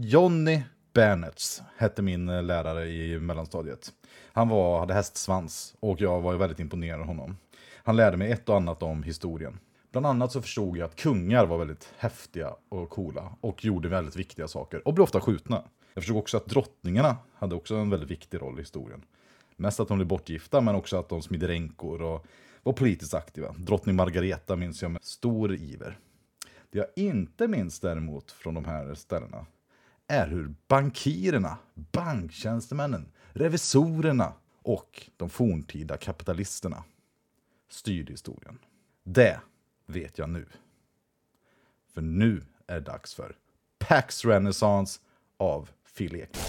Johnny Bernets hette min lärare i mellanstadiet. Han hade hästsvans och jag var väldigt imponerad av honom. Han lärde mig ett och annat om historien. Bland annat så förstod jag att kungar var väldigt häftiga och coola och gjorde väldigt viktiga saker och blev ofta skjutna. Jag förstod också att drottningarna hade också en väldigt viktig roll i historien. Mest att de blev bortgifta, men också att de smidde ränkor och var politiskt aktiva. Drottning Margareta minns jag med stor iver. Det jag inte minns däremot från de här ställena är hur bankirerna, banktjänstemännen, revisorerna och de forntida kapitalisterna styrde historien. Det vet jag nu. För nu är det dags för Pax Renaissance av Phil Eklund.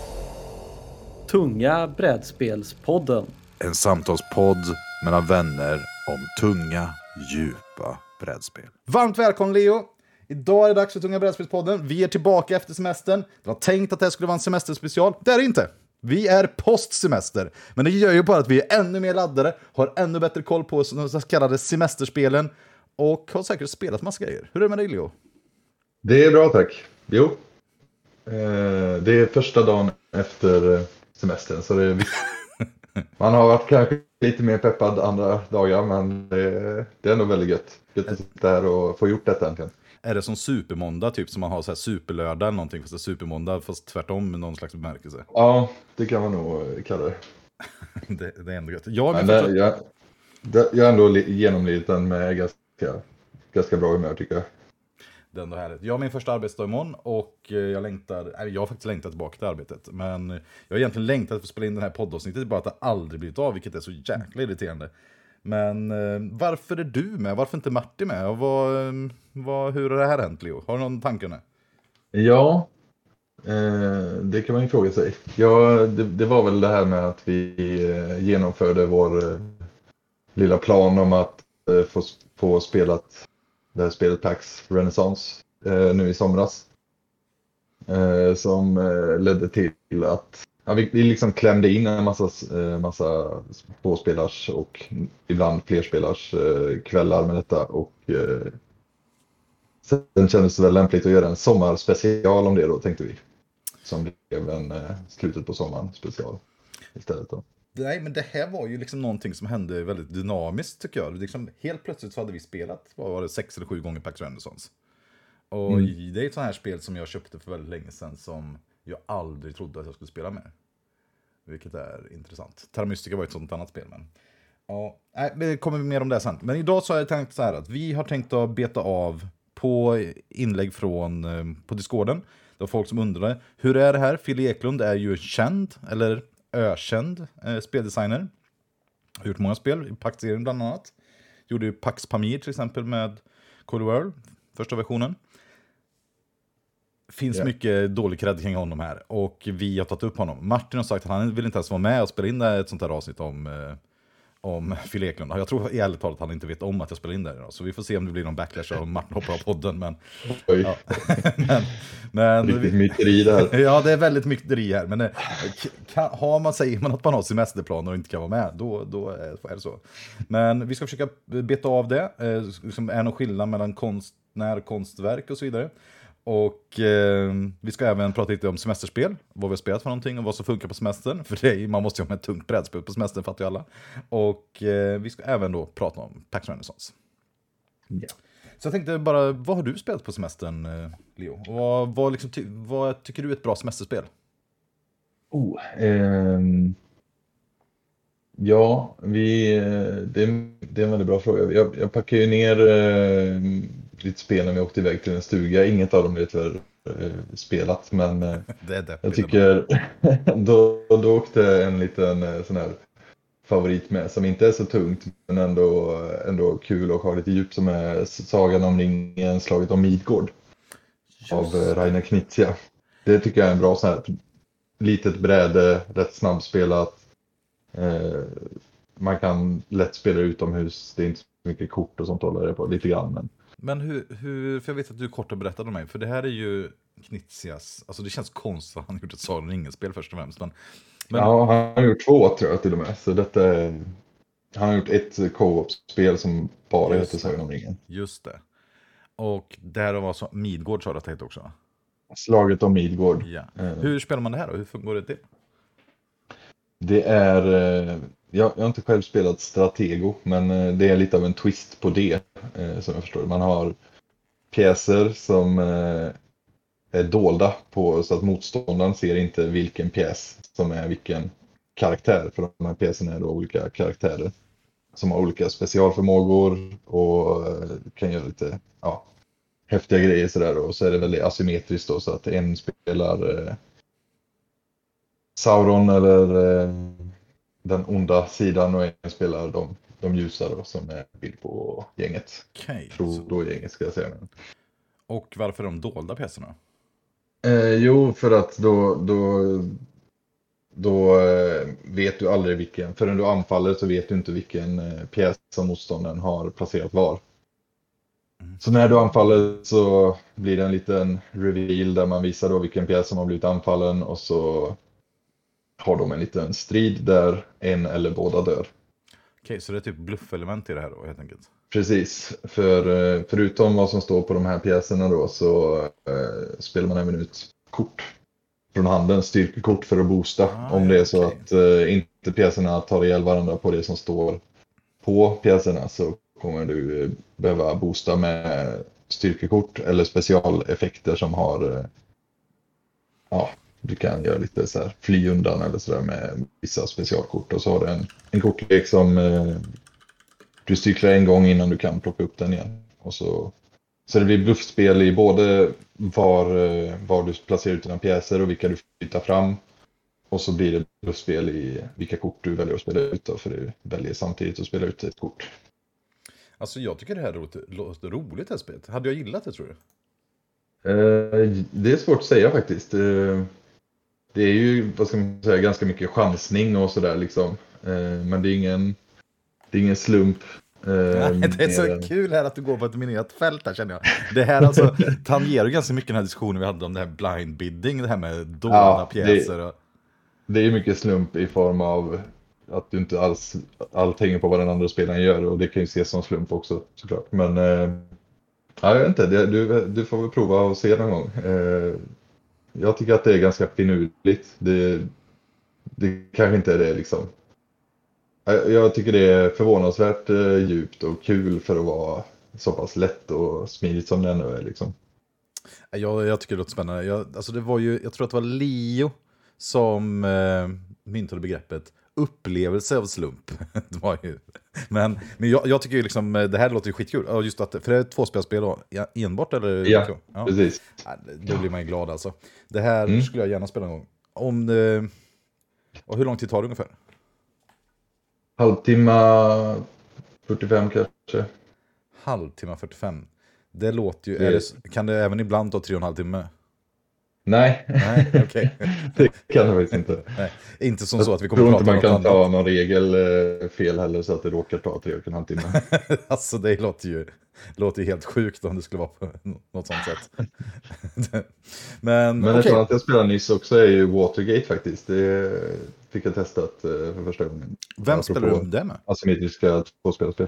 Tunga brädspelspodden. En samtalspodd mellan vänner om tunga, djupa brädspel. Varmt välkommen Leo! Idag är det dags för Tunga brädspelspodden. Vi är tillbaka efter semestern. Det var tänkt att det skulle vara en semesterspecial. Det är det inte. Vi är postsemester. Men det gör ju bara att vi är ännu mer laddade, har ännu bättre koll på de så kallade semesterspelen och har säkert spelat massa grejer. Hur är det med dig Leo? Det är bra tack. Jo. Det är första dagen efter semestern så det är man har varit kanske lite mer peppad andra dagar, men det är ändå väldigt gött. Gött att sitta här och få gjort detta äntligen. Är det som supermåndag typ som man har så här superlördag eller någonting, fast det är supermåndag fast tvärtom med någon slags bemärkelse? Ja, det kan man nog kalla det. det är ändå gött. Jag har ändå genomlidit den med ganska bra humör tycker jag. Det är ändå härligt. Jag har min första arbetsdag imorgon och jag har faktiskt längtat tillbaka till arbetet. Men jag har egentligen längtat för att spela in den här poddavsnittet, bara att det aldrig blivit av, vilket är så jäkla irriterande. Men varför är du med? Varför inte Martin med? Och hur har det här hänt, Leo? Har du någon tanke? Ja, det kan man ju fråga sig. Ja, det var väl det här med att vi genomförde vår lilla plan om att få spelat det här spelet Pax Renaissance nu i somras. Som ledde till att vi liksom klämde in en massa tvåspelars och ibland flerspelars kvällar med detta. Och sen kändes det väl lämpligt att göra en sommarspecial om det då, tänkte vi. Som blev en slutet på sommaren special istället då. Nej, men det här var ju liksom någonting som hände väldigt dynamiskt tycker jag. Liksom, helt plötsligt så hade vi spelat, var det 6 eller 7 gånger Pax Renaissance. Och det är ett sånt här spel som jag köpte för väldigt länge sedan som jag aldrig trodde att jag skulle spela med. Vilket är intressant. Terra Mystica var ett sånt annat spel, men ja, det kommer mer om det sen. Men idag så har jag tänkt så här att vi har tänkt att beta av på inlägg på Discorden. Det var folk som undrade, hur är det här? Phil Eklund är ju känd, eller ökänd speldesigner. Har gjort många spel, i Pax-serien bland annat. Gjorde ju Pax Pamir till exempel med Cold World, första versionen. Finns mycket dålig cred kring honom här. Och vi har tagit upp honom. Martin har sagt att han vill inte ens vara med och spela in ett sånt här avsnitt om Phil Eklund. Jag tror i ärligt talat att han inte vet om att jag spelar in det idag. Så vi får se om det blir någon backlash och Martin hoppar av podden. Men, ja. men riktigt myteri där. Ja, det är väldigt myteri här. Men säger man att man har semesterplaner och inte kan vara med, då är det så. Men vi ska försöka beta av det. Liksom är någon skillnad mellan konstnär, konstverk och så vidare. Och vi ska även prata lite om semesterspel, vad vi har spelat för någonting och vad som funkar på semestern. För man måste ju ha med ett tungt brädspel på semestern, fattar ju alla. Och vi ska även då prata om Pax Renaissance. Ja. Så jag tänkte bara, vad har du spelat på semestern, Leo? Vad tycker du är ett bra semesterspel? Ja, det är en väldigt bra fråga. Jag packar ju ner lite spel när vi åkte iväg till en stuga. Inget av dem är tyvärr spelat, men jag tycker då åkte en liten sån här favorit med som inte är så tungt men ändå kul och har lite djup, som är Sagan om ringen, slaget om Midgård av Rainer Knizia. Det tycker jag är en bra sån här litet bräde, rätt snabbspelat. Man kan lätt spela utomhus, det är inte så mycket kort och sånt håller det på lite grann. Men hur, för jag vet att du kort har berättat om mig, för det här är ju Knizias, alltså det känns konstigt att han har gjort ett Sagan om ringen spel först och främst. Men... Ja, han har gjort 2 tror jag till och med, så han har gjort ett co-op-spel som bara heter Sagan om ringen. Just det. Och det här var så Midgård sa det också. Slaget om Midgård. Ja. Hur spelar man det här då? Hur går det till? Det är, jag har inte själv spelat Stratego, men det är lite av en twist på det, som jag förstår. Man har pjäser som är dolda så att motståndaren ser inte vilken pjäs som är vilken karaktär. För de här pjäserna är då olika karaktärer som har olika specialförmågor och kan göra lite häftiga grejer sådär. Och så är det väldigt asymmetriskt då, så att en spelar Sauron eller den onda sidan och en spelar de ljusa då, som är bild på gänget. Okej. Frodo-gänget ska jag säga. Och varför de dolda pjäserna? Jo, för att då vet du aldrig vilken, förrän du anfaller så vet du inte vilken pjäs som motståndaren har placerat var. Så när du anfaller så blir det en liten reveal där man visar då vilken pjäs som har blivit anfallen, och så har de en liten strid där en eller båda dör. Okej, så det är typ bluffelement i det här då, helt enkelt? Precis, förutom vad som står på de här pjäserna då, så spelar man även ut kort från handen, styrkekort för att boosta. Om det är så att inte pjäserna tar ihjäl varandra på det som står på pjäserna, så kommer du behöva boosta med styrkekort eller specialeffekter som har, du kan göra lite så här fly undan eller sådär med vissa specialkort, och så har du en kortlek som du cyklar en gång innan du kan plocka upp den igen. Och så det blir bluffspel i både var du placerar ut dina pjäser och vilka du flyttar fram. Och så blir det bluffspel i vilka kort du väljer att spela ut då, för du väljer samtidigt att spela ut ett kort. Alltså jag tycker det här låter roligt, det här spelet. Hade jag gillat det, tror du? Det är svårt att säga faktiskt. Det är ju, vad ska man säga, ganska mycket chansning och sådär liksom. Men det är ingen slump. Nej, det är så kul här att du går på ett minerat fält här, känner jag. Det här alltså tangerar ganska mycket den här diskussionen vi hade om det här blind bidding, det här med dolda pjäser. Det är mycket slump i form av att du inte allt hänger på vad den andra spelaren gör, och det kan ju ses som slump också såklart. Men jag vet inte, du får väl prova och se någon gång. Jag tycker att det är ganska finurligt. Det kanske inte är det liksom. Jag tycker det är förvånansvärt djupt och kul för att vara så pass lätt och smidigt som det ändå är liksom. Jag tycker det låter spännande. Jag tror att det var Leo som myntade begreppet upplevelse av slump. Det var ju. Men jag tycker ju liksom, det här låter ju skitkul. Och just att, för det är ett tvåspelspel då, enbart eller? Ja, precis. Då blir man ju glad alltså. Det här skulle jag gärna spela en gång. Och hur lång tid tar det ungefär? Halvtimme 45 kanske. Halvtimme 45. Det låter ju... kan det även ibland ta 3,5 timme? Nej, okej. Det kan det faktiskt inte. Nej, inte som så att vi kommer att prata om något annat. Jag tror inte man kan ta någon regel fel heller så att det råkar ta 3,5 timmar. Alltså det låter ju helt sjukt om det skulle vara på något sånt sätt. Men ett annat jag spelade nyss också är ju Watergate faktiskt. Det fick jag testat för första gången. Vem spelar du det med? Asymmetriska tvåspelarspel.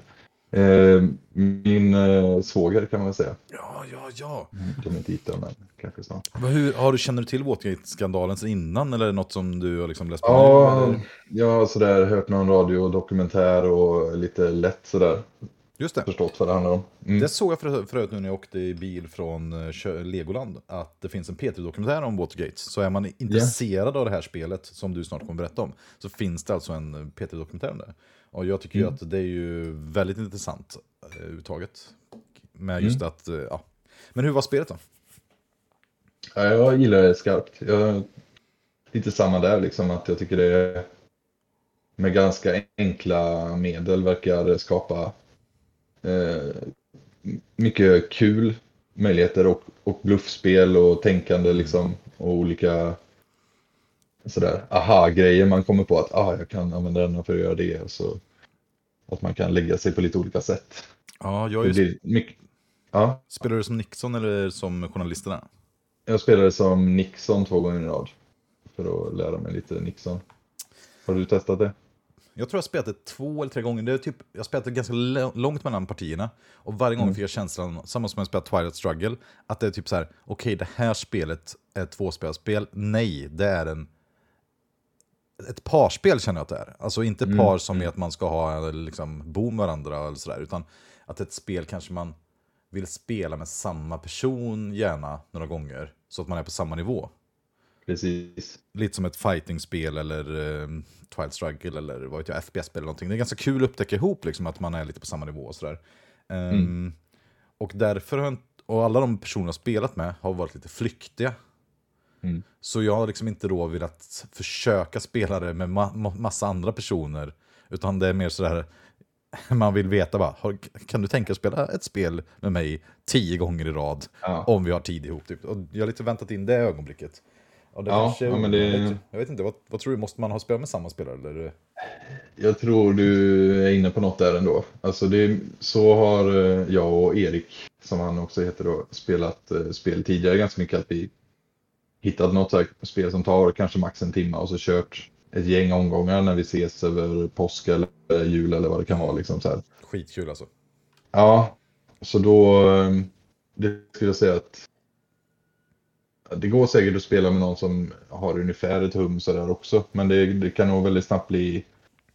Min svåger kan man väl säga. Ja. De är inte hittar, men kanske snart. Känner du till Watergate-skandalen sedan innan, eller är det något som du har liksom läst på? Ja, jag har sådär hört någon radiodokumentär och lite lätt sådär. Just det. Förstått vad det handlar om. Det såg jag förut nu när jag åkte i bil från Legoland, att det finns en P3-dokumentär om Watergate. Så är man intresserad av det här spelet som du snart kommer berätta om, så finns det alltså en P3-dokumentär om det. Och jag tycker ju att det är ju väldigt intressant uttaget. Med just att, Men hur var spelet då? Ja, jag gillar det skarpt. Lite samma där liksom, att jag tycker det är med ganska enkla medel verkar skapa mycket kul möjligheter och bluffspel och tänkande liksom, och olika sådär aha-grejer man kommer på att jag kan använda den för att göra det, och så att man kan lägga sig på lite olika sätt. Ja, Spelar du som Nixon eller som journalisterna? Jag spelade som Nixon 2 gånger i rad för att lära mig lite Nixon. Har du testat det? Jag tror jag spelat det 2 eller 3 gånger. Det är typ, jag har spelat det ganska långt mellan partierna. Och varje gång fick jag känslan, samma som jag spelat Twilight Struggle, att det är typ så här: okej, det här spelet är ett 2-spelarspel. Nej, det är ett parspel, känner jag att det är. Alltså inte par som är att man ska ha liksom bo med varandra eller sådär, utan att ett spel kanske man vill spela med samma person gärna några gånger, så att man är på samma nivå. Precis. Lite som ett fighting-spel eller Twilight Struggle eller vad vet jag, FPS-spel eller någonting. Det är ganska kul att upptäcka ihop liksom, att man är lite på samma nivå och sådär. Och därför och alla de personer jag spelat med har varit lite flyktiga. Så jag har liksom inte då velat försöka spela det med massa andra personer, utan det är mer sådär, man vill veta bara, kan du tänka att spela ett spel med mig 10 gånger i rad om vi har tid ihop typ. Och jag har lite väntat in det ögonblicket. Och det men det... Jag vet inte, vad tror du, måste man ha spelat med samma spelare eller? Jag tror du är inne på något där ändå. Alltså så har jag och Erik, som han också heter då, spelat spel tidigare ganska mycket, att vi hittat något spel som tar kanske max en timme och så kört ett gäng omgångar när vi ses över påsk eller jul eller vad det kan vara liksom så här. Skitkul alltså. Ja, så då det skulle jag säga att det går säkert att spela med någon som har ungefär ett hum så där också, men det kan nog väldigt snabbt bli,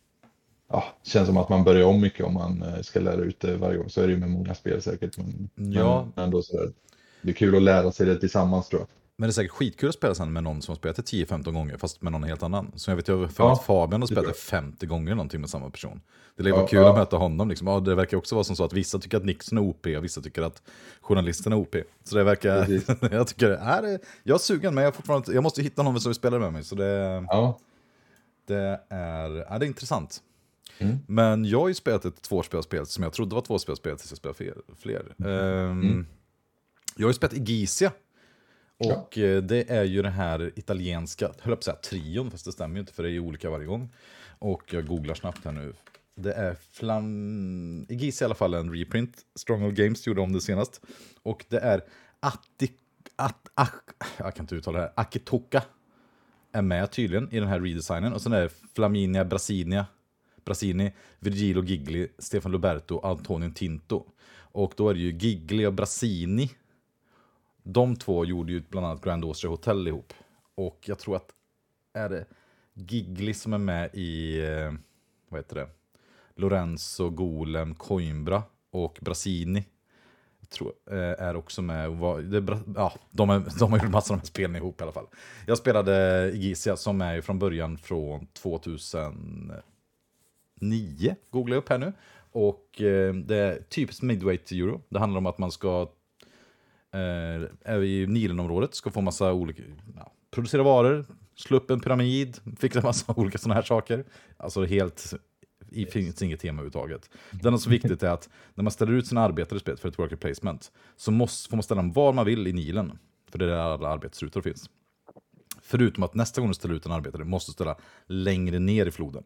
känns som att man börjar om mycket om man ska lära ut det varje gång. Så är det ju med många spel säkert, men ändå så där. Det är kul att lära sig det tillsammans, tror jag. Men det är säkert skitkul att spela sen med någon som har spelat det 10-15 gånger, fast med någon helt annan. Så jag vet ju för att Fabian har spelat det 50 gånger någonting med samma person. Det vara kul att möta honom liksom. Det verkar också vara som så att vissa tycker att Nixon är OP och vissa tycker att journalisten är OP. Så det verkar, jag tycker, jag är sugen, men jag måste hitta någon som vill spela med mig. Så det är intressant. Men jag har ju spelat ett 2-spelarspel som jag trodde var 2-spelarspel tills jag spelade fler. Jag har ju spelat Igisia. Och det är ju det här italienska, höll jag på att säga trion, fast det stämmer ju inte för det är ju olika varje gång. Och jag googlar snabbt här nu. Det är Igisia i alla fall en reprint. Stronghold Games gjorde om det senast. Och det är jag kan inte uttala det här. Akitoka är med tydligen i den här redesignen. Och sen är det Flaminia Brassini, Virgilio Gigli, Stefan Luberto, Antonio Tinto. Och då är det ju Gigli och Brassini. De två gjorde ju bland annat Grand Austria Hotel ihop. Och jag tror att är det Gigli som är med i vad heter det? Lorenzo, Golem, Coimbra och Brassini. Jag tror är också med. De har gjort massor av spelen ihop i alla fall. Jag spelade Igisia som är från början från 2009. Googlar jag upp här nu. Och det är typiskt midweight euro. Det handlar om att man ska är i Nilenområdet, ska få massa olika, producera varor, slå upp en pyramid, fixa massa olika sådana här saker. Alltså helt, finns inget tema överhuvudtaget. Det som är så viktigt är att när man ställer ut sina arbetare i spelet för ett worker placement, så får man ställa dem var man vill i Nilen, för det är där alla arbetsrutor finns. Förutom att nästa gång du ställer ut en arbetare måste ställa längre ner i floden.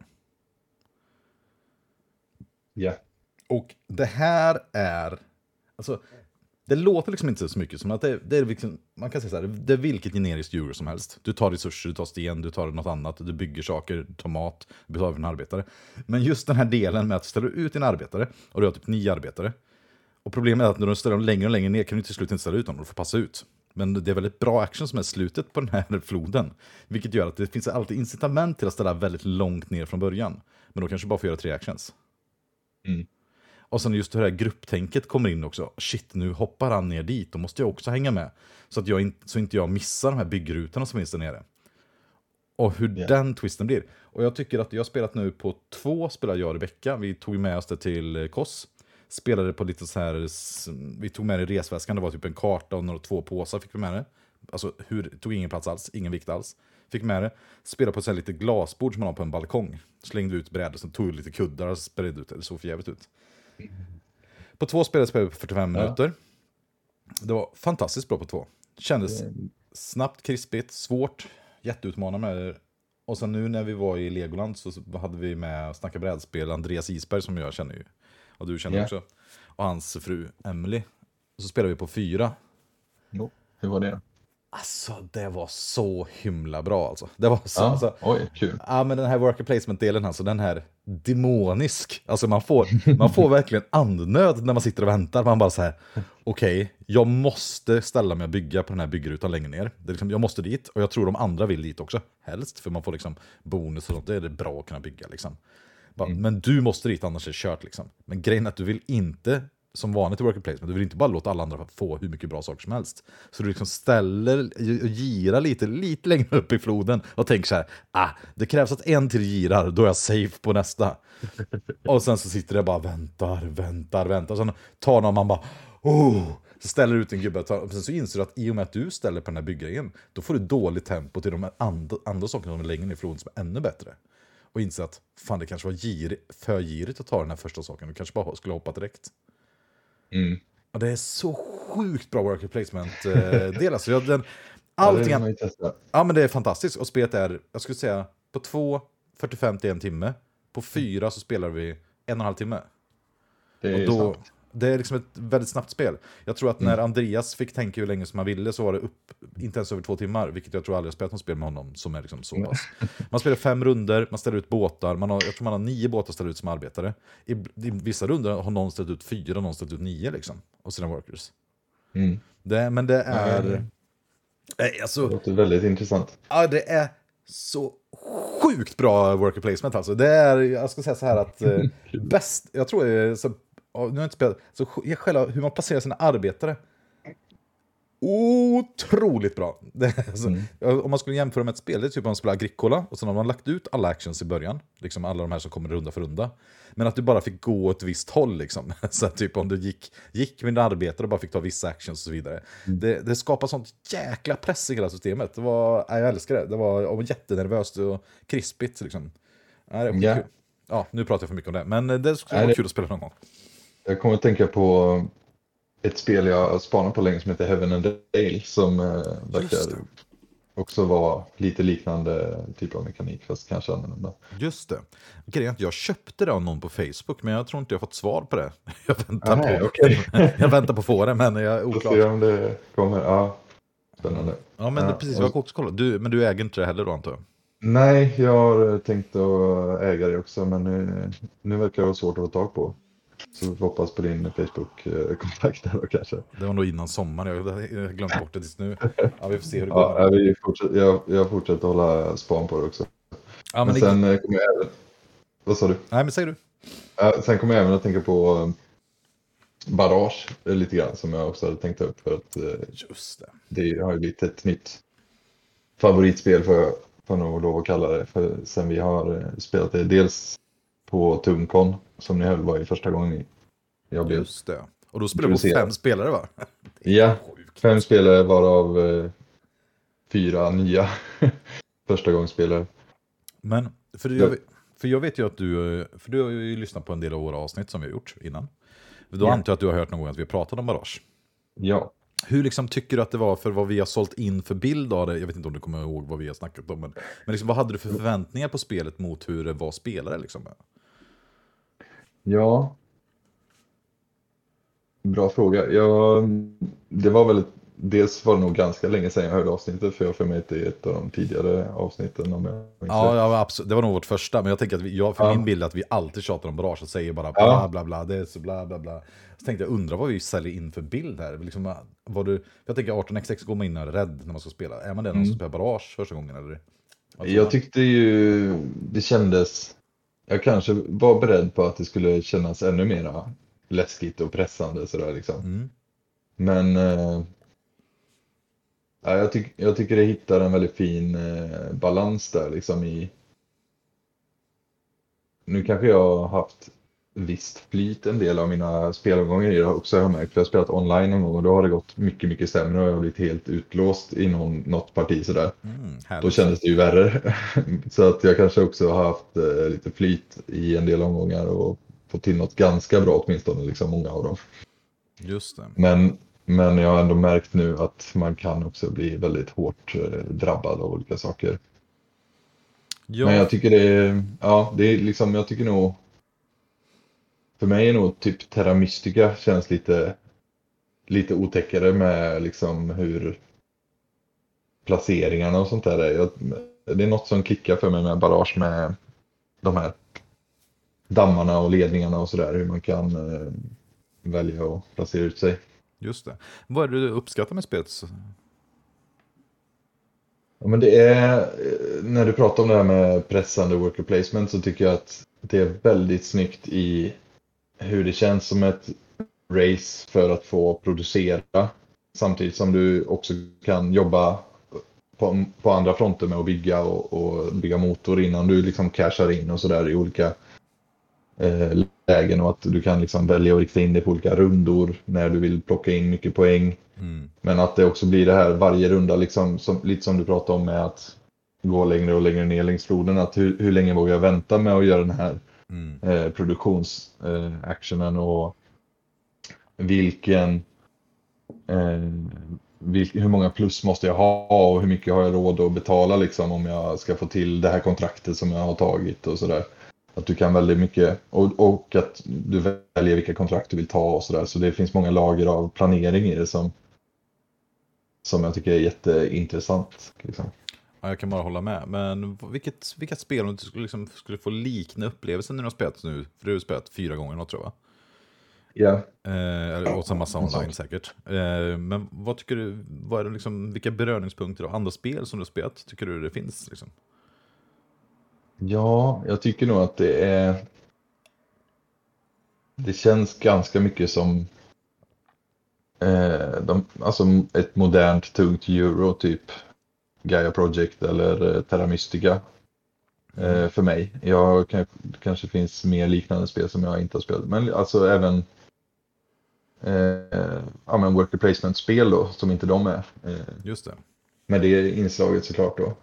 Ja. Och det här är, alltså, det låter liksom inte så mycket som att det är liksom, man kan säga så här, det är vilket generiskt djur som helst. Du tar resurser, du tar sten, du tar något annat, du bygger saker, du tar mat, du betalar för en arbetare. Men just den här delen med att ställa ut en arbetare, och du har typ 9 arbetare. Och problemet är att när du ställer dem längre och längre ner kan du till slut inte ställa ut dem, du får passa ut. Men det är väldigt bra action som är slutet på den här floden. Vilket gör att det finns alltid incitament till att ställa väldigt långt ner från början. Men då kanske bara får göra 3 actions. Och sen just det här grupptänket kommer in också. Shit, nu hoppar han ner dit. Då måste jag också hänga med. Så att inte jag missar de här byggrutorna som finns där nere. Och hur den twisten blir. Och jag tycker att jag har spelat nu på 2 spelar jag i vecka. Vi tog med oss det till Kos. Spelade på lite så här. Vi tog med det i resväskan. Det var typ en karta och 2 påsar fick vi med det. Alltså tog ingen plats alls. Ingen vikt alls. Fick med det. Spelade på så här lite glasbord som man har på en balkong. Slängde ut brädor. Sen tog lite kuddar och spred ut det. Det såg för jävligt ut. På 2 spelade jag på 45 minuter. Det var fantastiskt bra på 2. Kändes snabbt, krispigt, svårt, jätteutmanande med det. Och sen nu när vi var i Legoland så hade vi med Snacka brädspel Andreas Isberg, som jag känner ju. Och du känner också. Och hans fru Emily. Och så spelade vi på 4. Jo, hur var det? Alltså, det var så himla bra alltså. Det var så, Ja, alltså, oj, kul. ja, men den här worker placement-delen, alltså den här demonisk. Alltså man får verkligen andnöd när man sitter och väntar. Man bara så här, okej, jag måste ställa mig och bygga på den här byggrutan längre ner. Det är liksom, jag måste dit, och jag tror de andra vill dit också, helst. För man får liksom bonus och sånt, det är det bra att kunna bygga liksom. Bara, men du måste dit, annars är det kört liksom. Men grejen är att du vill inte, som vanligt i worker placement, du vill inte bara låta alla andra få hur mycket bra saker som helst. Så du liksom ställer och girar lite längre upp i floden och tänker så här, det krävs att en till girar, då är jag safe på nästa. Och sen så sitter det bara väntar. Sen tar någon, man bara, så ställer ut en gubbe. Och sen så inser du att i och med att du ställer på den här byggrejen, då får du dåligt tempo till de andra sakerna som är längre ner i floden som är ännu bättre. Och inser att fan, det kanske var för girigt att ta den här första saken. Du kanske bara skulle hoppa direkt. Mm. Och det är så sjukt bra worker placement-del. Alltså, allting... Ja, men det är fantastiskt. Och spelet är, jag skulle säga, på 2:45 till 1 timme. På 4 så spelar vi 1,5 timme. Det är liksom ett väldigt snabbt spel. Jag tror att när Andreas fick tänka hur länge som han ville, så var det inte ens över 2 timmar. Vilket jag tror aldrig har spelat något spel med honom som är liksom så pass. Man spelar 5 runder, man ställer ut båtar. Jag tror man har 9 båtar ställer ut som arbetare. I vissa runder har någon ställt ut 4, någon ställt ut 9 liksom. Och sina workers. Men det är... Alltså, det låter väldigt intressant. Ja, det är så sjukt bra worker placement alltså. Det är, jag ska säga så här att bäst, jag tror så, nu har jag inte spelat, så själva hur man placerar sina arbetare, otroligt bra. Alltså, om man skulle jämföra med ett spel, det är typ om man spelar Agricola och sen har man lagt ut alla actions i början, liksom alla de här som kommer runda för runda, men att du bara fick gå ett visst håll liksom. Så typ om du gick med arbetare och bara fick ta vissa actions och så vidare. Det skapar sånt jäkla press i hela systemet. Jag älskar det. Det var jättenervöst och krispigt liksom. Det var kul. Ja, nu pratar jag för mycket om det, men det skulle vara kul att spela någon gång. Jag kommer att tänka på ett spel jag spanat på länge som heter Heaven and Dale, som verkar också vara lite liknande typ av mekanik, fast kanske annorlunda. Just det. Grejen, jag köpte det av någon på Facebook, men jag tror inte jag fått svar på det. Jag väntar på att få det, men jag är oklar. Se om det kommer. Ja, spännande. Ja, men precis, jag har också kollat. Men du äger inte det heller då, antar jag? Nej, jag har tänkt att äga det också, men nu verkar det vara svårt att få tag på. Så vi hoppas på din Facebook-kontakt då kanske. Det var nog innan sommar, jag har glömt bort det tills nu. Ja, vi får se hur det går. Jag fortsätter hålla span på det också. Ja, men sen kommer jag även... Vad sa du? Nej, men säger du. Sen kommer jag även att tänka på Barrage lite grann, som jag också hade tänkt upp. För att just det har ju blivit ett nytt favoritspel, för nog lov att kalla det. För sen vi har spelat det dels på Tumcon, som ni höll var i första gången jag blev. Just det. Och då spelar vi 5 spelare, va? Ja, 5 spelare varav 4 nya första gångsspelare. Men, för jag vet ju att du har ju lyssnat på en del av våra avsnitt som vi har gjort innan. Då antar jag att du har hört någon gång att vi har pratat om Barrage. Ja. Hur liksom tycker du att det var för vad vi har sålt in för bild av det? Jag vet inte om du kommer ihåg vad vi har snackat om. Men liksom, vad hade du för förväntningar på spelet mot hur det var spelare liksom? Ja. Bra fråga. Det var väl dels var det nog ganska länge sedan jag hörde avsnittet, för jag för mig till ett av de tidigare avsnitten. Om jag ja, absolut. Det var nog vårt första, men jag tänker att min bild är att vi alltid tjatar om Barrage och säger bara bla bla bla, det är så bla bla bla. Så tänkte jag, undra vad vi säljer in för bild här. Liksom, jag tänker 18xx går man in och är rädd när man ska spela. Är man det när man ska spela Barrage första gången? Eller? Alltså, jag tyckte ju det kändes... Jag kanske var beredd på att det skulle kännas ännu mer läskigt och pressande sådär liksom. Men jag tycker det hittar en väldigt fin balans där liksom i... Nu kanske jag har haft visst flyt en del av mina spelomgångar i det också, jag har märkt. För jag har spelat online någon gång och då har det gått mycket, mycket sämre och jag har blivit helt utlåst i något parti sådär. Då kändes det ju värre. Så att jag kanske också har haft lite flyt i en del omgångar och fått till något ganska bra åtminstone, liksom många av dem. Just det. Men jag har ändå märkt nu att man kan också bli väldigt hårt drabbad av olika saker. Ja. Men jag tycker det är liksom, jag tycker nog, för mig är nog typ Terra Mystica känns lite otäckare med liksom hur placeringarna och sånt där. Det är något som klickar för mig med Barrage, med de här dammarna och ledningarna och sådär. Hur man kan välja att placera ut sig. Just det. Vad är det du uppskattar med spelet? Ja, men det är, när du pratar om det här med pressande worker placement, så tycker jag att det är väldigt snyggt i hur det känns som ett race för att få producera. Samtidigt som du också kan jobba på andra fronter med att bygga och bygga motor innan du liksom cashar in och sådär i olika lägen, och att du kan liksom välja att rikta in dig på olika rundor när du vill plocka in mycket poäng. Men att det också blir det här varje runda liksom, lite som du pratade om med att gå längre och längre ner längs floden, att hur länge vågar jag vänta med att göra den här produktionsactionen, och hur många plus måste jag ha och hur mycket har jag råd att betala liksom, om jag ska få till det här kontraktet som jag har tagit och sådär. Att du kan väldigt mycket, och att du väljer vilka kontrakt du vill ta och sådär. Så det finns många lager av planering i det som jag tycker är jätteintressant. Liksom. Ja, jag kan bara hålla med. Men vilka spel om du skulle få likna upplevelsen när du har spelat nu? För du har spelat 4 gånger något, tror jag. Ja. Och så massa online säkert. Men vad tycker du, vad är det liksom, vilka beröringspunkter och andra spel som du har spelat tycker du det finns liksom? Ja, jag tycker nog att det känns ganska mycket som alltså ett modernt tungt euro, typ Gaia Project eller Terra Mystica för mig. Det kanske finns mer liknande spel som jag inte har spelat, men alltså även worker placement-spel då, som inte de är. Just det. Med det inslaget såklart då.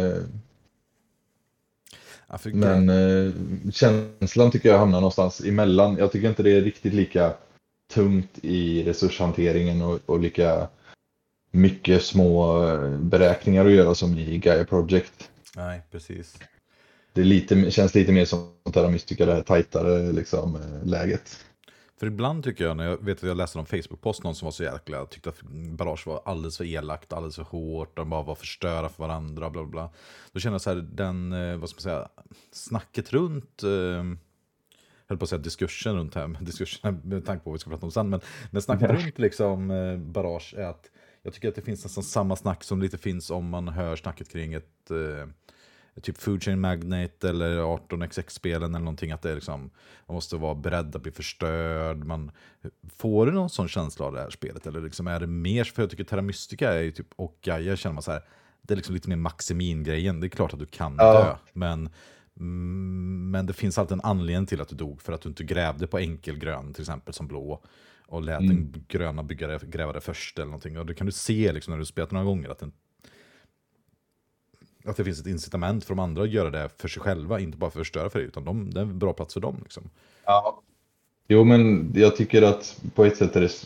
Men känslan tycker jag hamnar någonstans emellan. Jag tycker inte det är riktigt lika tungt i resurshanteringen och lika mycket små beräkningar att göra som i Gaia Project. Nej, precis. Det känns lite mer som Terra Mystica, det här tajtare liksom, läget. För ibland tycker jag, när jag vet att jag läste någon Facebook-post, någon som var så jäkla, tyckte att Barrage var alldeles för elakt, alldeles för hårt, de bara var förstöra för varandra, bla bla bla. Då känner jag så här, vad ska man säga, snacket runt, höll på att säga diskursen runt här, diskursen med tanke på vad vi ska prata om sen, men snacket runt liksom Barrage är att jag tycker att det finns nästan samma snack som lite finns om man hör snacket kring ett typ Food Chain Magnate eller 18xx-spelen eller någonting, att det är liksom, man måste vara beredd att bli förstörd. Får du någon sån känsla av det här spelet, eller liksom är det mer, för jag tycker Terra Mystica är ju typ, och Gaia känner man så här, det är liksom lite mer Maximin-grejen. Det är klart att du kan dö, men det finns alltid en anledning till att du dog, för att du inte grävde på enkelgrön till exempel som blå och lät den gröna gräva det först eller någonting. Och det kan du se liksom när du spelat några gånger, att det finns ett incitament för de andra att göra det för sig själva, inte bara för att förstöra för dig, utan det är en bra plats för dem liksom. Ja. Jo, men jag tycker att på ett sätt är det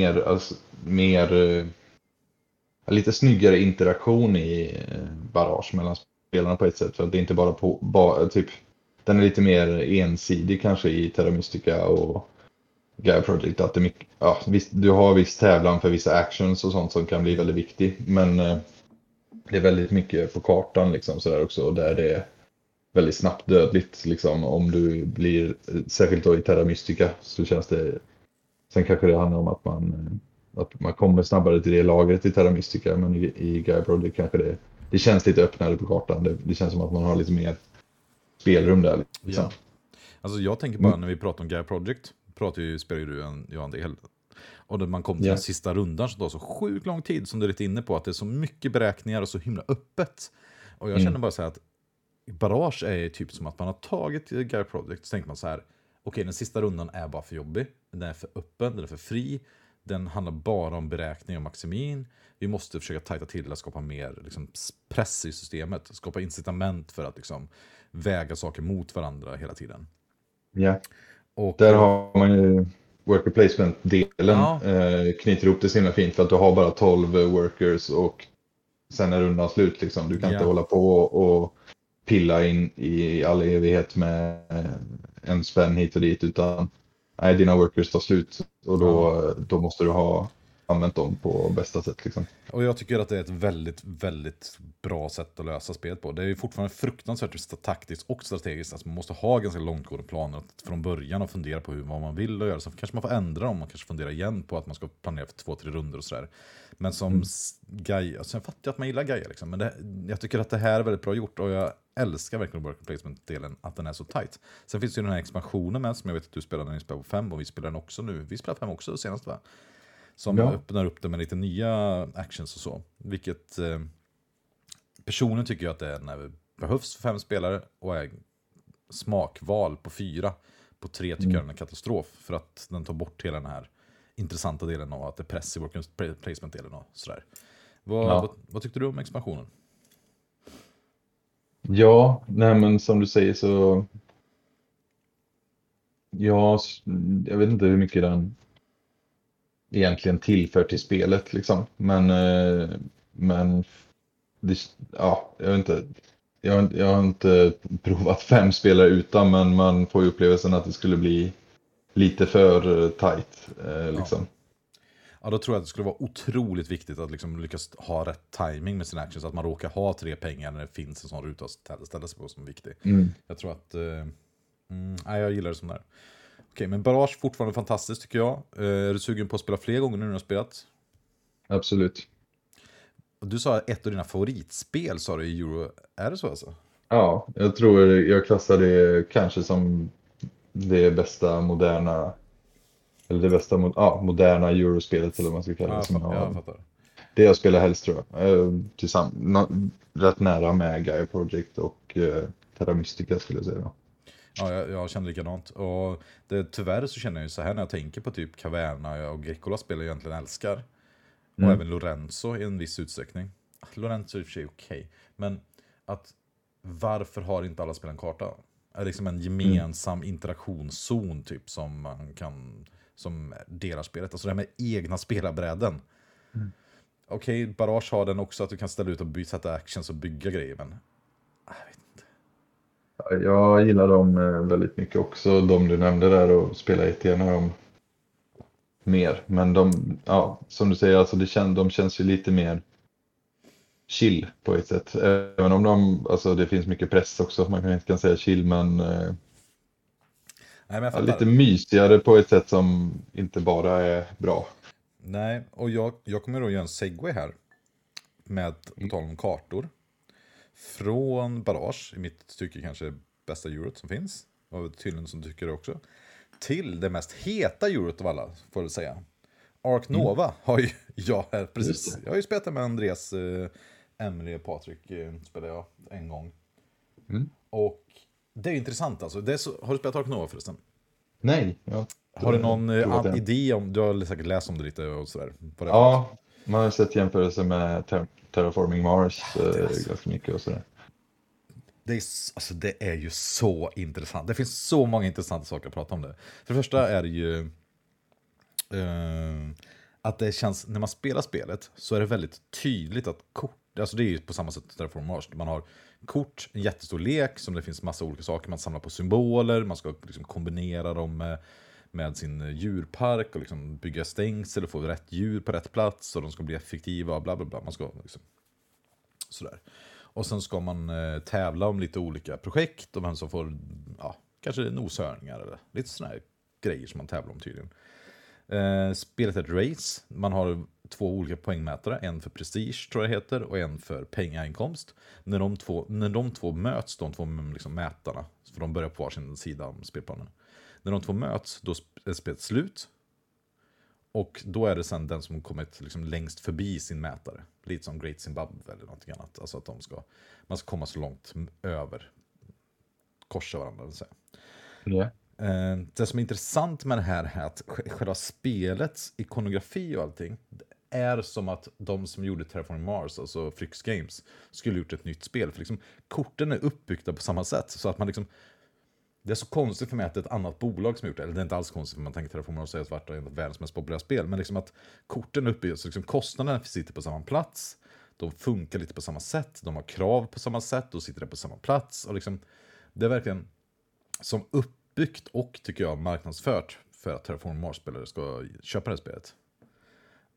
mer lite snyggare interaktion i Barrage mellan spelarna på ett sätt, för att det är inte bara typ, den är lite mer ensidig kanske i Terra Mystica och Gaia Project, att det är mycket, visst, du har viss tävlan för vissa actions och sånt som kan bli väldigt viktigt, men det är väldigt mycket på kartan liksom sådär också, och där det är väldigt snabbt dödligt liksom, om du blir, särskilt då i Terra Mystica, så känns det, sen kanske det handlar om att man kommer snabbare till det lagret i Terra Mystica, men i Gaia Project kanske det känns lite öppnare på kartan, det känns som att man har lite mer spelrum där liksom. Ja. Alltså jag tänker bara när vi pratar om Gaia Project, spelar ju du en del. Och när man kom till den sista rundan så tar så sjukt lång tid, som du är lite inne på, att det är så mycket beräkningar och så himla öppet. Och jag känner bara så här att Barrage är typ som att man har tagit Gaia Project, så tänker man så här, okej, den sista rundan är bara för jobbig, den är för öppen, den är för fri, den handlar bara om beräkning och maximin. Vi måste försöka tajta till att skapa mer liksom, press i systemet, skapa incitament för att liksom, väga saker mot varandra hela tiden. Ja, och där har man ju worker placement-delen knyter ihop det så himla fint, för att du har bara 12 workers och sen är rundan slut liksom. Du kan inte hålla på och pilla in i all evighet med en spänn hit och dit, utan dina workers tar slut, och då måste du ha använt dem på bästa sätt liksom. Och jag tycker att det är ett väldigt, väldigt bra sätt att lösa spelet på. Det är ju fortfarande fruktansvärt taktiskt och strategiskt. Alltså man måste ha ganska långtgående planer från början och fundera på vad man vill göra. Så kanske man får ändra dem, man kanske funderar igen på att man ska planera för 2-3 runder och sådär. Men som Gaia, sen fattar jag att man gillar Gaia liksom. Men jag tycker att det här är väldigt bra gjort och jag älskar verkligen worker placement-delen, att den är så tight. Sen finns det ju den här expansionen med, som jag vet att du spelade när ni spelade på 5 och vi spelar den också nu. Vi spelar 5 också senast, va? Som öppnar upp det med lite nya actions och så. Vilket personen tycker jag att det är när det behövs för 5 spelare och är smakval på 4. På 3 tycker jag är en katastrof. För att den tar bort hela den här intressanta delen av att det är press i worker placement-delen och sådär. Vad tyckte du om expansionen? Ja, nej men som du säger så... Ja, jag vet inte hur mycket den egentligen tillför till spelet liksom. Men det, ja, jag vet inte. Jag har inte provat 5 spelare utan, men man får ju upplevelsen att det skulle bli lite för tight liksom. Ja, då tror jag att det skulle vara otroligt viktigt att liksom lyckas ha rätt timing med sina actions. Att man råkar ha 3 pengar när det finns en sån ruta att ställa sig på som är viktig. Jag tror att... jag gillar det som där. Okej, men Barrage fortfarande fantastiskt tycker jag. Är du sugen på att spela fler gånger nu när du har spelat? Absolut. Du sa ett av dina favoritspel, sa du i Euro. Är det så alltså? Ja, jag tror jag klassar det kanske som det bästa moderna... Eller det bästa moderna eurospelet, eller vad man ska kalla det. Jag fattar. Det jag spelar helst tror jag. Rätt nära med Gaia Project och Terra Mystica skulle jag säga då. Ja, jag känner likadant. Och tyvärr så känner jag ju så här när jag tänker på typ Caverna och Grecola spel jag egentligen älskar. Och även Lorenzo i en viss utsträckning. Lorenzo är i och för sig okej. Men att varför har inte alla spel en karta? Är det liksom en gemensam interaktionszon typ som man kan... som delar spelet. Alltså det här med egna spelarbräden. Okej, Barrage har den också att du kan ställa ut och sätta actions och bygga grejer, men jag vet inte. Jag gillar dem väldigt mycket också, de du nämnde där, och spelar jättegärna dem mer. Men som du säger, alltså de känns ju lite mer chill på ett sätt. Även om det finns mycket press också, man kan inte säga chill, men... Nej, men lite mysigare på ett sätt som inte bara är bra. Nej, och jag kommer att göra en segway här med på tal om kartor. Från Barrage, i mitt tycke kanske bästa eurot som finns, och tydligen som tycker det också, till det mest heta eurot av alla, får jag säga. Ark Nova har ju jag här precis. Jag har ju spelat med Andreas, Emily och Patrik spelade jag en gång. Och det är intressant alltså. Har du spelat Ark Nova förresten? Nej. Har du någon idé om, du har säkert läst om det lite och sådär? Ja, man har sett jämförelse med Terraforming Mars ganska mycket och sådär. Det är ju så intressant. Det finns så många intressanta saker att prata om det. För det första är det ju att det känns, när man spelar spelet så är det väldigt tydligt att kort, alltså det är ju på samma sätt Terraforming Mars. Man har kort, en jättestor lek som det finns massa olika saker. Man samlar på symboler, man ska liksom kombinera dem med sin djurpark och liksom bygga stängsel och få rätt djur på rätt plats och de ska bli effektiva och bla bla bla. Man ska liksom sådär. Och sen ska man tävla om lite olika projekt och vem som får kanske noshörningar eller lite sådana här grejer som man tävlar om tydligen. Spelet är ett race. Man har 2 olika poängmätare. En för prestige tror jag det heter och en för pengainkomst. När de två möts, de två liksom mätarna, för de börjar på varsin sida om spelplanen. När de två möts, då är spelet slut. Och då är det sen den som kommit liksom längst förbi sin mätare. Lite som Great Zimbabwe eller något annat. Alltså att man ska komma så långt över, korsa varandra. Yeah. Det som är intressant med det här är att själva spelets ikonografi och allting är som att de som gjorde Terraforming Mars, alltså Fryx Games, skulle gjort ett nytt spel. För liksom, korten är uppbyggda på samma sätt. Så att man liksom, det är så konstigt för mig att det är ett annat bolag som har gjort det. Eller det är inte alls konstigt för man tänker Terraforming Mars är svart och en av världens mest populära spel. Men liksom att korten är uppbyggda, så liksom kostnaderna sitter på samma plats. De funkar lite på samma sätt. De har krav på samma sätt. Och sitter där på samma plats. Och liksom, det är verkligen som uppbyggt och tycker jag marknadsfört för att Terraforming Mars-spelare ska köpa det här spelet.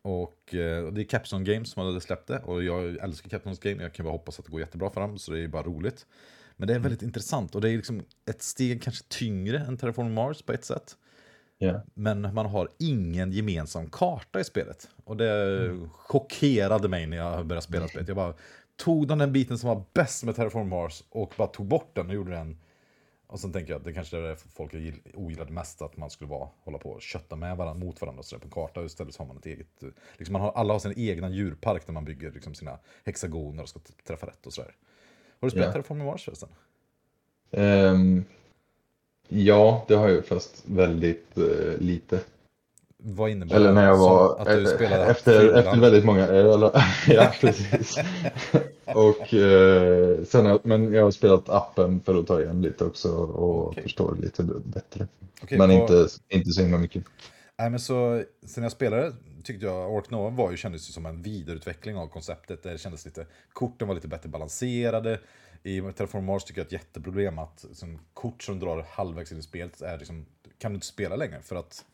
Och det är Capstone Games som hade släppt det. Och jag älskar Capstone Games. Jag kan bara hoppas att det går jättebra för dem. Så det är bara roligt. Men det är väldigt intressant. Och det är liksom ett steg kanske tyngre än Terraforming Mars på ett sätt. Yeah. Men man har ingen gemensam karta i spelet. Och det chockerade mig när jag började spela spelet. Jag bara tog den biten som var bäst med Terraforming Mars och bara tog bort den och gjorde den. Och sen tänker jag att det kanske är det folk ogillade mest, att man skulle hålla på och kötta med varandra, mot varandra så där, på en karta. Istället så har man ett eget, liksom alla har sin egna djurpark där man bygger liksom sina hexagoner och ska träffa rätt och sådär. Har du spelat Terraforming Mars förresten? Ja, det har jag, fast väldigt lite. Vad innebär eller när jag var att du spelade efter väldigt många ja, precis. Och sen, men jag har spelat appen för att ta igen lite också och förstå lite bättre. Men inte så himla mycket. Nej, men så sen jag spelade tyckte jag Ark Nova kändes som en vidareutveckling av konceptet. Det kändes lite, korten var lite bättre balanserade. I Terraforming Mars tycker jag ett jätteproblem att kort som drar halvvägs in i spelet är liksom, kan du inte spela längre, för att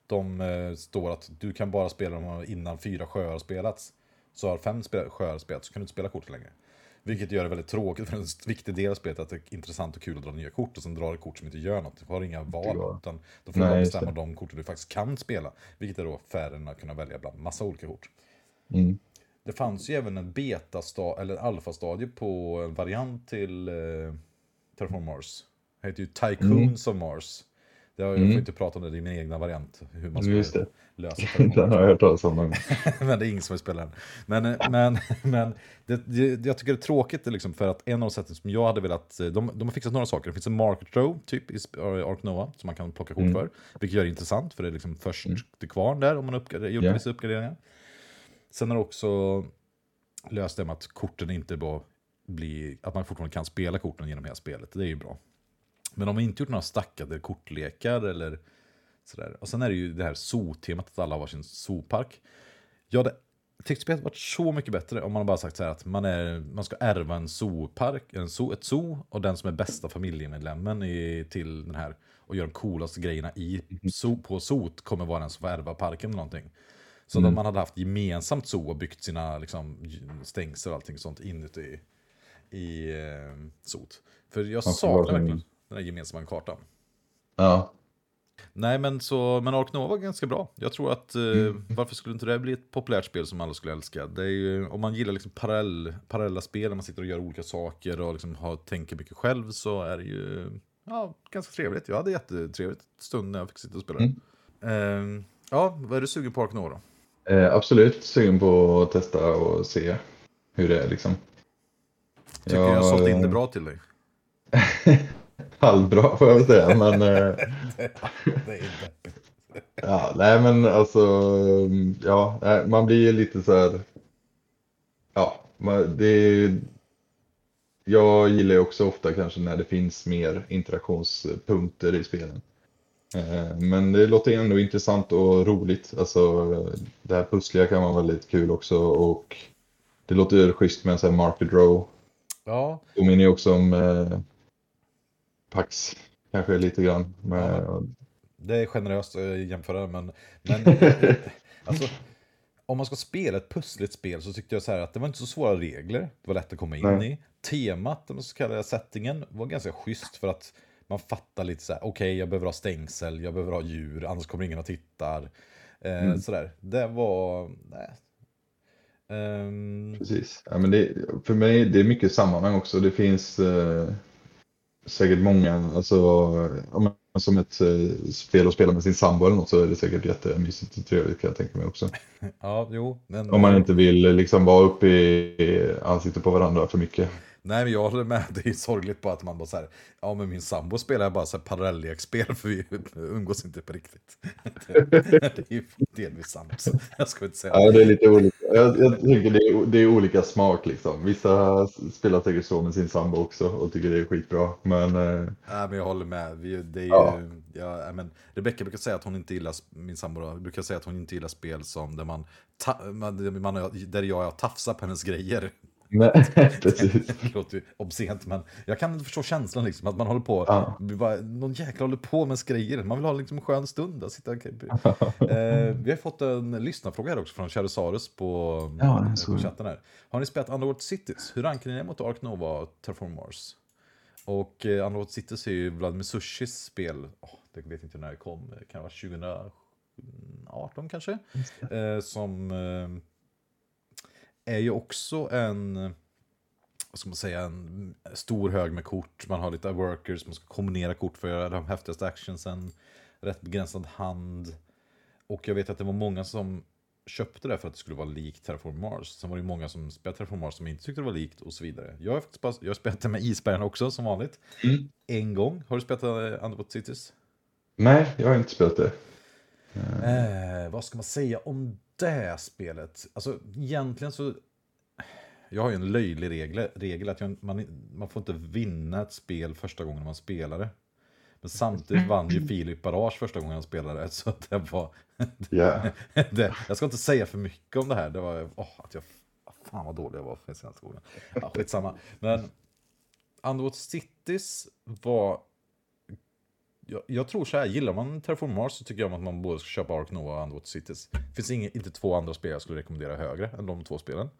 de står att du kan bara spela dem innan 4 sjöar har spelats. Så har 5 sjöar spelats så kan du inte spela kort längre. Vilket gör det väldigt tråkigt, för en viktig del av spelet att det är intressant och kul att dra nya kort och sen drar ett kort som inte gör något. Du har inga val, utan då får du bara bestämma de korten du faktiskt kan spela. Vilket är då färre än att kunna välja bland massa olika kort. Det fanns ju även en eller alfastadie på en variant till Terraforming Mars. Det heter ju Tycoons of Mars. Jag får inte prata om det i min egna variant, hur man ska lösa det. Den har jag hört talas om. Men det är ingen som vill spela den. Men jag tycker det är tråkigt liksom, för att en av sätten som jag hade velat, de har fixat några saker. Det finns en market row typ i Ark Nova som man kan plocka kort för, vilket gör det intressant, för det är liksom först till kvarn där om man gör vissa uppgraderingar. Sen har det också löst det med att korten inte bara blir, att man fortfarande kan spela korten genom hela spelet. Det är ju bra. Men de har inte gjort några stackade kortlekar eller sådär. Och sen är det ju det här zoo-temat, att alla har sin zoopark. Jag hade tyckt spelet varit så mycket bättre om man bara sagt så här att man ska ärva en zoopark, ett zoo, och den som är bästa familjemedlemmen till den här och gör de coolaste grejerna på zoot kommer vara den som får ärva parken eller någonting. Så att man hade haft gemensamt zoo och byggt sina liksom, stängsel och allting sånt inuti i zoot. För jag saknar verkligen den här gemensamma kartan. Ja. Nej, men Ark Nova var ganska bra. Jag tror att varför skulle inte det bli ett populärt spel som alla skulle älska? Det är ju, om man gillar liksom parallella spel där man sitter och gör olika saker och liksom tänker mycket själv, så är det ju ganska trevligt. Jag hade jättetrevligt stund när jag fick sitta och spela. Vad är du sugen på Ark Nova då? Absolut sugen på att testa och se hur det är liksom. Tycker jag har sålt in det bra till dig? Halvbra får jag väl säga, men det är inte. ja, nej men alltså man blir ju lite så här, jag gillar ju också ofta kanske när det finns mer interaktionspunkter i spelen. Men det låter ändå intressant och roligt. Alltså det här pussliga kan vara väldigt kul också, och det låter schysst med en sån här market row. Ja. Det minner ju också om Pax kanske lite grann. Det är generöst att jämföra, men alltså, om man ska spela ett pussligt spel så tyckte jag så här att det var inte så svåra regler. Det var lätt att komma in i. Temat, den så kallade settingen, var ganska schysst, för att man fattar lite så här: okej, jag behöver ha stängsel, jag behöver ha djur, annars kommer ingen och tittar. Sådär. Det var... Precis. Ja, men för mig det är mycket sammanhang också. Det finns säkert många, alltså som ett spel att spela med sin sambo eller något, så är det säkert jättemysigt och trevligt, kan jag tänka mig också. Men, om man inte vill liksom vara uppe i ansiktet på varandra för mycket. Nej, men jag håller med. Det är sorgligt på att man bara så här, med min sambo spelar jag bara så här parallellekspel, för vi umgås inte på riktigt. Det är ju delvis sant, så jag ska inte säga. Ja, det är lite olika. Jag tycker det är olika smak liksom. Vissa spelar säkert så med sin sambo också och tycker det är skitbra, men nej, men jag håller med. Det är ju, men Rebecca brukar säga att hon inte gillar, min sambo brukar säga att hon inte gillar spel som där där jag tafsar på hennes grejer. Nej, precis. Det låter ju obscent, men jag kan förstå känslan liksom, att man håller på, någon jäkla håller på med grejer. Man vill ha liksom en skön stund att sitta. Vi har fått en lyssnarfråga här också från Charizardus på chatten här. Har ni spelat Underworld Cities? Hur rankar ni det mot Ark Nova och Terraform Mars? Och Underworld Cities är ju Vladimir Sushis spel. Det vet inte när det kom. Det kan vara 2018 kanske. Som är ju också en, vad ska man säga, en stor hög med kort. Man har lite workers, man ska kombinera kort för att göra de häftigaste actionsen. Rätt begränsad hand. Och jag vet att det var många som köpte det för att det skulle vara likt Terraform Mars. Sen var det många som spelade Terraform Mars som inte tyckte det var likt och så vidare. Jag har spelat det med isbergen också som vanligt. En gång. Har du spelat Underworld Cities? Nej, jag har inte spelat det. Vad ska man säga om det spelet? Alltså egentligen så, jag har ju en löjlig regel att man får inte vinna ett spel första gången man spelar det. Men samtidigt vann ju Filip Barrage första gången han spelade det, så det var jag ska inte säga för mycket om det här. Det var att jag fan vad dålig jag var för senaste gången. Skitsamma. Men Underworld Cities var, jag tror så här, gillar man Terraform Mars så tycker jag att man både ska köpa Ark Nova och Underworld Cities. Det finns inte två andra spel jag skulle rekommendera högre än de två spelen.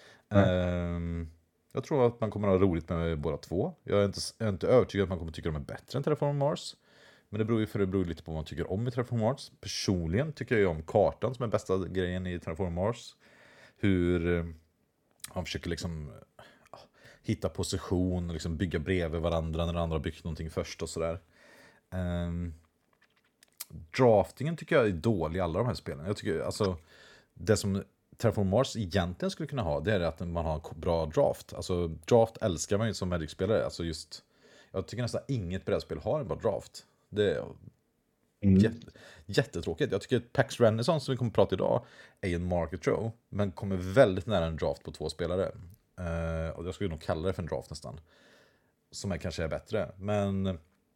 Jag tror att man kommer att ha roligt med båda två. Jag är inte övertygad att man kommer tycka de är bättre än Terraform Mars. Men det beror lite på vad man tycker om i Terraform Mars. Personligen tycker jag om kartan som är bästa grejen i Terraform Mars. Hur man försöker liksom hitta position och liksom bygga bredvid varandra när den andra har byggt någonting först och sådär. Draftingen tycker jag är dålig i alla de här spelen. Jag tycker alltså det som Terraform Mars egentligen skulle kunna ha, det är att man har en bra draft. Alltså draft älskar man ju som Magic-spelare. Alltså just, jag tycker nästan inget brädspel har en bra draft. Det är jättetråkigt. Jag tycker att Pax Renaissance som vi kommer att prata idag är en market show, men kommer väldigt nära en draft på 2 spelare. Och jag skulle nog kalla det för en draft nästan. Som kanske är bättre. Men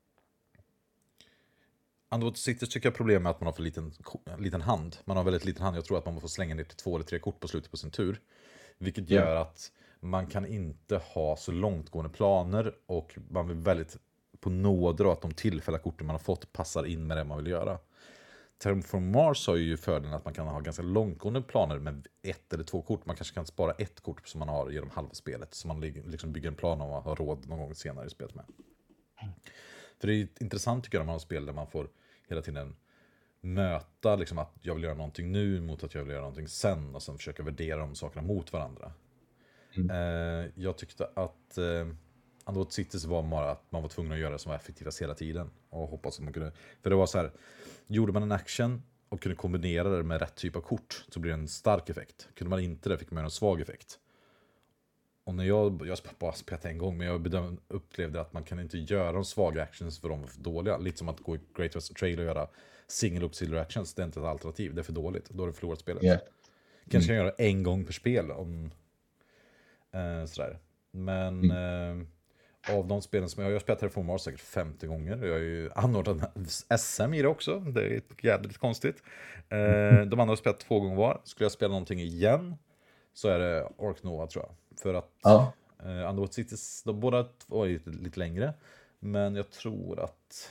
Underworld Cities tycker jag problem med att man har för liten hand. Man har väldigt liten hand. Jag tror att man får slänga ner till 2 eller 3 kort på slutet på sin tur. Vilket gör att man kan inte ha så långtgående planer. Och man vill väldigt på nåder att de tillfälliga korten man har fått passar in med det man vill göra. Terraform Mars har ju fördelen att man kan ha ganska långtgående planer med 1 eller 2 kort. Man kanske kan spara 1 kort som man har genom halva spelet. Så man liksom bygger en plan om att ha råd någon gång senare i spelet med. För det är intressant tycker jag när man har spel där man får hela tiden möta liksom att jag vill göra någonting nu mot att jag vill göra någonting sen och sen försöka värdera de sakerna mot varandra. Jag tyckte att Underworld Cities var bara att man var tvungen att göra det som var effektivast hela tiden och hoppas att man kunde, för det var så här, gjorde man en action och kunde kombinera det med rätt typ av kort så blir det en stark effekt. Kunde man inte det fick man en svag effekt. Och när jag bara spelat en gång, men jag upplevde att man kan inte göra de svaga actions för de var för dåliga. Lite som att gå i Great Western Trail och göra single loop silver actions. Det är inte ett alternativ, det är för dåligt. Då har du förlorat spelet. Kanske kan göra en gång per spel om sådär. Men av de spelen som jag har spelat Terraform Mars säkert 50 gånger. Jag har ju anordnat SM i det också. Det är jävligt konstigt. De andra har spelat 2 gånger var. Skulle jag spela någonting igen så är det Ark Nova tror jag. För att Underworld Cities, de båda var ju lite längre. Men jag tror att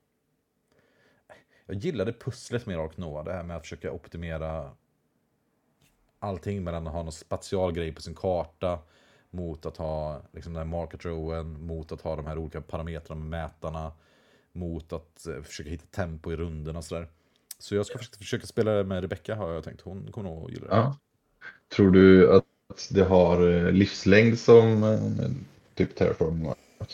jag gillade pusslet med Ark Nova. Det här med att försöka optimera allting mellan att ha någon spatial grej på sin karta mot att ha liksom den här market rowen, mot att ha de här olika parametrarna med mätarna, mot att försöka hitta tempo i rundorna och sådär. Så jag ska försöka spela med Rebecca har jag tänkt. Hon kommer nog gilla det. Tror du att det har livslängd som typ Terraform?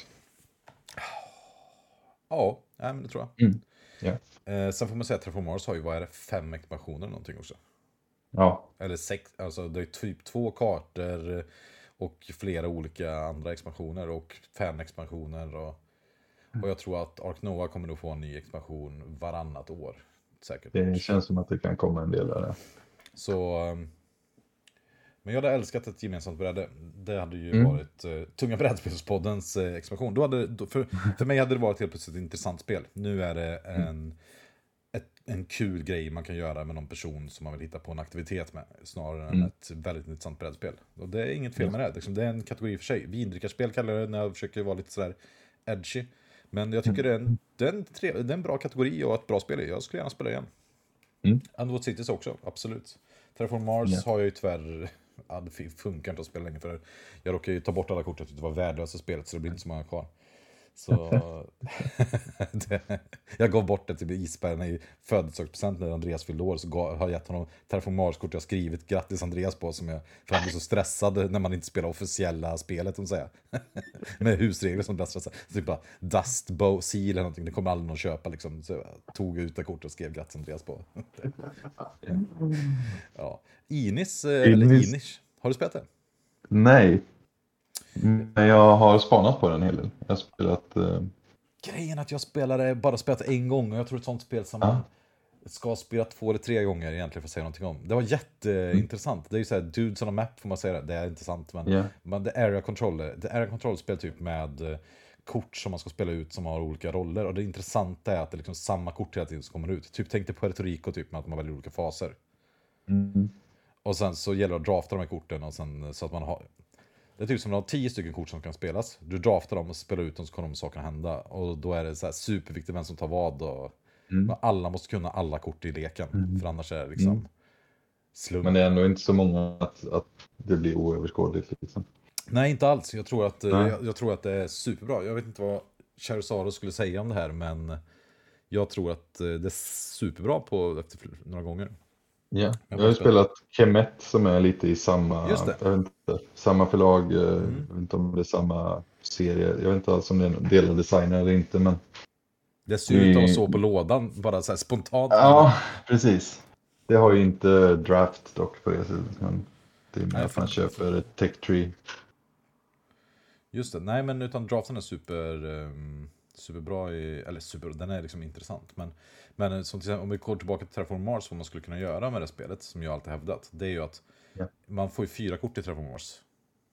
Ja, men det tror jag. Sen får man säga att Terraform Mars har ju, vad är det, 5 expansioner eller någonting också. Eller 6, alltså det är typ 2 kartor och flera olika andra expansioner och 5 expansioner och jag tror att Ark Nova kommer nog få en ny expansion varannat år säkert. Det känns som att det kan komma en del där. Så men jag hade älskat ett gemensamt bräde. Det hade ju varit Tunga brädspelspoddens expansion. För mig hade det varit helt plötsligt ett intressant spel. Nu är det en kul grej man kan göra med någon person som man vill hitta på en aktivitet med, snarare än ett väldigt intressant brädspel. Och det är inget fel med det. Liksom, det är en kategori för sig. Vindrickarspel kallar jag det när jag försöker vara lite sådär edgy. Men jag tycker det är en bra kategori och ett bra spel. Jag skulle gärna spela igen. Underworld Cities också, absolut. Terraform Mars har jag ju tyvärr... Ja, det funkar inte att spela längre, för jag råkar ju ta bort alla kort. Jag tyckte det var värdelöst att spelet, så det blir inte så många kvar. Så jag gav bort det till isbergen i födelsedagspresent när Andreas fyllde år, så har jag gett honom Terraform Mars-kort jag skrivit grattis Andreas på, som jag, för han blir så stressad när man inte spelar officiella spelet, som säger. Med husregler som blir stressad. Så typ bara Dust Bow Seal eller någonting, det kommer aldrig någon köpa liksom. Så jag tog ut det kortet och skrev grattis Andreas på. Ja. Inis, eller Inish, har du spelat det? Nej. Men jag har spanat på den hel del. Jag har spelat... Grejen att jag bara spelat en gång, och jag tror ett sånt spel som man ska spela 2 eller 3 gånger egentligen för att säga någonting om. Det var jätteintressant. Det är ju såhär, Dudes on a Map får man säga det är intressant, men det är Area Control-spel typ med kort som man ska spela ut som har olika roller, och det intressanta är att det är liksom samma kort hela tiden som kommer ut. Typ tänk dig Puerto Rico typ, med att man väljer olika faser. Och sen så gäller det att drafta de här korten, och sen så att man har... Det är typ som att ha 10 stycken kort som kan spelas. Du draftar dem och spelar ut dem, så kommer de sakerna hända. Och då är det så här superviktigt vem som tar vad. Och alla måste kunna alla kort i leken. För annars är det liksom slump. Men det är ändå inte så många att det blir oöverskådligt. Liksom. Nej, inte alls. Jag tror att det är superbra. Jag vet inte vad Charizard skulle säga om det här, men jag tror att det är superbra efter några gånger. Ja, jag har ju spelat Kemet som är lite i samma, samma förlag, jag vet inte om det är samma serie, jag vet inte alls om det är en delad designer eller inte, men det ser ut att så på lådan, bara så här spontant. Ja, precis. Det har ju inte draft dock på det sättet, men det är mer att man köper ett tech tree. Just det, nej men utan draften är superbra, den är liksom intressant, men som till exempel, om vi går tillbaka till Terraform Mars, vad man skulle kunna göra med det spelet, som jag alltid hävdat, det är ju att man får ju 4 kort i Terraform Mars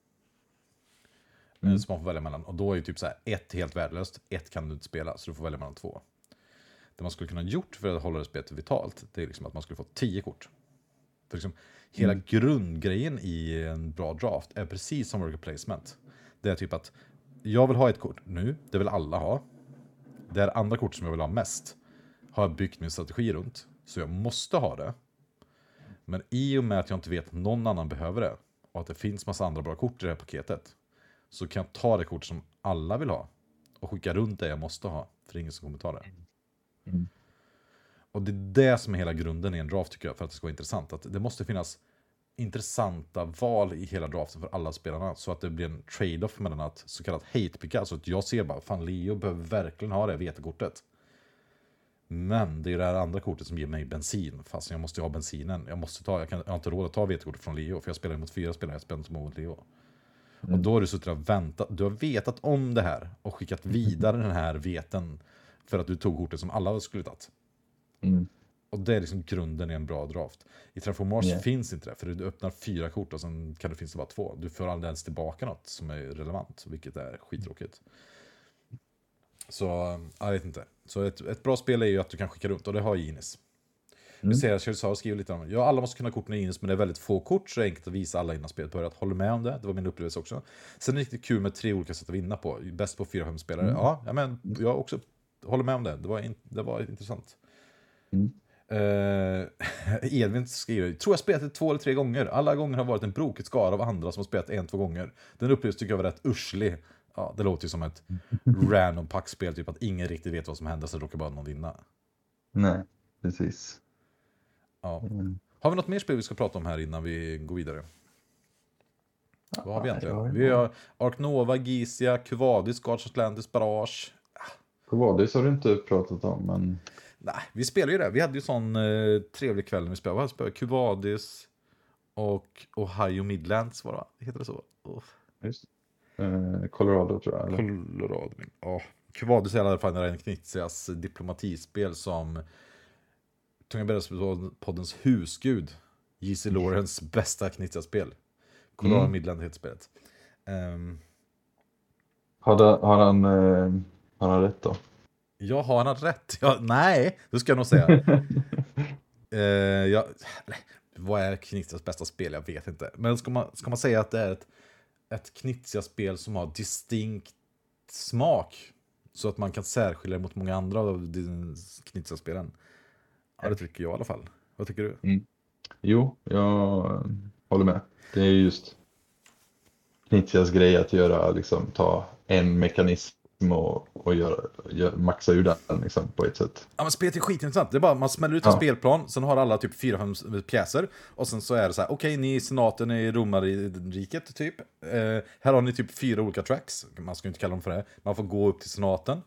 som man får välja mellan, och då är ju typ så här, 1 helt värdelöst, 1 kan du inte spela, så du får välja mellan 2. Det man skulle kunna gjort för att hålla det spelet vitalt, det är liksom att man skulle få 10 kort. För liksom, hela grundgrejen i en bra draft är precis som worker placement. Det är typ att jag vill ha ett kort nu, det vill alla ha. Det är andra kort som jag vill ha mest, har jag byggt min strategi runt, så jag måste ha det. Men i och med att jag inte vet att någon annan behöver det, och att det finns massa andra bra kort i det här paketet, så kan jag ta det kort som alla vill ha och skicka runt det jag måste ha, för det är ingen som kommer ta det. Och det är det som är hela grunden i en draft, tycker jag, för att det ska vara intressant. Att det måste finnas intressanta val i hela draften för alla spelarna, så att det blir en trade-off mellan att så kallat hate-picka, alltså att jag ser bara, fan Leo behöver verkligen ha det vetekortet. Men det är det här andra kortet som ger mig bensin, fast jag måste ha bensinen. Jag har inte råd att ta vetekortet från Leo, för jag spelar mot 4 spelare, jag spelar inte mot Leo. Och då har du suttit och väntat, du har vetat om det här och skickat vidare den här veten för att du tog kortet som alla skulle tagit. Och det är liksom grunden i en bra draft. I Terraform Mars finns inte det, för du öppnar 4 kort och sen kan det finnas bara 2. Du får aldrig ens tillbaka något som är relevant, vilket är skittråkigt. Så jag vet inte. Så ett bra spel är ju att du kan skicka runt, och det har Inis. Vi ser att Charizard skriver lite om, alla måste kunna korten i Inis, men det är väldigt få kort, så det är enkelt att visa alla innan spelet börjar. Håller med om det, det var min upplevelse också. Sen är det riktigt kul med 3 olika sätt att vinna på. Bäst på 4-5 spelare. Ja, men jag också håller med om det. Det var intressant. Edvin skriver, tror jag spelat det 2 eller 3 gånger. Alla gånger har varit en brokig skara av andra som har spelat 1-2 gånger. Den upplevelsen tycker jag var rätt urslig. Ja, det låter ju som ett random packspel, typ att ingen riktigt vet vad som händer, så råkar bara någon vinna. Nej, precis. Ja. Har vi något mer spel vi ska prata om här innan vi går vidare? Vad har vi egentligen? Vi har Ark Nova, Gizia, Kuvadis, Guards of Atlantis, Barrage. Kuvadis har du inte pratat om, men... Nej, vi spelar ju det. Vi hade ju sån trevlig kväll när vi spelade. Vi spelade Kuvadis och Ohio Midlands, heter det så? Just. Colorado tror jag. Eller? Colorado, ja. Kuvadis är i alla fall en Knizias diplomatispel som Tunga Brädspelspoddens husgud J.C. Lawrence bästa Knizia-spel. Colorado Midland heter spelet. Har han rätt då? Jag har han rätt. Nej, det ska jag nog säga. Vad är Knizias bästa spel? Jag vet inte. Men ska man säga att det är ett Knizia-spel som har distinkt smak, så att man kan särskilja mot många andra av Knizia-spelen? Ja, det tycker jag i alla fall. Vad tycker du? Jo, jag håller med. Det är just Knizias grej att göra, liksom, ta en mekanism och maxa ur den liksom, på ett sätt. Ja, men spelet är skitintressant. Det är bara man smäller ut en spelplan, sen har alla typ 4-5 pjäser, och sen så är det så här: okej, ni i senaten i romarriket typ. Här har ni typ 4 olika tracks. Man ska inte kalla dem för det. Man får gå upp till senaten.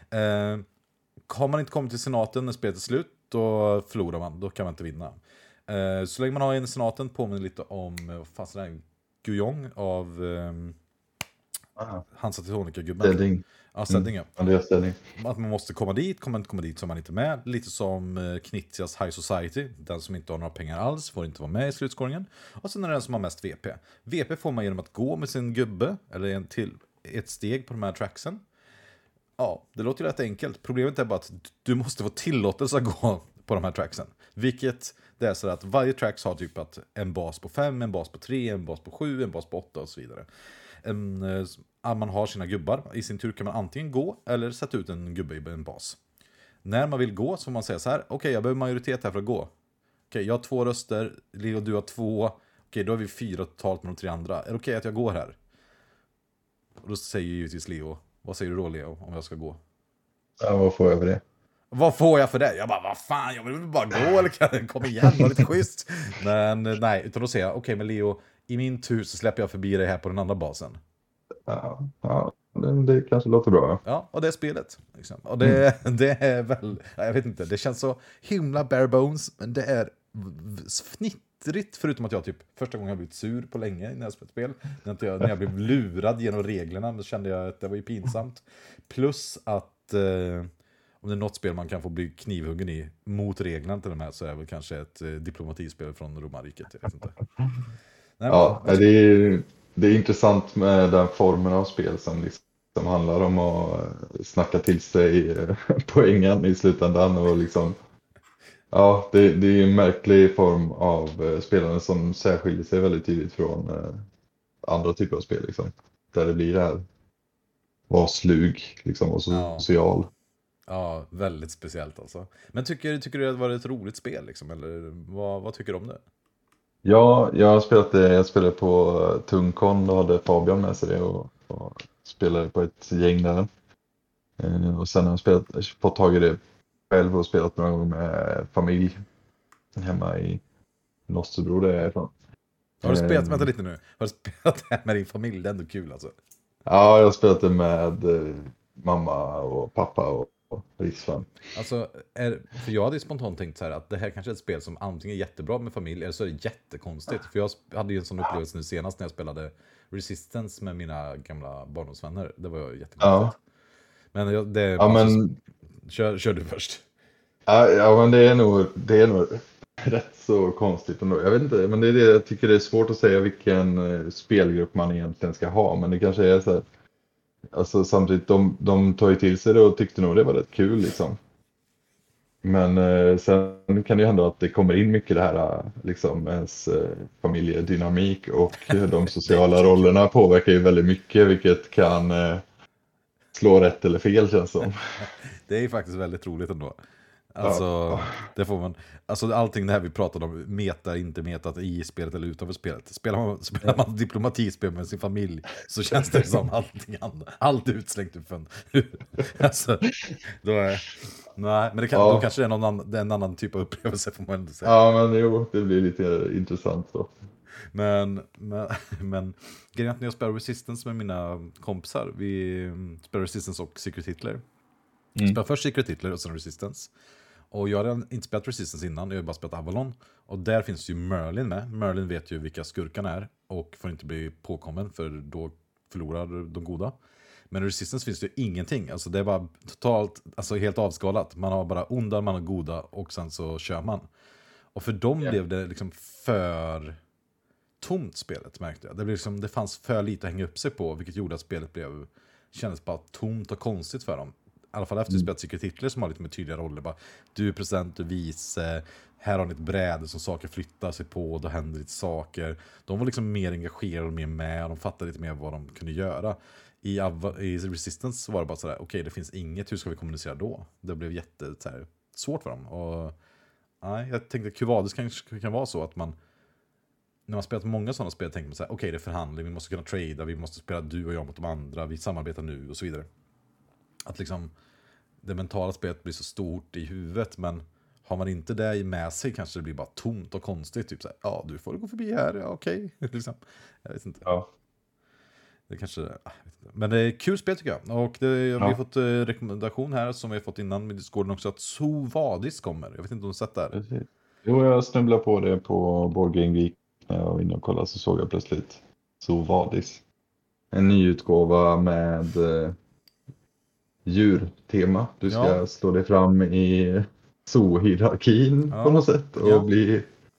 Har man inte kommit till senaten när spelet är slut, då förlorar man. Då kan man inte vinna. Så länge man har en i senaten påminner lite om vad fan är det? Guyong av Hansa Teutonica-gubben. Ställning. Ja, Ställning, Andreas Ställning. Att man måste komma dit, kommer man inte komma dit så är man inte med. Lite som Knizias High Society. Den som inte har några pengar alls får inte vara med i slutskåringen. Och sen är det den som har mest VP. VP får man genom att gå med sin gubbe, eller ett steg på de här tracksen. Ja, det låter ju rätt enkelt. Problemet är bara att du måste få tillåtelse att gå på de här tracksen. Vilket det är så att varje tracks har typ att en bas på 5, en bas på 3, en bas på 7, en bas på 8 och så vidare. Man har sina gubbar. I sin tur kan man antingen gå eller sätta ut en gubbe i en bas. När man vill gå så får man säga så här: okej, jag behöver majoritet här för att gå. Okej, jag har 2 röster, Leo du har 2. Okej, då har vi 4 totalt med de 3 andra. Är det okej att jag går här? Och då säger givetvis Leo: vad säger du då, Leo, om jag ska gå? Ja, vad får jag för det? Vad får jag för det? Jag bara, vad fan, jag vill bara gå, eller kan jag komma igen, var lite schysst. Men nej, utan då säger jag: okej, men Leo, i min tur så släpper jag förbi dig här på den andra basen. Ja, det kanske låter bra. Ja, och det är spelet. Liksom. Och det är väl, jag vet inte, det känns så himla bare bones, men det är fnittrigt, förutom att jag typ första gången jag blivit sur på länge när jag spelat spel. När jag blev lurad genom reglerna, då kände jag att det var ju pinsamt. Plus att om det är något spel man kan få bli knivhuggen i mot reglerna till de här, så är det väl kanske ett diplomatispel från romarriket. Jag vet inte. Nej, ja, det är intressant med den formen av spel som liksom handlar om att snacka till sig poängen i slutändan, och liksom, ja, det är en märklig form av spelande som särskiljer sig väldigt tydligt från andra typer av spel liksom, där det blir det här var slug liksom, och social. Ja, väldigt speciellt alltså. Men tycker du att det var ett roligt spel liksom, eller vad tycker du om det? Ja, jag spelade på Tungkon, och hade Fabian med sig det, och spelade på ett gäng där. Och sen har jag fått tag i det själv och spelat några gånger med familj hemma i Nosterbro där jag är ifrån. Har du spelat, vänta lite nu, har du spelat det här med din familj? Det är ändå kul alltså. Ja, jag har spelat det med mamma och pappa och Riksfan. Alltså, för jag hade ju spontant tänkt så här att det här kanske är ett spel som antingen är jättebra med familj, eller så är det jättekonstigt. För jag hade ju en sån upplevelse nu senast när jag spelade Resistance med mina gamla barndomsvänner. Det var ju jättekonstigt. Ja. Men kör du först. Ja, men det är nog rätt så konstigt ändå. Jag vet inte, men det är det jag tycker det är svårt att säga vilken spelgrupp man egentligen ska ha. Men det kanske är så här, alltså samtidigt, de tar ju till sig det och tyckte nog det var rätt kul liksom. Men sen kan det ju hända att det kommer in mycket det här liksom, ens familjedynamik och de sociala rollerna påverkar ju väldigt mycket, vilket kan slå rätt eller fel, känns som. Det är ju faktiskt väldigt roligt ändå. Alltså, det får man. Alltså allting det här vi pratade om, inte metat i spelet eller utanför spelet. Spelar man diplomatispel med sin familj, så känns det som allting annat. Allt utslängt ur fön. Alltså, nej, men då kanske det är en annan typ av upplevelse, får man ändå säga. Ja, men jo, det blir lite intressant då. Men grejen är att när jag spelar Resistance med mina kompisar, vi spelar Resistance och Secret Hitler. Jag spelar först Secret Hitler och sen Resistance. Och jag hade inte spelat Resistance innan, jag har bara spelat Avalon. Och där finns ju Merlin med. Merlin vet ju vilka skurkarna är och får inte bli påkommen, för då förlorar de goda. Men i Resistance finns det ju ingenting. Alltså det är bara totalt, alltså helt avskalat. Man har bara onda, man har goda, och sen så kör man. Och för dem blev det liksom för tomt, spelet, märkte jag. Det fanns för lite att hänga upp sig på, vilket gjorde att spelet kändes bara tomt och konstigt för dem. alla fall efter spelat Secret Hitler som har lite mer tydliga roller. Bara, du är present, du är vice, här har ni ett bräde som saker flyttar sig på och då händer lite saker. De var liksom mer engagerade och mer med och de fattade lite mer vad de kunde göra. I Resistance var det bara sådär, okej, det finns inget, hur ska vi kommunicera då? Det blev svårt för dem. Och nej, jag tänkte att Kuvadis kan vara så att man, när man spelat många sådana spel, tänker man såhär, okej, det är förhandling, vi måste kunna trada, vi måste spela du och jag mot de andra, vi samarbetar nu och så vidare. Att liksom det mentala spelet blir så stort i huvudet, men har man inte det med sig kanske det blir bara tomt och konstigt. Typ såhär, ja, du får gå förbi här, ja, okej. Liksom. Jag vet inte. Ja. Det kanske, jag vet inte. Men det är kul spel tycker jag. Och vi har fått rekommendation här som vi har fått innan med Discorden också, att Sovadis kommer. Jag vet inte om du har sett det här. Precis. Jo, jag snubblade på det på Board Game Week när jag var inne och kollade, så såg jag plötsligt Sovadis. En ny utgåva med djurtema. Du ska slå dig fram i zoo-hierarkin på något sätt och bli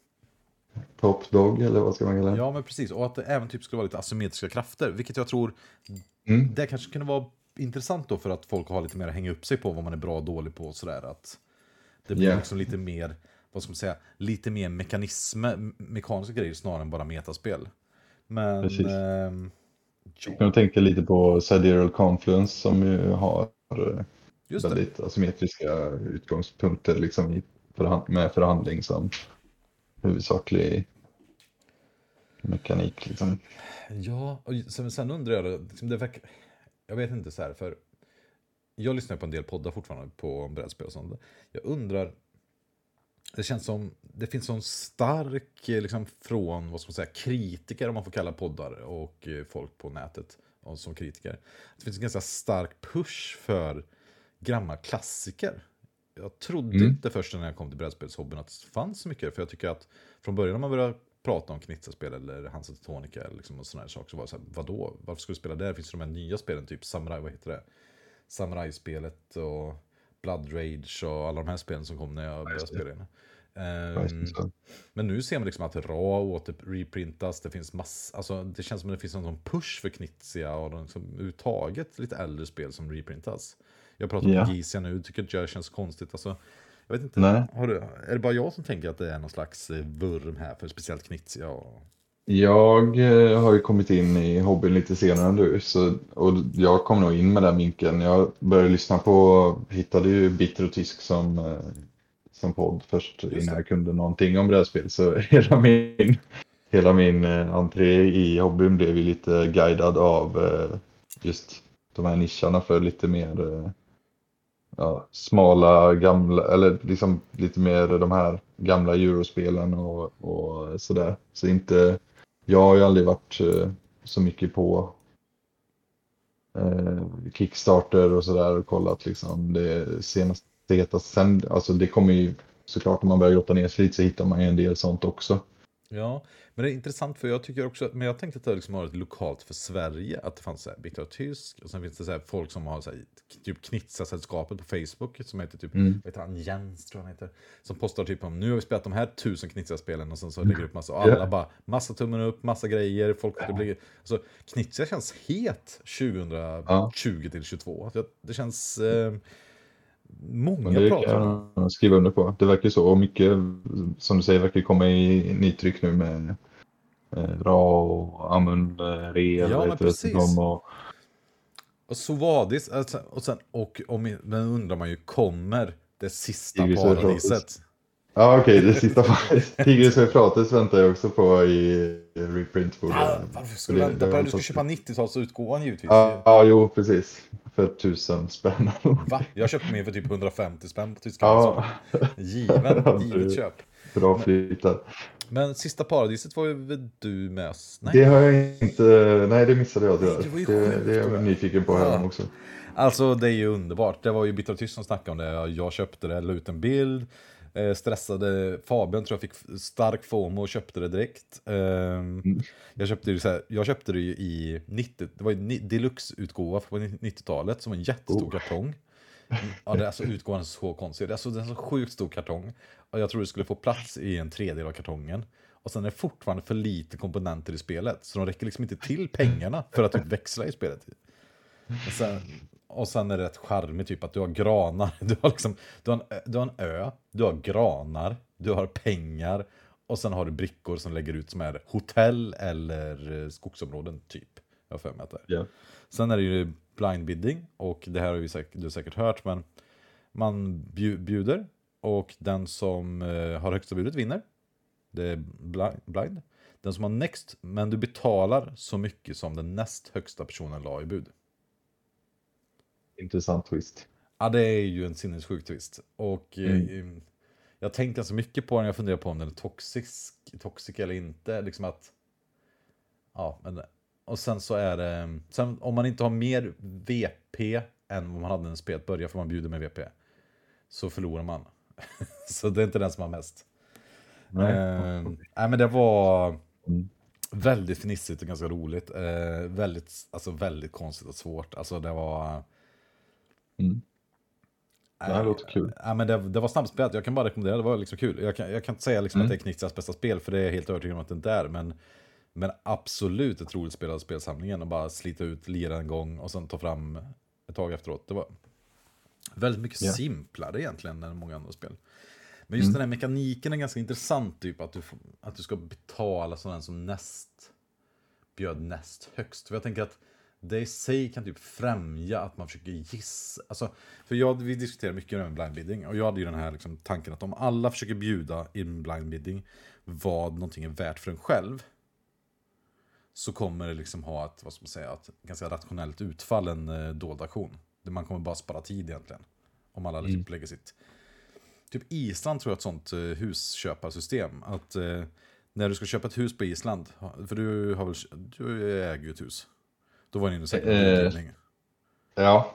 top dog, eller vad ska man kalla det? Ja, men precis. Och att det även typ skulle vara lite asymmetriska krafter, vilket jag tror det kanske kunde vara intressant då, för att folk har lite mer att hänga upp sig på vad man är bra och dålig på och sådär. Att det blir liksom lite mer, vad ska man säga, lite mer mekaniska grejer snarare än bara metaspel. Men precis. Jag kan tänka lite på Sidereal Confluence som ju har väldigt asymmetriska utgångspunkter liksom med förhandling som huvudsaklig mekanik liksom. Ja, och sen undrar jag liksom, jag vet inte så här, för jag lyssnar på en del poddar fortfarande på brädspel och sånt. Jag undrar, det känns som det finns sån stark liksom från, vad ska man säga, kritiker, om man får kalla poddar och folk på nätet som kritiker. Det finns en ganska stark push för gamla klassiker. Jag trodde inte först när jag kom till brädspelshobbyn att det fanns så mycket, för jag tycker att från början när man började prata om Knizia-spel eller Hansa Teutonica eller liksom och såna här saker, så var det så här, vadå? Varför ska du spela där? Finns det de här nya spelen, typ Samurai, vad heter det? Samurai-spelet och Blood Rage och alla de här spelen som kom när jag började spela in. Men nu ser man liksom att RA åter reprintas, det finns alltså det känns som att det finns någon push för Knizia och liksom uttaget lite äldre spel som reprintas. Jag pratar om Gizia nu, tycker inte det känns konstigt. Alltså, jag vet inte, är det bara jag som tänker att det är någon slags vurm här för speciellt Knizia? Jag har ju kommit in i hobbyn lite senare än du, och jag kom nog in med den vinkeln. Jag började lyssna hittade ju Bitter och Tysk som podd först innan jag kunde någonting om brädspel. Så hela min entré i hobbyn blev ju lite guidad av just de här nischerna för lite mer smala, gamla, eller liksom lite mer de här gamla eurospelen och sådär. Så inte, jag har ju aldrig varit så mycket på Kickstarter och sådär och kollat liksom det senaste hetaste. Sen, alltså det kommer ju såklart, om man börjar grotta ner sig lite så hittar man ju en del sånt också. Ja, men det är intressant, för jag tycker också, men jag tänkte att det liksom har ett lokalt för Sverige, att det fanns så här Bitter och Tysk, och sen finns det så här folk som har så här, typ Knizia-sällskapet på Facebook som heter typ, vet han, Jens tror han heter, som postar typ om, nu har vi spelat de här 1000 Knizia-spelen, och sen så lägger upp massa, och alla bara, massa tummen upp, massa grejer, folk, det blir, alltså Knizia känns het 2020 till 22, det känns många det pratar om. Jag skriva under på. Det verkar så, och mycket som du säger verkar komma i nytryck nu med Ra och Amund Re. Ja, men precis. Och Sovadis, alltså, men undrar man ju, kommer det sista paradiset? Ja, okej, det sista paradiset. Tigris och Eufrates väntar jag också på i reprint. Varför skulle du vänta på det? Du ska köpa 90-talsutgåvan givetvis. Ja, jo, precis. För 1000 spänn. Va? Jag köpte mig för typ 150 spänn på tyska. Ja. Givet köp. Bra flyttar. Men sista paradiset var ju du med oss. Nej. Det har jag inte. Nej, det missade jag tyvärr. Det är jag nyfiken på här också. Alltså, det är ju underbart. Det var ju Bitter och Tysk som snackade om det. Jag köpte det, la ut en bild. Stressade Fabian, tror jag fick stark FOMO och köpte det direkt. Jag köpte det ju i 90, det var ju deluxe-utgåva på 90-talet som var en jättestor kartong. Ja, det är alltså utgåvan är så konstig. Det är en så sjukt stor kartong. Och jag tror det skulle få plats i en tredjedel av kartongen. Och sen är det fortfarande för lite komponenter i spelet. Så de räcker liksom inte till pengarna för att växla i spelet. Och sen är det rätt charmigt typ att du har granar. Du har en ö, du har granar, du har pengar. Och sen har du brickor som lägger ut som är hotell eller skogsområden typ. Jag har för mig att det är. Ja. Sen är det ju blind bidding. Och det här har du har säkert hört. Men man bjuder. Och den som har högsta budet vinner. Det är blind. Den som har next. Men du betalar så mycket som den näst högsta personen la i bud. Intressant twist. Ja, det är ju en sinnessjuk twist. Och jag tänkte så mycket på den. Jag funderar på om den är toxic eller inte. Liksom att... Ja, men... Och sen så är det... Sen om man inte har mer VP än vad man hade när spelet börjar, för man bjuder med VP, så förlorar man. Så det är inte den som har mest. Nej, men det var väldigt fnissigt och ganska roligt. Väldigt konstigt och svårt. Alltså det var... Det låter kul. Men det var snabbspelat. Jag kan bara rekommendera. Det var liksom kul. Jag kan inte säga liksom att det är Knixas bästa spel, för det är helt övertygad om att det inte är. Men absolut ett roligt spel av spelsamlingen. Och bara slita ut, lira en gång och sen ta fram ett tag efteråt. Det var väldigt mycket simplare egentligen än många andra spel. Men just den här mekaniken är ganska intressant. Typ att du ska betala sådana som bjöd näst högst. För jag tänker att det i sig kan typ främja att man försöker gissa. Alltså, för vi diskuterar mycket om blind bidding. Och jag hade ju den här liksom tanken att om alla försöker bjuda i en blind bidding vad någonting är värt för en själv, så kommer det liksom ha ett ganska rationellt utfall, en dold aktion. Man kommer bara spara tid egentligen. Om alla liksom lägger sitt. Typ Island tror jag ett sånt husköparsystem. Att när du ska köpa ett hus på Island, för du äger ju ett hus. Då var det ju säkert en utdelning. Ja.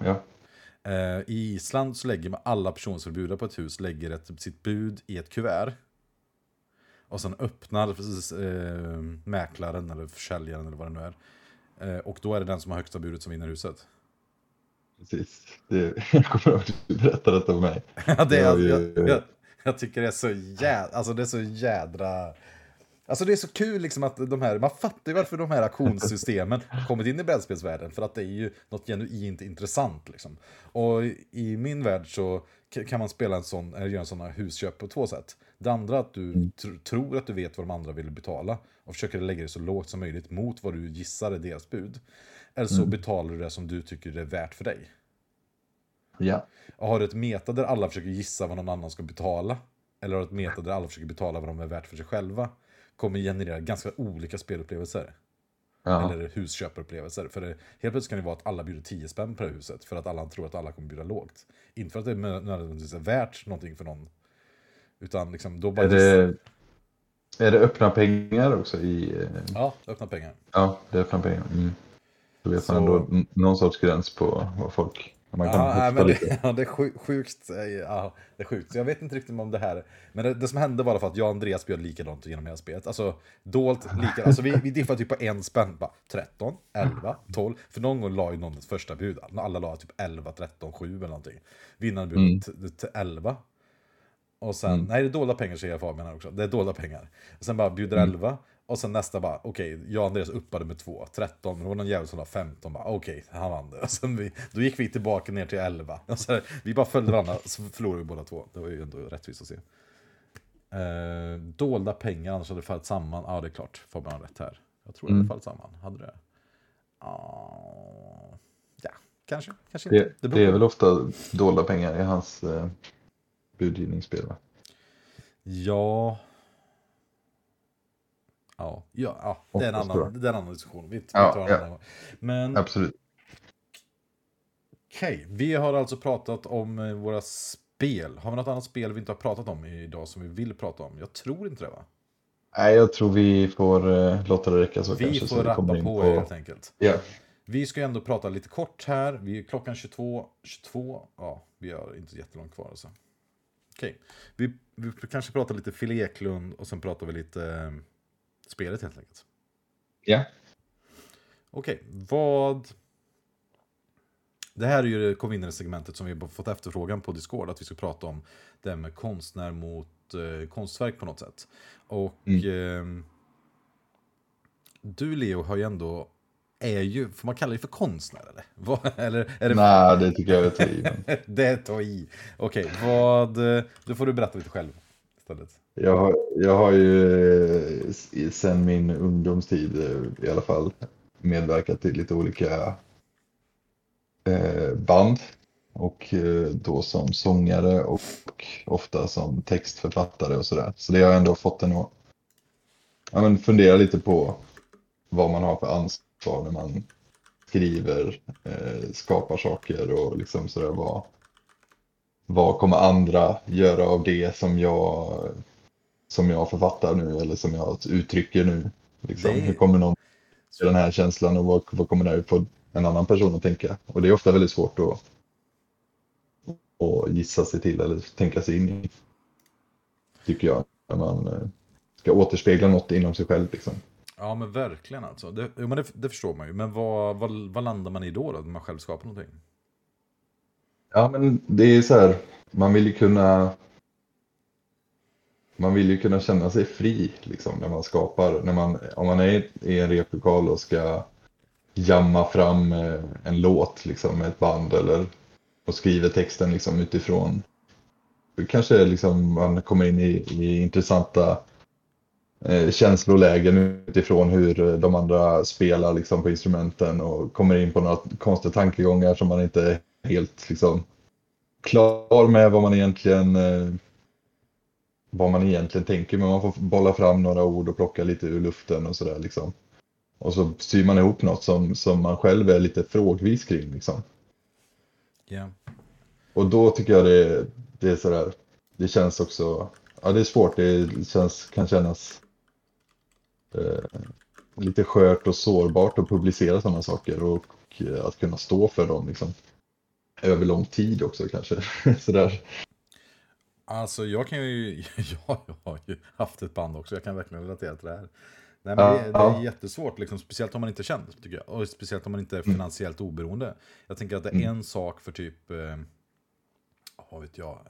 I Island så lägger man alla personer som bjuder på ett hus lägger sitt bud i ett kuvert. Och sen öppnar mäklaren eller försäljaren eller vad det nu är. Och då är det den som har högsta budet som vinner huset. Precis. Jag kommer ihåg att du berättade detta för mig. Jag tycker det är så jädra... Alltså det är så kul liksom att man fattar ju varför de här auktionssystemen har kommit in i brädspelsvärlden, för att det är ju något genuint intressant liksom. Och i min värld så kan man spela göra en sån här husköp på två sätt. Det andra att du tror att du vet vad de andra vill betala och försöker lägga det så lågt som möjligt mot vad du gissar är deras bud. Eller så betalar du det som du tycker det är värt för dig. Ja. Och har du ett meta där alla försöker gissa vad någon annan ska betala, eller har du ett meta där alla försöker betala vad de är värt för sig själva, kommer generera ganska olika spelupplevelser. Ja. Eller husköparupplevelser. För helt plötsligt kan det vara att alla bjuder 10 spänn per huset, för att alla tror att alla kommer bjuda lågt. Inte för att det nödvändigtvis är värt någonting för någon. Utan liksom då bara... Är det öppna pengar också Ja, öppna pengar. Ja, det är öppna pengar. Då vet man ändå någon sorts gräns på vad folk... Det är sjukt. Ja, det är sjukt. Så jag vet inte riktigt om det här. Men det som hände var att jag och Andreas bjöd likadant genom hela spelet. Alltså dolt lika. Alltså vi diffade typ på 1 spänn. Bara 13, 11, 12. För någon gång la ju någon ett första bud. Alla la typ 11, 13, 7 eller någonting. Vinnaren budet till 11. Och sen, nej det är dolda pengar, säger jag Fabian här också. Det är dolda pengar. Och sen bara bjuder 11. Och sen nästa bara, okej, jag och Andreas uppade med 2, 13, men det var någon jävel som var 15, bara okej, han vann det. Och sen då gick vi tillbaka ner till 11. Och så vi bara följde varandra, så förlorade vi båda två. Det var ju ändå rättvist att se. Dolda pengar, annars hade det fallit samman. Ja, det är klart, Fabian har rätt här. Jag tror det hade fallit samman, hade det? Ja, kanske inte. Det är väl ofta dolda pengar i hans budgivningsspel, va? Ja, det är en annan diskussion. Vi tar en annan. Men absolut. Okej, vi har alltså pratat om våra spel. Har vi något annat spel vi inte har pratat om idag som vi vill prata om? Jag tror inte det, va? Nej, jag tror vi får låta det räcka så. Vi kanske, får så rappa på helt enkelt. Ja. Vi ska ändå prata lite kort här. Vi är klockan 22. Ja, vi har inte jättelångt kvar alltså. Okej, vi kanske pratar lite Fille Eklund och sen pratar vi lite spelet helt enkelt. Ja. Okej, det här är ju det konvinnare-segmentet som vi har fått efterfrågan på Discord, att vi ska prata om det med konstnär mot konstverk på något sätt. Och du, Leo, har ju ändå är ju, får man kalla det för konstnär eller? Eller är det... Nej, det tycker jag är att ta i. Det är ta i. Okej, då får du berätta lite själv istället. Jag har ju sen min ungdomstid i alla fall medverkat till lite olika band. Och då som sångare och ofta som textförfattare och sådär. Så det har ändå fått en att fundera lite på vad man har för ansvar när man skriver, skapar saker och liksom sådär. Vad kommer andra göra av det som jag författar nu eller som jag uttrycker nu? Liksom. Hur kommer någon till den här känslan och vad kommer det få en annan person att tänka? Och det är ofta väldigt svårt att gissa sig till eller tänka sig in i, tycker jag, när man ska återspegla något inom sig själv. Liksom. Ja, men verkligen alltså. Det förstår man ju. Men vad landar man i då när man själv skapar någonting? Ja, men det är så här, man vill ju kunna känna sig fri liksom, när man skapar. Om man är i en replokal och ska jamma fram en låt liksom, med ett band och skriver texten liksom, utifrån. Kanske liksom, man kommer in i intressanta känslolägen utifrån hur de andra spelar liksom, på instrumenten och kommer in på några konstiga tankegångar som man inte är helt liksom, klar med vad man egentligen tänker, men man får bolla fram några ord och plocka lite ur luften och sådär liksom. Och så syr man ihop något som man själv är lite frågvis kring liksom. Yeah. Och då tycker jag det är sådär, det känns också, ja det är svårt, kan kännas lite skört och sårbart att publicera sådana saker och att kunna stå för dem liksom. Över lång tid också kanske. Sådär. Alltså jag har ju haft ett band också, jag kan verkligen relatera till det här. Nej, men det är jättesvårt, liksom, speciellt om man inte är känd, tycker jag. Och speciellt om man inte är finansiellt oberoende. Jag tänker att det är en sak för typ, vad vet jag,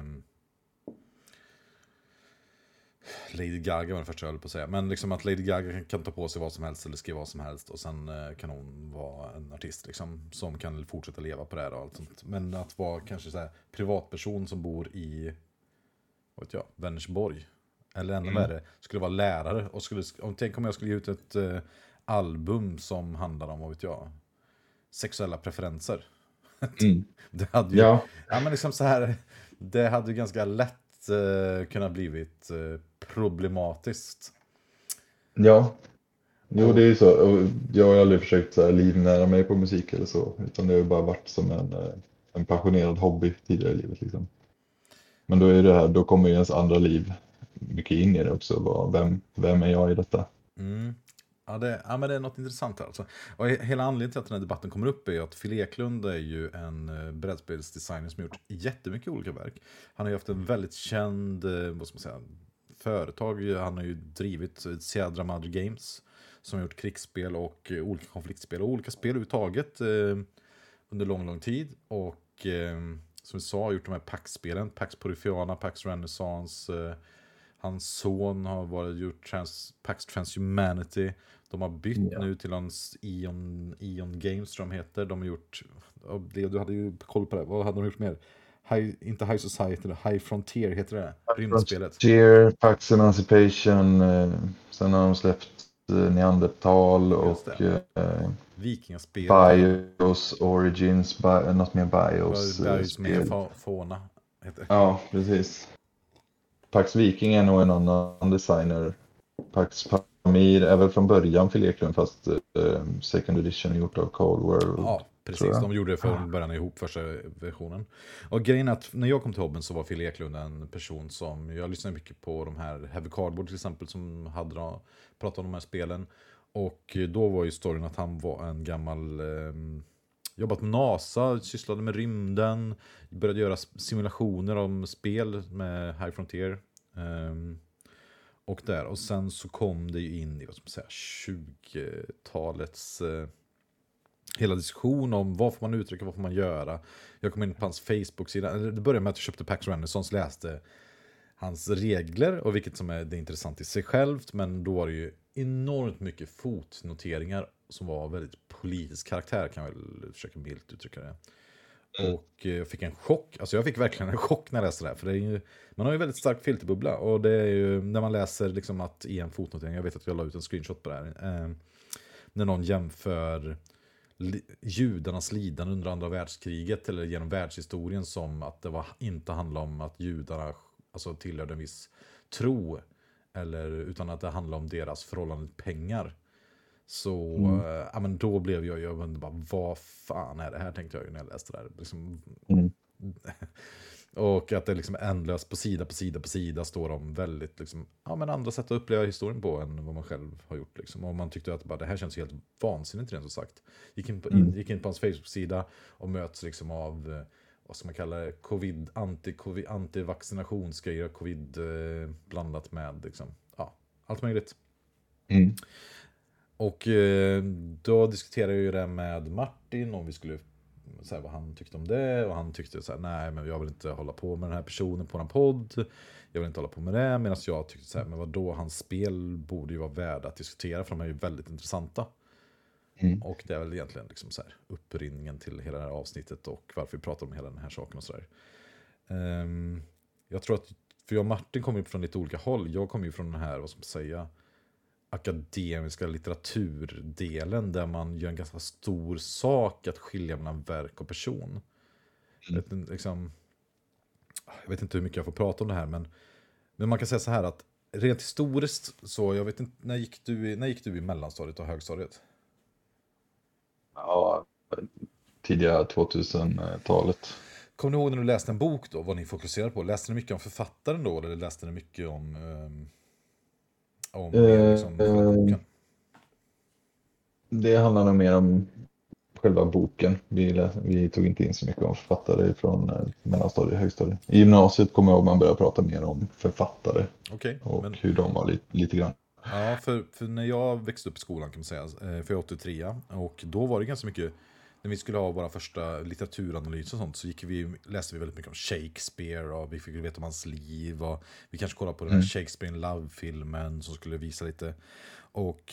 Lady Gaga var den första jag höll på att säga. Men liksom att Lady Gaga kan ta på sig vad som helst eller skriva vad som helst. Och sen kan hon vara en artist liksom, som kan fortsätta leva på det här och allt sånt. Men att vara kanske så här privatperson som bor i, vad vet jag, Vänersborg. Eller ännu värre, skulle vara lärare. Och tänk om jag skulle ge ut ett album som handlar om, vad vet jag, sexuella preferenser. Det hade ju, ja men liksom så här, det hade ju ganska lätt kunnat blivit problematiskt. Ja, jo det är ju så. Och jag har aldrig försökt så här, livnära mig på musik eller så. Utan det har ju bara varit som en passionerad hobby tidigare i livet liksom. Men då är det här, då kommer ju ens andra liv mycket in i det också. Vem är jag i detta? Ja, men det är något intressant här alltså. Och hela anledningen till att den här debatten kommer upp är att Phil Eklund är ju en brädspelsdesigner som har gjort jättemycket olika verk. Han har ju haft en väldigt känd, vad ska man säga, företag. Han har ju drivit Sierra Madre Games som har gjort krigsspel och olika konfliktspel och olika spel överhuvudtaget under lång tid. Och som vi sa, har gjort de här PAX-spelen, PAX Porifiana, PAX Renaissance. Hans son har gjort PAX Transhumanity. De har bytt nu till Eon Games, tror de heter. De har gjort, du hade ju koll på det. Vad hade de gjort mer? Inte High Society, High Frontier heter det. Rymdspelet. Frontier, PAX Emancipation. Sen har de släppt Neandertal och Vikingaspel. Bios Origins, något mer Bios. Bios med Fauna heter. Ja, precis. Pax Viking är nog en annan designer. Pax Pamir är väl från början Phil Eklund, fast second edition är gjort av Cold World. Ja, precis. De gjorde det från början ihop första versionen. Och grejen är att när jag kom till hobben så var Phil Eklund en person som, jag lyssnade mycket på de här Heavy Cardboard till exempel, som pratade om de här spelen. Och då var ju storyn att han var en gammal, jobbat med NASA, sysslade med rymden, började göra simulationer om spel med High Frontier. Och sen så kom det ju in i 20-talets hela diskussion om vad får man uttrycka, vad får man göra. Jag kom in på hans Facebook-sida, det började med att jag köpte PAX Renaissance, läste hans regler och vilket som är det intressant i sig självt, men då var det ju enormt mycket fotnoteringar som var väldigt politisk karaktär, kan jag väl försöka milt uttrycka det. Och jag fick en chock, alltså jag fick verkligen en chock när jag läste det här, för det är ju, man har ju väldigt stark filterbubbla, och det är ju när man läser liksom att i en fotnotering, jag vet att jag la ut en screenshot på det här, när någon jämför judarnas lidande under andra världskriget eller genom världshistorien som att det inte handlar om att judarna alltså tillhörde en viss tro, eller, utan att det handlar om deras förhållande till pengar. Så ja, men då blev jag undrar bara, vad fan är det här, tänkte jag ju när jag läste det här. Liksom, och att det liksom ändlöst på sida står om väldigt liksom, ja, men andra sätt att uppleva historien på än vad man själv har gjort. Liksom. Och man tyckte att bara, det här känns helt vansinnigt rent så sagt. Gick in på hans Facebook-sida och möts liksom av vad ska man kalla det, antivaccinationsgrejer, covid blandat med liksom, ja, allt möjligt. Och då diskuterade jag ju det med Martin om vi skulle säga vad han tyckte om det, och han tyckte så här: nej, men jag vill inte hålla på med den här personen på en podd, jag vill inte hålla på med det, medan jag tyckte så här: men vadå, hans spel borde ju vara värda att diskutera, för de är ju väldigt intressanta. Och det är väl egentligen liksom så här upprinningen till hela det här avsnittet och varför vi pratar om hela den här saken och sådär. Jag tror att, för jag och Martin kommer ju från lite olika håll. Jag kommer ju från den här, vad ska man säga, akademiska litteraturdelen, där man gör en ganska stor sak att skilja mellan verk och person. Liksom, jag vet inte hur mycket jag får prata om det här, men man kan säga så här att rent historiskt så, jag vet inte, när gick du i mellanstadiet och högstadiet? Ja, tidiga 2000-talet. Kommer du ihåg när du läste en bok då, vad ni fokuserade på? Läste ni mycket om författaren då, eller läste ni mycket om liksom, boken? Det handlar nog mer om själva boken. Vi tog inte in så mycket om författare från mellanstadiet och högstadiet. I gymnasiet kommer jag ihåg man började prata mer om författare. Och hur de var lite grann. Ja, för när jag växte upp i skolan kan man säga, för jag är 83, och då var det ganska mycket, när vi skulle ha våra första litteraturanalys och sånt, så läste vi väldigt mycket om Shakespeare, och vi fick veta om hans liv, och vi kanske kollade på den här Shakespeare in Love-filmen som skulle visa lite, och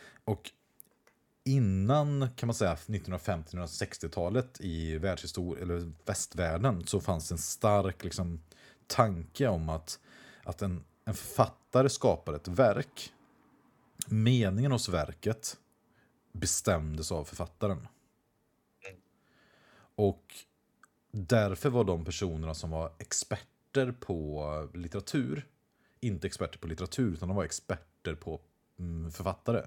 innan, kan man säga, 1950-1960-talet i världshistoria eller västvärlden, så fanns en stark liksom tanke om att en författare skapar ett verk. Meningen hos verket bestämdes av författaren. Och därför var de personerna som var experter på litteratur inte experter på litteratur, utan de var experter på författare.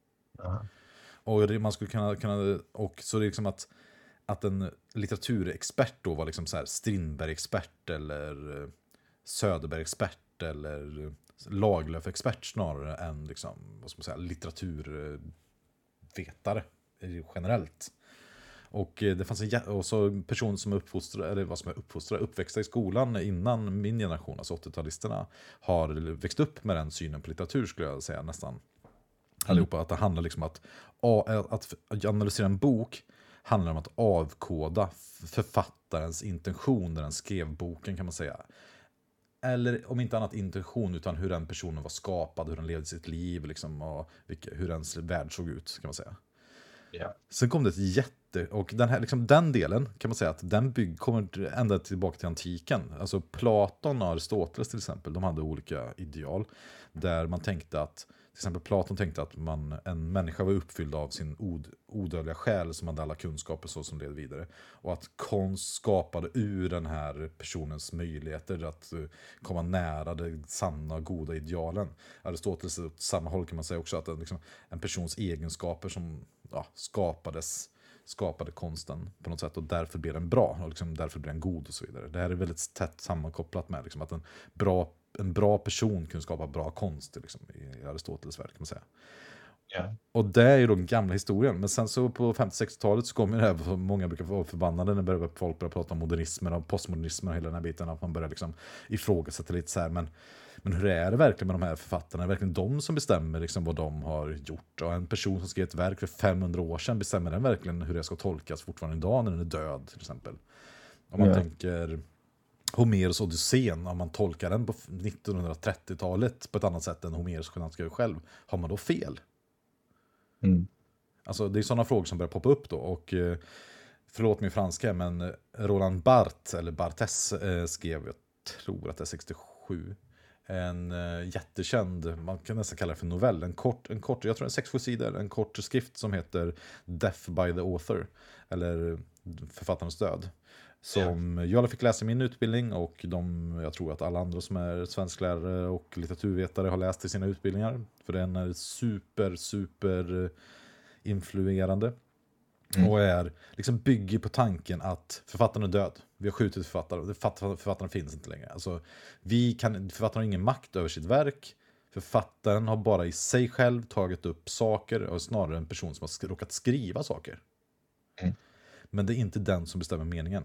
Och det, man skulle kunna och så det är liksom att en litteraturexpert då var liksom så här Strindberg-expert eller Söderberg-expert eller Lagerlöf-expert snarare än liksom, vad ska man säga, litteraturvetare generellt. Och det fanns och så personer som uppväxta i skolan innan min generation, alltså 80-talisterna, har växt upp med den synen på litteratur, skulle jag säga nästan allihopa, att det handlar liksom att analysera en bok handlar om att avkoda författarens intention när den skrev boken, kan man säga. Eller om inte annat intention, utan hur den personen var skapad, hur den levde sitt liv liksom, och hur ens värld såg ut, kan man säga. Yeah. Sen kom det ett och den här, liksom, den delen kan man säga att den kommer ända tillbaka till antiken. Alltså Platon och Aristoteles till exempel, de hade olika ideal där man tänkte att, till exempel Platon tänkte att en människa var uppfylld av sin odödliga själ som hade alla kunskaper så som led vidare, och att konst skapade ur den här personens möjligheter att komma nära det sanna och goda idealen. Aristoteles är åt samma håll, kan man säga också, att liksom, en persons egenskaper som skapade konsten på något sätt, och därför blir den bra och liksom, därför blir den god och så vidare. Det här är väldigt tätt sammankopplat med liksom, att en bra person kunde skapa bra konst liksom, i Aristoteles värld, kan man säga. Yeah. Och det är ju då den gamla historien. Men sen så på 50-60-talet så kom ju det här, många brukar vara förbannade när folk börjar prata om modernismen och postmodernismen och hela den här biten, att man börjar liksom ifrågasätta lite så här, men hur är det verkligen med de här författarna? Är det verkligen de som bestämmer liksom vad de har gjort? Och en person som skrev ett verk för 500 år sedan, bestämmer den verkligen hur det ska tolkas fortfarande idag när den är död, till exempel? Om man tänker Homers Odysseen, om man tolkar den på 1930-talet på ett annat sätt än Homers skrev själv, har man då fel? Alltså det är sådana frågor som börjar poppa upp då. Och förlåt min franska, men Roland Barthes, eller Barthes, skrev, jag tror att det är 67, en jättekänd, man kan nästan kalla det för novell, en kort, jag tror det är 6-7 sidor, en kort skrift som heter Death by the Author, eller Författarens död, som jag fick läsa i min utbildning, och jag tror att alla andra som är svensklärare och litteraturvetare har läst i sina utbildningar, för den är super influerande. Och är liksom bygger på tanken att författaren är död. Vi har skjutit författaren finns inte längre. Alltså, författaren har ingen makt över sitt verk. Författaren har bara i sig själv tagit upp saker, och snarare en person som har råkat skriva saker. Men det är inte den som bestämmer meningen.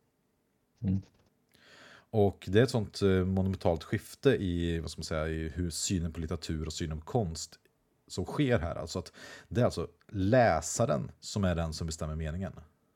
Och det är ett sånt monumentalt skifte i, vad ska man säga, i hur synen på litteratur och synen på konst som sker här. Alltså att det är alltså läsaren som är den som bestämmer meningen.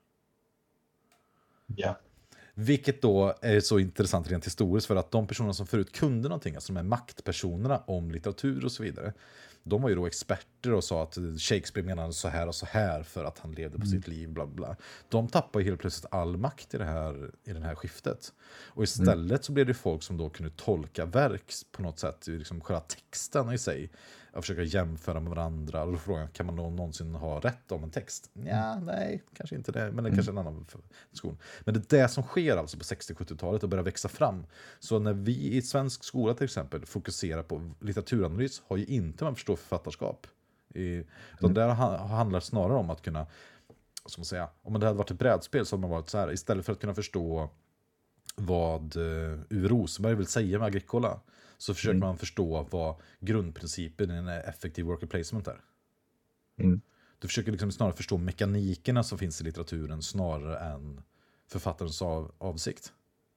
Ja. Vilket då är så intressant rent historiskt, för att de personer som förut kunde någonting, alltså de här maktpersonerna om litteratur och så vidare, de var ju då experter och sa att Shakespeare menade så här och så här för att han levde på sitt liv, bla bla. De tappar ju helt plötsligt all makt i det här skiftet. Och istället så blev det folk som då kunde tolka verk på något sätt, liksom själva texten i sig, och försöka jämföra med varandra. Och då frågan, kan man då någonsin ha rätt om en text? Ja, nej, kanske inte det, men det är kanske en annan diskussion. Men det är det som sker alltså på 60-70-talet och börjar växa fram. Så när vi i svensk skola till exempel fokuserar på litteraturanalys, har ju inte man förstår författarskap. Utan det handlar snarare om att kunna, som man säger, om det hade varit ett brädspel så hade man varit så här, istället för att kunna förstå vad Uwe Rosenberg vill säga med Agricola, så försöker man förstå vad grundprincipen i en effektiv worker placement är. Du försöker liksom snarare förstå mekanikerna som finns i litteraturen snarare än författarens avsikt.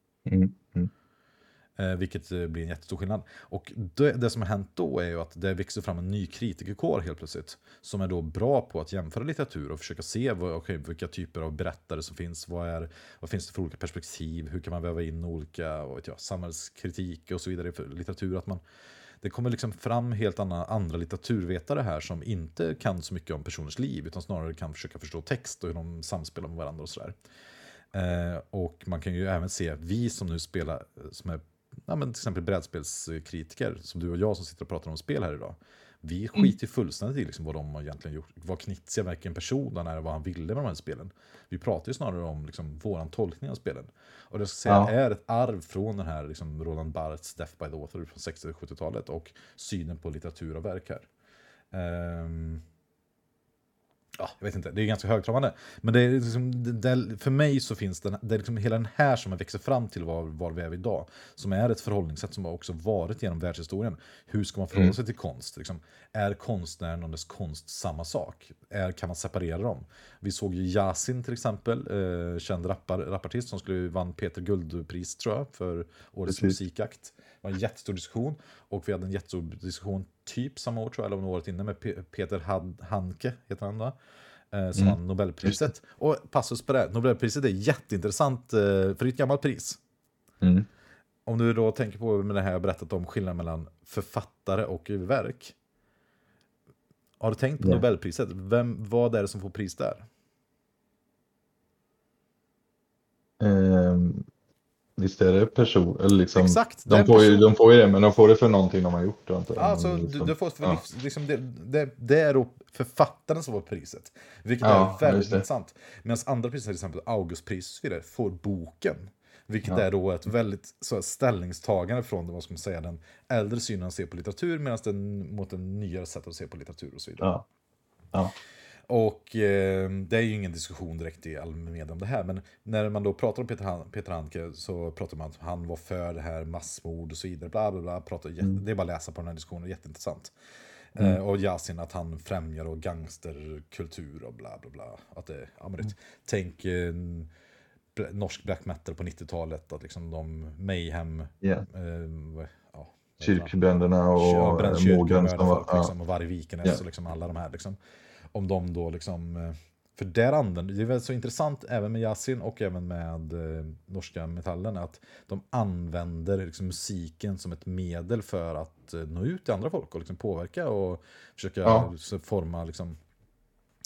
Vilket blir en jättestor skillnad. Och det som har hänt då är ju att det växer fram en ny kritikerkår helt plötsligt, som är då bra på att jämföra litteratur och försöka se vilka typer av berättare som finns, vad finns det för olika perspektiv, hur kan man väva in olika samhällskritik och så vidare i litteratur. Att det kommer liksom fram helt andra litteraturvetare här som inte kan så mycket om personers liv, utan snarare kan försöka förstå text och hur de samspelar med varandra och sådär. Och man kan ju även se, vi som nu spelar, som är till exempel brädspelskritiker, som du och jag som sitter och pratar om spel här idag, vi skiter fullständigt i liksom vad de har egentligen gjort, vad Knizia verkligen person är och vad han ville med de här spelen. Vi pratar ju snarare om liksom våran tolkning av spelen. Och det ska säga är ett arv från den här liksom Roland Barthes Death by the Author från 60-70-talet och synen på litteratur och verk här. Jag vet inte, det är ganska högtravande. Men det är liksom, för mig så finns det är liksom hela den här som växer fram till var vi är idag. Som är ett förhållningssätt som har också varit genom världshistorien. Hur ska man förhålla sig till konst? Liksom, är konstnären och dess konst samma sak? Kan man separera dem? Vi såg ju Yasin till exempel, känd rapartist som skulle vann Peter Guldpris tror jag för årets musikakt. Det var en jättestor diskussion, och vi hade en jättestor diskussion typ samma år tror jag, eller året inne med Peter Handke heter han då, som vann Nobelpriset. Och passus på det, Nobelpriset är jätteintressant, för det är ett gammalt pris. Om du då tänker på med det här jag berättat om skillnaden mellan författare och verk, har du tänkt på Nobelpriset? Vad är det som får pris där? Visst är det person eller liksom, exakt, de får ju det, men de får det för någonting de har gjort inte. Alltså du får för liksom det är då författaren som får priset, vilket är väldigt intressant. Medan andra priser, till exempel Augustpris får boken, vilket är då ett väldigt ställningstagande från vad ska man säga, den äldre synen att se på litteratur, medan den mot en nyare sätt att se på litteratur och så vidare. Och det är ju ingen diskussion direkt i allmän media om det här, men när man då pratar om Peter Handke så pratar man att han var för det här massmord och så vidare, bla bla bla, det är bara att läsa på den här diskussionen, jätteintressant. Och Yasin att han främjar och gangsterkultur och bla bla bla, att det, tänk norsk black metal på 90-talet, att liksom de Mayhem kyrkbränderna och morden som var liksom, och Vargviken och liksom alla de här liksom, om de då liksom, för där använder, det är väldigt så intressant även med Yasin och även med norska metallen, att de använder liksom musiken som ett medel för att nå ut till andra folk och liksom påverka och försöka forma liksom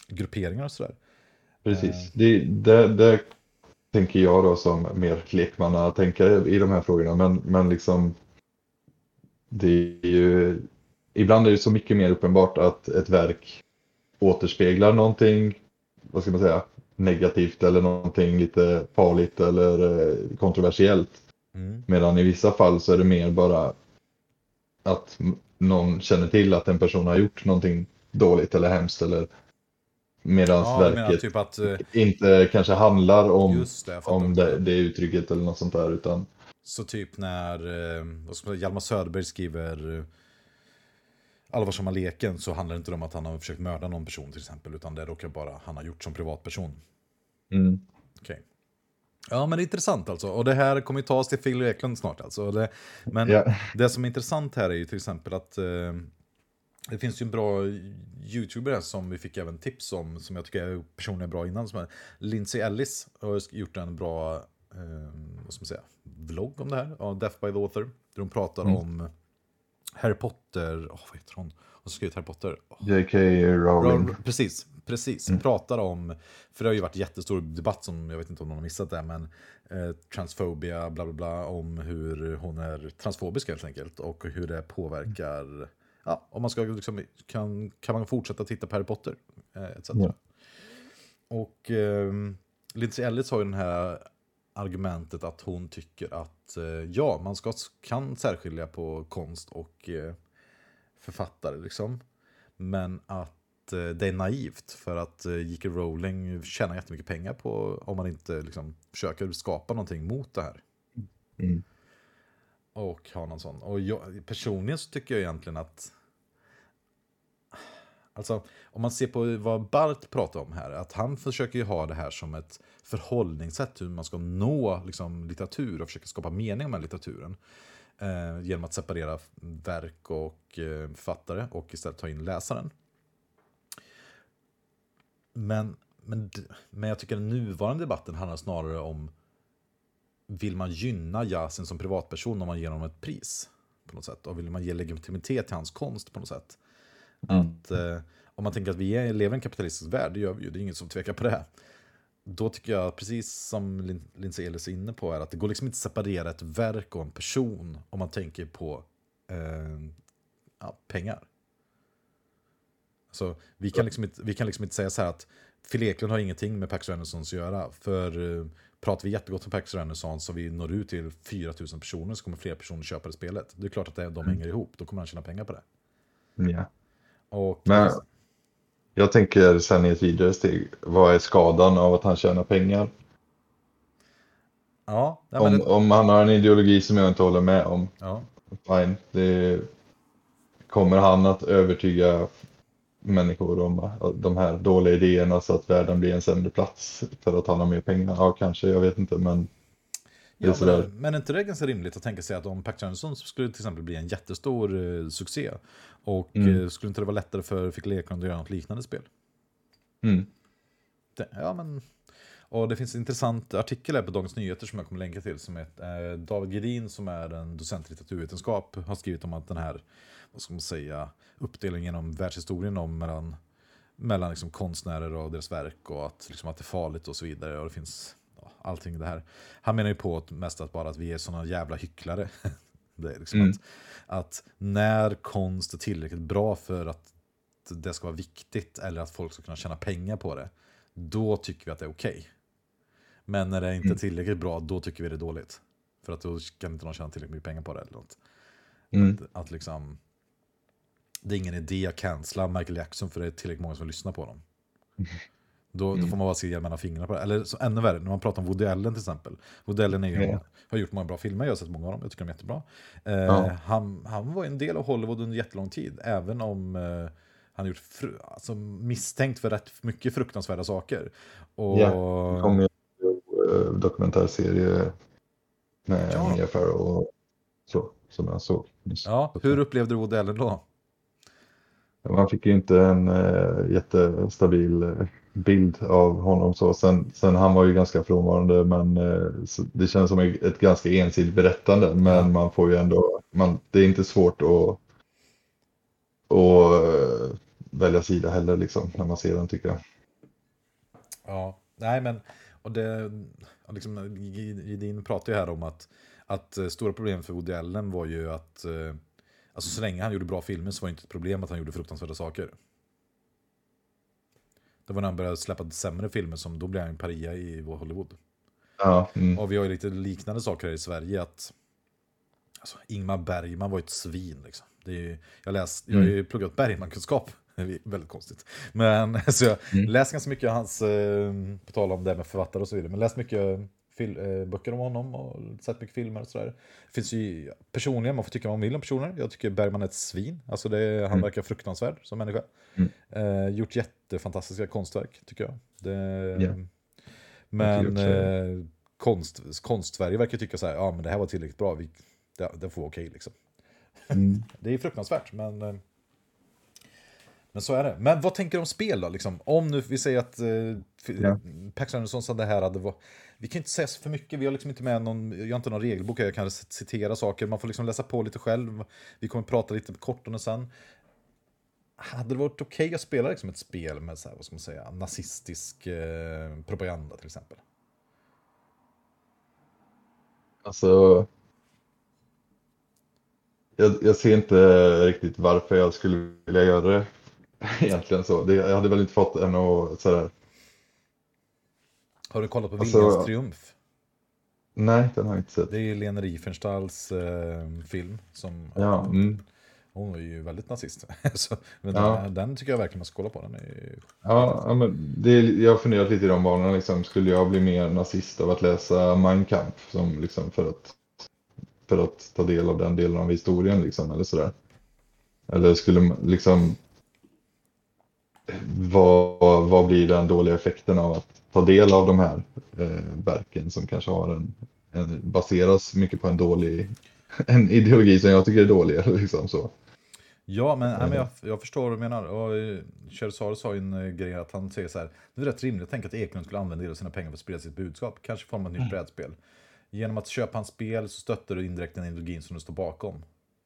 grupperingar och sådär. Precis. Det tänker jag då som mer lekmanna tänker i de här frågorna. Men liksom det är ju ibland är det så mycket mer uppenbart att ett verk återspeglar någonting, vad ska man säga, negativt eller någonting lite farligt eller kontroversiellt. Medan i vissa fall så är det mer bara att någon känner till att en person har gjort någonting dåligt eller hemskt, eller medans verket typ att, inte kanske handlar om, just det, om det uttrycket eller något sånt där, utan så typ när vad ska man säga, Hjalmar Söderberg skriver Alla var som leken, så handlar det inte om att han har försökt mörda någon person till exempel, utan det råkar bara han har gjort som privatperson. Okej. Ja, men det är intressant alltså. Och det här kommer ju ta oss till Phil Eklund snart alltså. Men det som är intressant här är ju till exempel att det finns ju en bra YouTuber som vi fick även tips om, som jag tycker är personligen bra innan, som är Lindsay Ellis, har gjort en bra vad ska man säga, vlogg om det här, Death by the Author, där de pratar om Harry Potter, vad heter hon? Och så skrivit Harry Potter. J.K. Rowling. Precis. Pratar om, för det har ju varit jättestor debatt som, jag vet inte om någon har missat det, men transfobia, bla bla bla, om hur hon är transfobisk helt enkelt, och hur det påverkar, om man ska liksom, kan man fortsätta titta på Harry Potter, etc. Och Lindsay Ellis har ju den här argumentet att hon tycker att man kan särskilja på konst och författare liksom, men att det är naivt, för att J.K. Rowling tjänar jättemycket pengar på om man inte liksom försöker skapa någonting mot det här. Och ha någon sån. Och personligen så tycker jag egentligen att, alltså, om man ser på vad Barth pratar om här, att han försöker ju ha det här som ett förhållningssätt, hur man ska nå liksom litteratur och försöka skapa mening med litteraturen, genom att separera verk och författare och istället ta in läsaren. Men jag tycker den nuvarande debatten handlar snarare om, vill man gynna Yasin som privatperson om man ger honom ett pris på något sätt, och vill man ge legitimitet till hans konst på något sätt. Att om man tänker att vi lever i en kapitalistisk värld, det gör vi ju, det är inget som tvekar på det här. Då tycker jag, precis som Lindsay Ellis är inne på, är att det går liksom inte att separera ett verk och en person om man tänker på pengar. Så vi kan liksom inte säga så här att Phil Eklund har ingenting med Pax Renaissance att göra, för pratar vi jättegott om Pax Renaissance och vi når ut till 4000 personer, så kommer fler personer köpa det spelet. Det är klart att de hänger ihop, då kommer han tjäna pengar på det. Ja. Och men jag tänker sen i ett vidare steg, vad är skadan av att han tjänar pengar? Om han har en ideologi som jag inte håller med om, fine. Kommer han att övertyga människor om de här dåliga idéerna så att världen blir en sämre plats för att han har mer pengar? Ja, kanske, jag vet inte, men men är inte det ganska rimligt att tänka sig att om Pax Renaissance skulle till exempel bli en jättestor succé, och skulle inte det vara lättare för Phil Eklund att göra något liknande spel? Och det finns en intressant artikel här på Dagens Nyheter som jag kommer länka till, som är David Gedin, som är en docent i litteraturvetenskap, har skrivit om att den här, vad ska man säga, uppdelningen om världshistorien om mellan liksom konstnärer och deras verk, och att liksom att det är farligt och så vidare, och det finns allting det här. Han menar ju på mest att vi är såna jävla hycklare. Det är liksom att när konst är tillräckligt bra för att det ska vara viktigt, eller att folk ska kunna tjäna pengar på det, då tycker vi att det är okej. Men när det inte är tillräckligt bra, då tycker vi det är dåligt. För att då kan inte någon tjäna tillräckligt mycket pengar på det eller något. Att liksom, det är ingen idé att cancella Michael Jackson för det är tillräckligt många som lyssnar på dem. Då får man bara se mellan fingrarna på det. Eller så ännu värre, när man pratar om Woody Allen till exempel. Woody Allen har gjort många bra filmer, jag har sett många av dem, jag tycker de är jättebra. Han var en del av Hollywood under jättelång tid, även om han gjort misstänkt för rätt mycket fruktansvärda saker. Och det kom ju en dokumentärserie med Mia Farrow och så, som jag såg. Hur upplevde du Woody Allen då? Man fick ju inte en jättestabil bild av honom så. Sen han var ju ganska frånvarande, men det känns som ett ganska ensidigt berättande, men man får ju ändå, det är inte svårt att välja sida heller liksom, när man ser den, tycker jag. Ja, nej men, och det, och liksom, Gedin pratar ju här om att stora problem för Woody Allen var ju att alltså så länge han gjorde bra filmer så var det inte ett problem att han gjorde fruktansvärda saker. Det var när han började släppa sämre filmer som då blev han en paria i Hollywood. Ja, Och vi har ju lite liknande saker här i Sverige att alltså, Ingmar Bergman var ett svin liksom. Det är ju, jag har ju pluggat Bergman-kunskap. Det är väldigt konstigt. Men så jag läser ganska mycket av hans, på tal om det med författare och så vidare, men läst mycket böcker om honom och sett mycket filmer och sådär. Det finns ju personligen, man får tycka vad man vill om personer. Jag tycker Bergman är ett svin. Alltså han verkar fruktansvärd som människa. Gjort jättefantastiska konstverk, tycker jag. Men Konst-Sverige verkar tycka så här, ja men det här var tillräckligt bra, det får vara okej liksom. Det är fruktansvärt, men så är det. Men vad tänker du om spel då? Liksom? Om nu vi säger att Pax Anderson sa det här hade vi kan inte säga så för mycket, vi har liksom inte med jag har inte någon regelbok här, jag kan citera saker, man får liksom läsa på lite själv. Vi kommer prata lite kort om det sen. Hade det varit okej att spela liksom ett spel med så här, vad ska man säga, nazistisk propaganda till exempel? Alltså, jag ser inte riktigt varför jag skulle vilja göra det egentligen så. Jag hade väl inte fått en och sådär. Har du kollat på Viljans triumf? Nej, den har jag inte sett. Det är Lene Riefenstahls film som... Ja, hon är ju väldigt nazist. Så, men den tycker jag verkligen man ska kolla på. Den är men jag har funderat lite i de banorna. Liksom, skulle jag bli mer nazist av att läsa Mein Kampf som, liksom, för att ta del av den delen av historien liksom, eller sådär? Eller skulle liksom... Vad blir den dåliga effekten av att ta del av de här verken som kanske har baseras mycket på en ideologi som jag tycker är dålig liksom så. Ja, men jag förstår vad du menar. Och Kjell sa ju en grej att han säger så här: det är rätt rimligt att tänka att Eklund skulle använda del av sina pengar för att sprida sitt budskap, kanske i form av ett nytt brädspel. Genom att köpa hans spel så stöttar du indirekt den ideologin som du står bakom.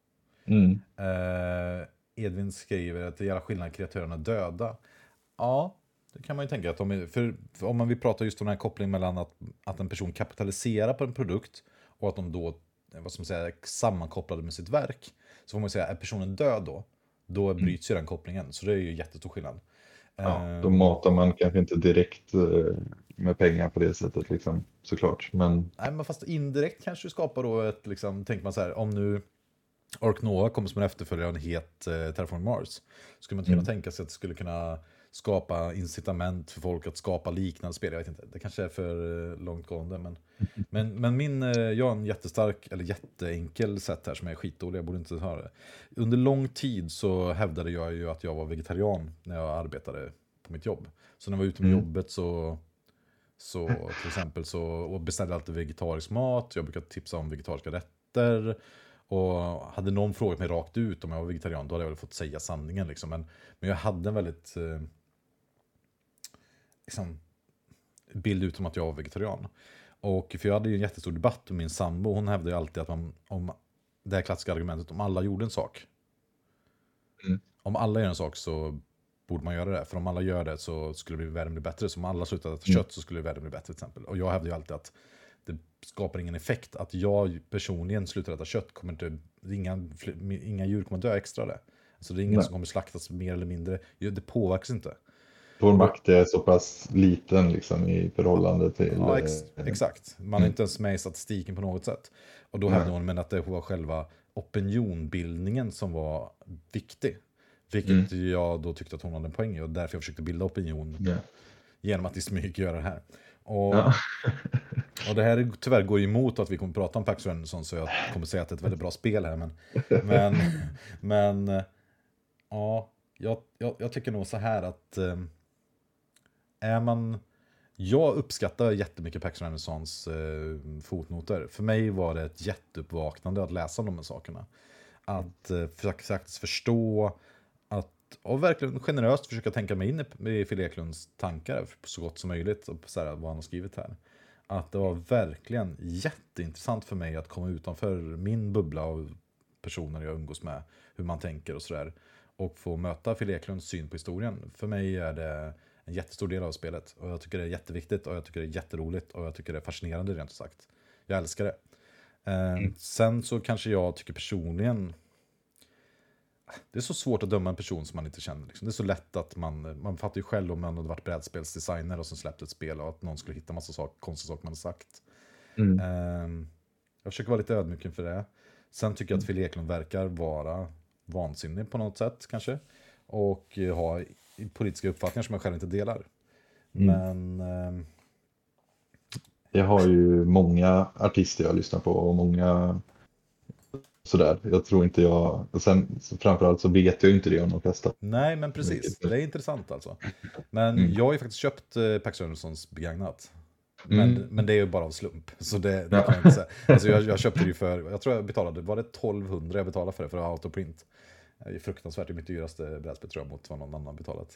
Edvin skriver att det gäller skillnad kreatörerna döda. Ja, det kan man ju tänka att för om man vill prata just om den här kopplingen mellan att en person kapitaliserar på en produkt och att de då, vad ska man säga, sammankopplade med sitt verk, så får man säga, är personen död då bryts ju den kopplingen, så det är ju jättestor skillnad. Ja, då matar man kanske inte direkt med pengar på det sättet liksom, såklart. Men... Nej, men fast indirekt kanske du skapar då ett, liksom, tänker man så här, om nu Ark Nova kommer som en efterföljare av en het Terraform Mars, skulle man kunna tänka sig att det skulle kunna skapa incitament för folk att skapa liknande spel. Jag vet inte, det kanske är för långtgående, men jag har en jätteenkel sätt här som är skitdålig, jag borde inte höra det. Under lång tid så hävdade jag ju att jag var vegetarian när jag arbetade på mitt jobb. Så när jag var ute med jobbet så till exempel så beställde jag alltid vegetarisk mat, jag brukar tipsa om vegetariska rätter. Och hade någon frågat mig rakt ut om jag var vegetarian, då hade jag väl fått säga sanningen liksom. Men jag hade en väldigt liksom, bild ut om att jag var vegetarian. Och för jag hade ju en jättestor debatt med min sambo. Hon hävdade ju alltid att om det här klassiska argumentet, om alla gjorde en sak. Om alla gör en sak så borde man göra det. För om alla gör det så skulle världen bli bättre. Så om alla slutade äta kött så skulle världen bli bättre till exempel. Och jag hävdade ju alltid att det skapar ingen effekt. Att jag personligen slutar äta kött kommer inte, inga djur kommer dö extra det. Alltså det är ingen som kommer slaktas mer eller mindre. Det påverkas inte. Vår makt är så pass liten liksom, i förhållande till... Ja, exakt. Man är inte ens med i statistiken på något sätt. Och då hävdade hon att det var själva opinionbildningen som var viktig. Vilket jag då tyckte att hon hade en poäng i. Och därför jag försökte bilda opinion genom att i smyg göra det här. Och det här tyvärr går emot att vi kommer prata om Pax Anderson, så jag kommer säga att det är ett väldigt bra spel här. Men jag tycker nog så här att jag uppskattar jättemycket Pax Andersons fotnoter. För mig var det ett jätteuppvaknande att läsa om de här sakerna. Att faktiskt förstå och verkligen generöst försöka tänka mig in i Phil Eklunds tankar så gott som möjligt och så här, vad han har skrivit här. Att det var verkligen jätteintressant för mig att komma utanför min bubbla av personer jag umgås med, hur man tänker och sådär, och få möta Phil Eklunds syn på historien. För mig är det en jättestor del av spelet. Och jag tycker det är jätteviktigt och jag tycker det är jätteroligt och jag tycker det är fascinerande rent sagt. Jag älskar det. Sen så kanske jag tycker personligen, det är så svårt att döma en person som man inte känner. Liksom. Det är så lätt att man fattar ju själv om man hade varit brädspelsdesigner och sen släppt ett spel och att någon skulle hitta massa konstiga saker man har sagt. Jag försöker vara lite ödmjuk inför det. Sen tycker jag att Phil Eklund verkar vara vansinnig på något sätt kanske. Och ha politiska uppfattningar som jag själv inte delar. Men... Jag har ju många artister jag lyssnar på och många sådär. Jag tror inte jag... Och sen framförallt så vet jag ju inte det om de flesta. Nej, men precis. Det är intressant alltså. Men jag har ju faktiskt köpt Pax Sönderssons begagnat. Men det är ju bara av slump. Så det kan jag inte säga. Alltså jag köpte det ju för... Jag tror jag betalade... Var det 1200 jag betalade för det? För autoprint. Det är fruktansvärt. Det är mitt dyraste brädspel tror jag mot vad någon annan betalat.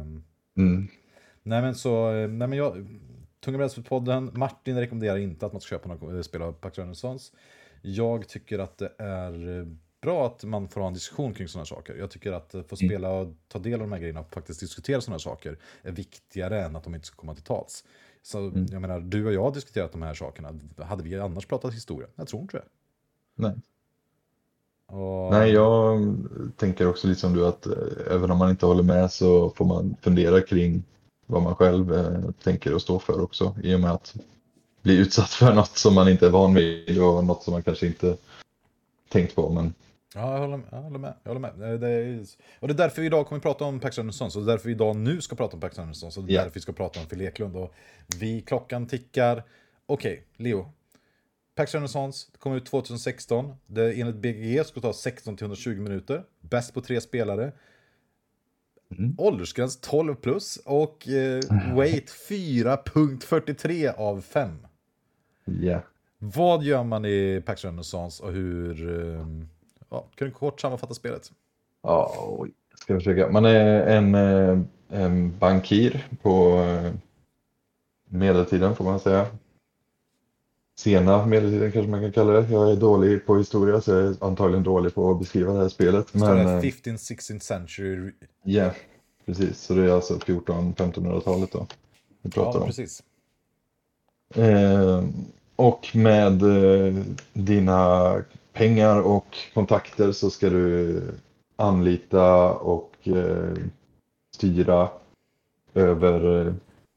Nej men jag... Tunga brädspelspodden. Martin rekommenderar inte att man ska köpa något spel av Pax Sönderssons. Jag tycker att det är bra att man får ha en diskussion kring sådana saker. Jag tycker att få spela och ta del av de här grejerna och faktiskt diskutera sådana saker är viktigare än att de inte ska komma till tals. Så jag menar, du och jag har diskuterat de här sakerna. Hade vi annars pratat historia? Jag tror inte det. Nej. Nej, jag tänker också lite som du att även om man inte håller med så får man fundera kring vad man själv tänker och står för också. I och med att bli utsatt för något som man inte är van vid och något som man kanske inte tänkt på. Men... Ja, jag håller med. Och det är därför vi idag kommer att prata om Pax Sönderssons. Och det är därför vi idag nu ska prata om Pax Sönderssons. Och det är därför vi ska prata om Phil Eklund. Och klockan tickar. Okej, Leo. Pax Sönderssons kom ut 2016. Det enligt BGG ska ta 16-120 minuter. Bäst på 3 spelare. Åldersgräns 12 plus. Och weight 4.43 av 5. Yeah. Vad gör man i Pax Sönderssons och hur... kan du kort sammanfatta spelet? Ja, ska jag försöka. Man är en bankir på medeltiden får man säga. Sena medeltiden kanske man kan kalla det. Jag är dålig på historia så jag är antagligen dålig på att beskriva det här spelet. Men 15th-16th century. Ja, precis. Så det är alltså 1400-1500-talet då. Vi pratar om. Precis. Och med dina pengar och kontakter så ska du anlita och styra över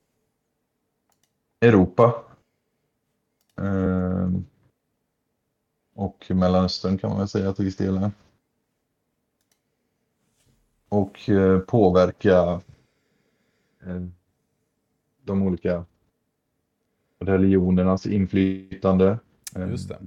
Europa. Och Mellanöstern kan man väl säga till viss del. Och påverka de olika religionernas inflytande. Just det.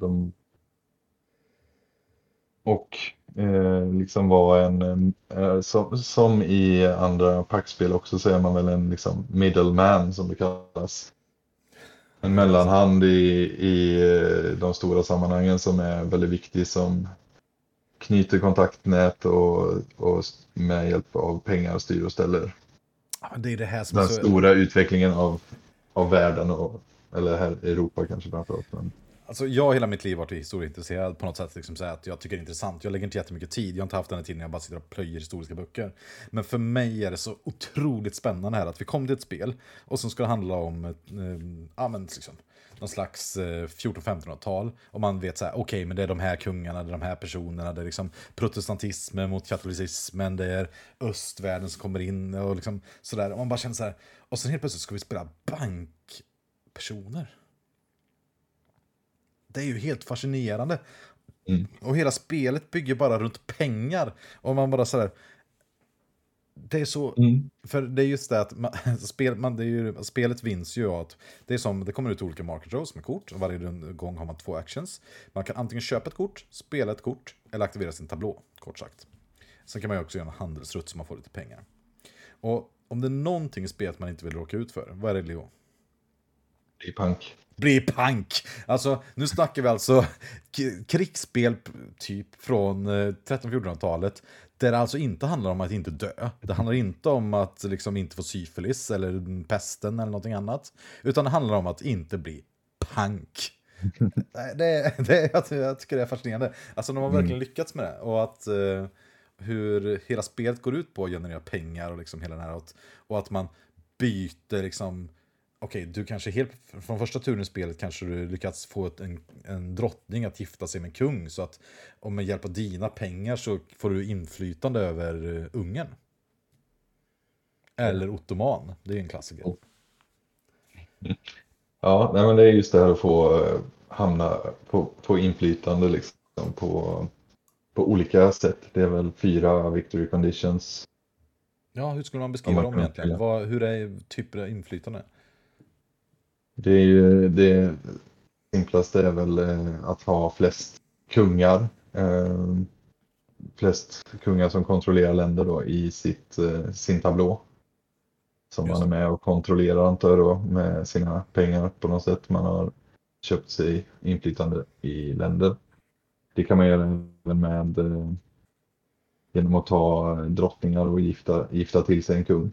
Och liksom vara som i andra packspel också så är man väl en liksom middleman som det kallas. En mellanhand i de stora sammanhangen som är väldigt viktig, som knyter kontaktnät och med hjälp av pengar styr och ställer. Det är det här som den stora utvecklingen av världen eller här i Europa kanske framförallt. Alltså jag har hela mitt liv varit historieintresserad på något sätt, liksom så att jag tycker det är intressant. Jag lägger inte jättemycket tid, jag har inte haft den här tiden när jag bara sitter och plöjer historiska böcker. Men för mig är det så otroligt spännande här att vi kom till ett spel och som ska handla om liksom, någon slags 1400-1500-tal. Och man vet så här, okej, men det är de här kungarna, det är de här personerna, det är liksom protestantismen mot katolicismen, det är östvärlden som kommer in och liksom sådär. Och man bara känner så här, och sen helt plötsligt ska vi spela bankpersoner. Det är ju helt fascinerande. Och hela spelet bygger bara runt pengar. Och man bara sådär... Det är så... För det är just det att... spelet vinns ju att... Det är som... Det kommer ut olika market rows med kort. Och varje gång har man 2 actions. Man kan antingen köpa ett kort, spela ett kort eller aktivera sin tablå, kort sagt. Sen kan man ju också göra en handelsrutt så man får lite pengar. Och om det är någonting i spelet man inte vill råka ut för, vad är det, Leo? Det är punk. Blir pank. Alltså, nu snackar vi alltså krigsspel typ från 1300-1400-talet där det alltså inte handlar om att inte dö. Det handlar inte om att liksom inte få syfilis eller pesten eller någonting annat. Utan det handlar om att inte bli pank. Jag tycker det är fascinerande. Alltså, de har verkligen lyckats med det. Och att hur hela spelet går ut på att generera pengar och liksom hela den här. Och att man byter liksom. Okej, du kanske helt från första turen i spelet kanske du lyckats få en drottning att gifta sig med en kung, så att om med hjälp av dina pengar så får du inflytande över Ungern. Eller Ottoman, det är en klassiker. Ja, nej, men det är just det här att få hamna på inflytande liksom, på olika sätt. Det är väl 4 victory conditions. Ja, hur skulle man beskriva dem egentligen? Hur är typer av inflytande? Det är ju det simplaste är väl att ha flest kungar. Flest kungar som kontrollerar länder då i sin tablå. Som man är med och kontrollerar, antar jag då, med sina pengar på något sätt. Man har köpt sig inflytande i länder. Det kan man göra även med genom att ta drottningar och gifta till sig en kung.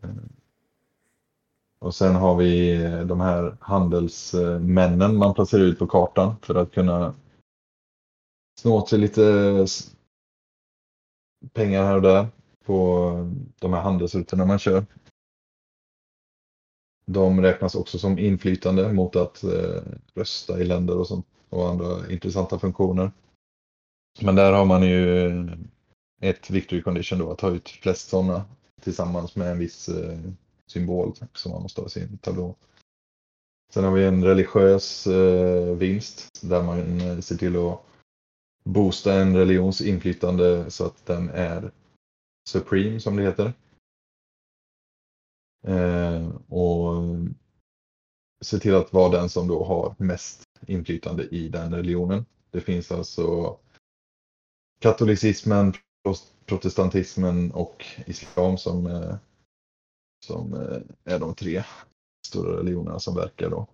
Och sen har vi de här handelsmännen man placerar ut på kartan för att kunna snå åt sig lite pengar här och där på de här handelsrutorna man kör. De räknas också som inflytande mot att rösta i länder och sånt och andra intressanta funktioner. Men där har man ju ett victory condition då, att ta ut flest sådana tillsammans med en viss symbol som man måste ha i sin tablå. Sen har vi en religiös vinst där man ser till att boosta en religions inflytande så att den är supreme, som det heter. Och se till att vara den som då har mest inflytande i den religionen. Det finns alltså katolicismen, protestantismen och islam som är de 3 stora religionerna som verkar då.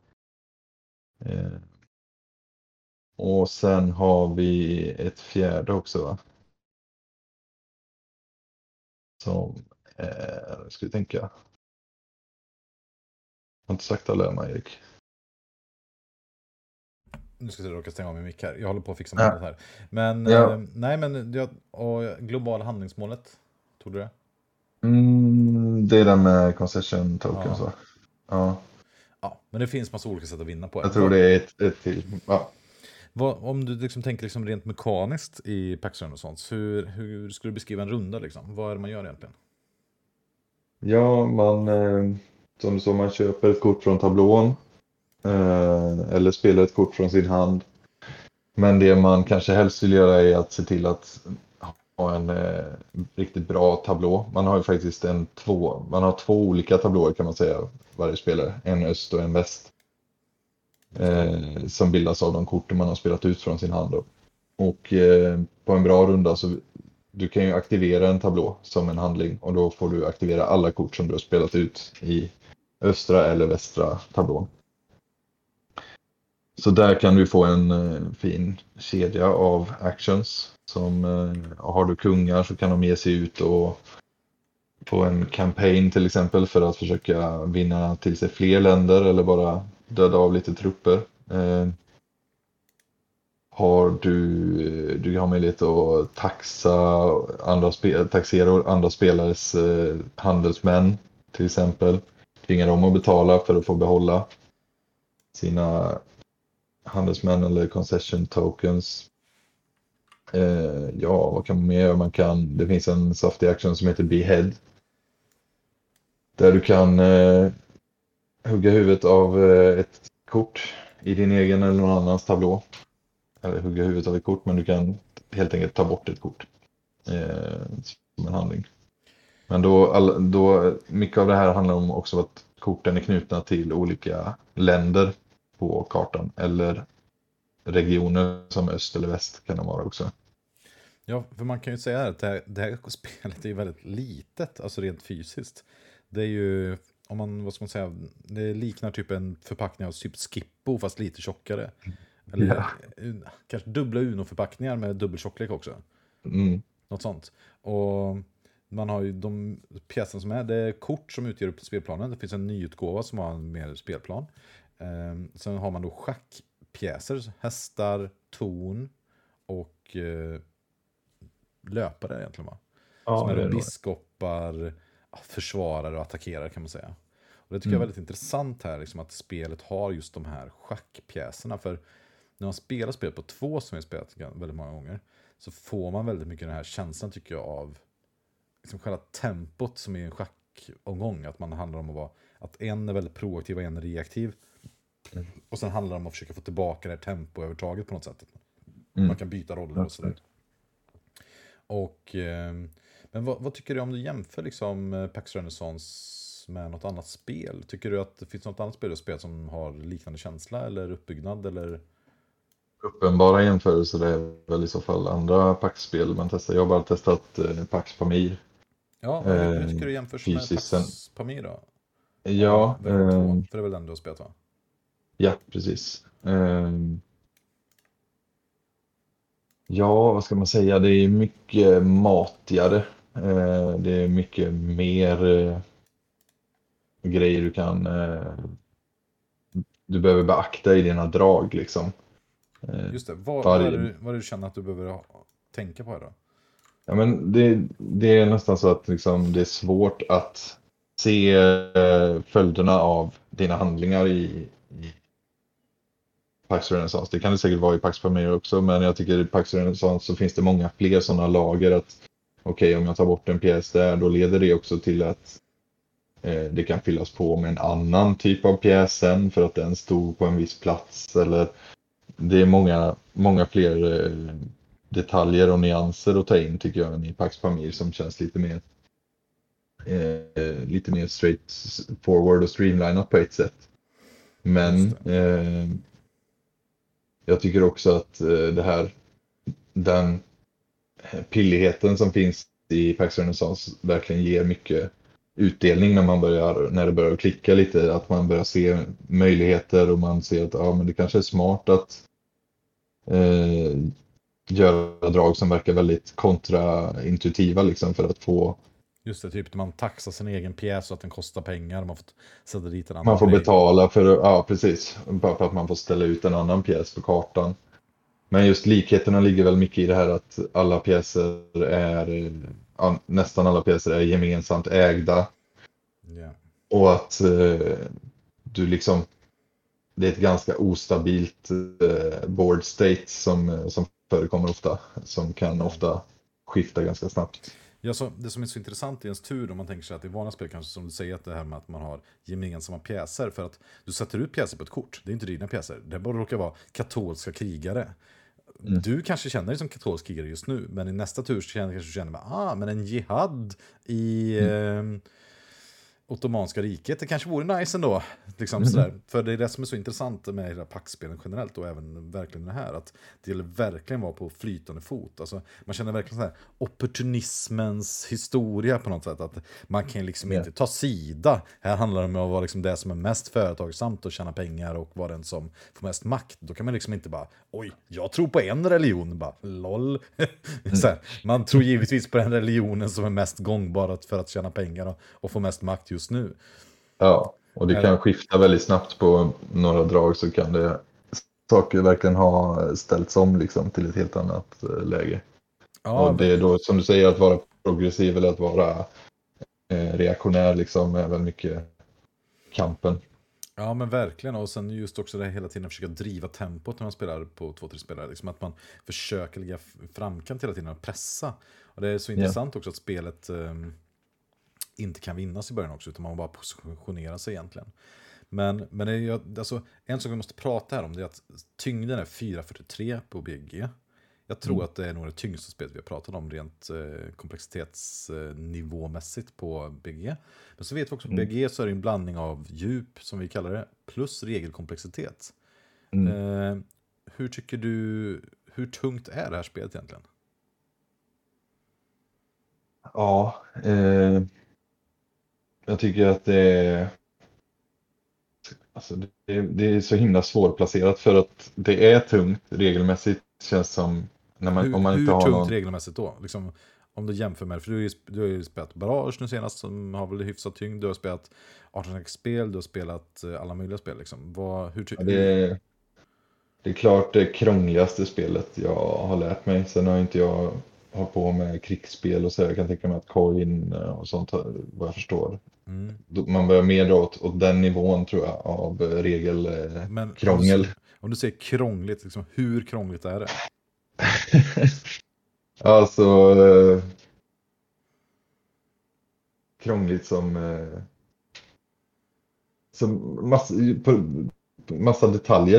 Och sen har vi ett fjärde också, va? Som är, ska vi tänka. Jag har inte sagt alla än, Erik. Nu ska jag råka stänga av min mick här. Jag håller på att fixa målet här. Men nej, men och globala handlingsmålet, tror du det? Det är den med concession tokens, va? Ja. Ja, men det finns massa olika sätt att vinna på. Jag tror det är ett till. Ja. Om du liksom tänker liksom rent mekaniskt i Paxrun och sånt, hur skulle du beskriva en runda liksom? Vad är det man gör egentligen? Ja, som du sa, man köper ett kort från tablån. Eller spelar ett kort från sin hand. Men det man kanske helst vill göra är att se till att ha en riktigt bra tablå. Man har ju faktiskt man har 2 olika tablåer, kan man säga, varje spelare. En öst och en väst. Som bildas av de korten man har spelat ut från sin hand då. Och på en bra runda så du kan ju aktivera en tablå som en handling, och då får du aktivera alla kort som du har spelat ut i östra eller västra tablån. Så där kan du få en fin kedja av actions. Som har du kungar så kan de ge sig ut och på en campaign till exempel för att försöka vinna till sig fler länder eller bara döda av lite trupper. Du har möjlighet att taxera andra spelares handelsmän till exempel. Tvinga dem att betala för att få behålla sina handelsmän eller concession tokens. Vad kan man mer göra? Det finns en saftig action som heter Behead. Där du kan hugga huvudet av ett kort i din egen eller någon annans tablå. Eller hugga huvudet av ett kort, men du kan helt enkelt ta bort ett kort som en handling. Men då mycket av det här handlar om också att korten är knutna till olika länder på kartan. Eller regioner som öst eller väst kan de vara också. Ja, för man kan ju säga att det här spelet är ju väldigt litet, alltså rent fysiskt. Det är ju, vad ska man säga, det liknar typ en förpackning av typ Skippo fast lite tjockare. Eller kanske dubbla Uno-förpackningar med dubbeltjocklek också. Något sånt. Och man har ju de pjäserna som det är kort som utgör upp spelplanen. Det finns en nyutgåva som har en mer spelplan. Sen har man då schackpjäser, hästar, torn och löpare egentligen, va? Ja, som är biskopar, försvarare och attackerare, kan man säga. det tycker jag är väldigt intressant här, liksom, att spelet har just de här schackpjäserna. För när man spelar spel på 2, som vi har spelat väldigt många gånger, så får man väldigt mycket den här känslan, tycker jag, av liksom själva tempot som är en schackomgång. Att man handlar om att vara, att en är väldigt proaktiv och en är reaktiv. Och sen handlar det om att försöka få tillbaka det här tempoövertaget på något sätt. Man kan byta roller och sådär. Och, men vad tycker du om du jämför liksom Pax Renaissance med något annat spel? Tycker du att det finns något annat spel du spelar som har liknande känsla eller uppbyggnad? Eller? Uppenbara jämförelser är väl i så fall andra Pax-spel man testar. Jag har bara testat Pax Pamir. Ja, hur tycker du jämförs med Pax Pamir då? Ja, för det är väl den du har spelat, va? Ja, precis. Ja, vad ska man säga? Det är mycket matigare. Det är mycket mer grejer du kan... du behöver beakta i dina drag, liksom. Just det. Vad är det du känner att du behöver tänka på här då? Ja, men det är nästan så att liksom, det är svårt att se följderna av dina handlingar i Pax Renaissance. Det kan det säkert vara i Pax Pamir också, men jag tycker i Pax Renaissance så finns det många fler sådana lager att okej, om jag tar bort en pjäs där, då leder det också till att det kan fyllas på med en annan typ av pjäsen för att den stod på en viss plats, eller det är många fler detaljer och nyanser att ta in, tycker jag, än i Pax Pamir, som känns lite mer straight forward och streamlinat på ett sätt. Men jag tycker också att den pilligheten som finns i Pax Renaissance verkligen ger mycket utdelning när det börjar klicka lite, att man börjar se möjligheter och man ser att men det kanske är smart att göra drag som verkar väldigt kontraintuitiva, liksom, för att få... Just det, typ när man taxar sin egen pjäs så att den kostar pengar, man får sätta dit en annan. Man får betala precis, bara för att man får ställa ut en annan pjäs på kartan. Men just likheterna ligger väl mycket i det här att alla pjäser nästan alla pjäser är gemensamt ägda. Yeah. Och att du liksom, det är ett ganska ostabilt board state som förekommer ofta, som kan ofta skifta ganska snabbt. Ja, så det som är så intressant i ens tur, om man tänker sig att i vanliga spel kanske, som du säger, att det här med att man har gemensamma pjäser, för att du sätter ut pjäser på ett kort, det är inte dina pjäser, det bara råkar vara katolska krigare. Du kanske känner dig som katolsk krigare just nu, men i nästa tur kanske du känner men en jihad i Ottomanska riket, det kanske vore nice ändå, liksom sådär. För det är det som är så intressant med hela Pax-spelen generellt, och även verkligen det här, att det gäller verkligen vara på flytande fot. Alltså, man känner verkligen så här opportunismens historia på något sätt, att man kan liksom inte ta sida. Här handlar det om att vara liksom det som är mest företagsamt och tjäna pengar och vara den som får mest makt. Då kan man liksom inte bara, oj, jag tror på en religion, bara lol. Så här, man tror givetvis på den religionen som är mest gångbar för att tjäna pengar och få mest makt just nu. Ja, och det kan skifta väldigt snabbt på några drag, så kan det saker verkligen ha ställts om liksom till ett helt annat läge. Ja, och det är då, som du säger, att vara progressiv eller att vara reaktionär liksom, är väl mycket kampen. Ja, men verkligen. Och sen just också det hela tiden att försöka driva tempot när man spelar på 2-3 spelare. Liksom att man försöker ligga framkant hela tiden och pressa. Och det är så intressant också att spelet inte kan vinnas i början också, utan man bara positionerar sig egentligen. Men alltså, en sak vi måste prata här om, det är att tyngden är 443 på BG. Jag tror att det är nog det tyngsta spelet vi har pratat om rent komplexitetsnivåmässigt på BG. Men så vet vi också på BG så är det en blandning av djup, som vi kallar det, plus regelkomplexitet. Hur tycker du, hur tungt är det här spelet egentligen? Ja, jag tycker att det är så himla svårplacerat, för att det är tungt regelmässigt, känns som, om man inte har tungt någon... regelmässigt då? Liksom, om du jämför med, för du har ju spelat Barrage nu senast, som har väl hyfsat tyngd, du har spelat 18x-spel, du har spelat alla möjliga spel liksom. Det är klart det krångligaste spelet jag har lärt mig. Sen har inte jag har på med krigsspel och så. Jag kan tänka mig att coin och sånt, vad jag förstår. Man börjar mer dra åt den nivån tror jag av regelkrångel. Om du säger krångligt, liksom, hur krångligt är det? Alltså krångligt som massa detaljer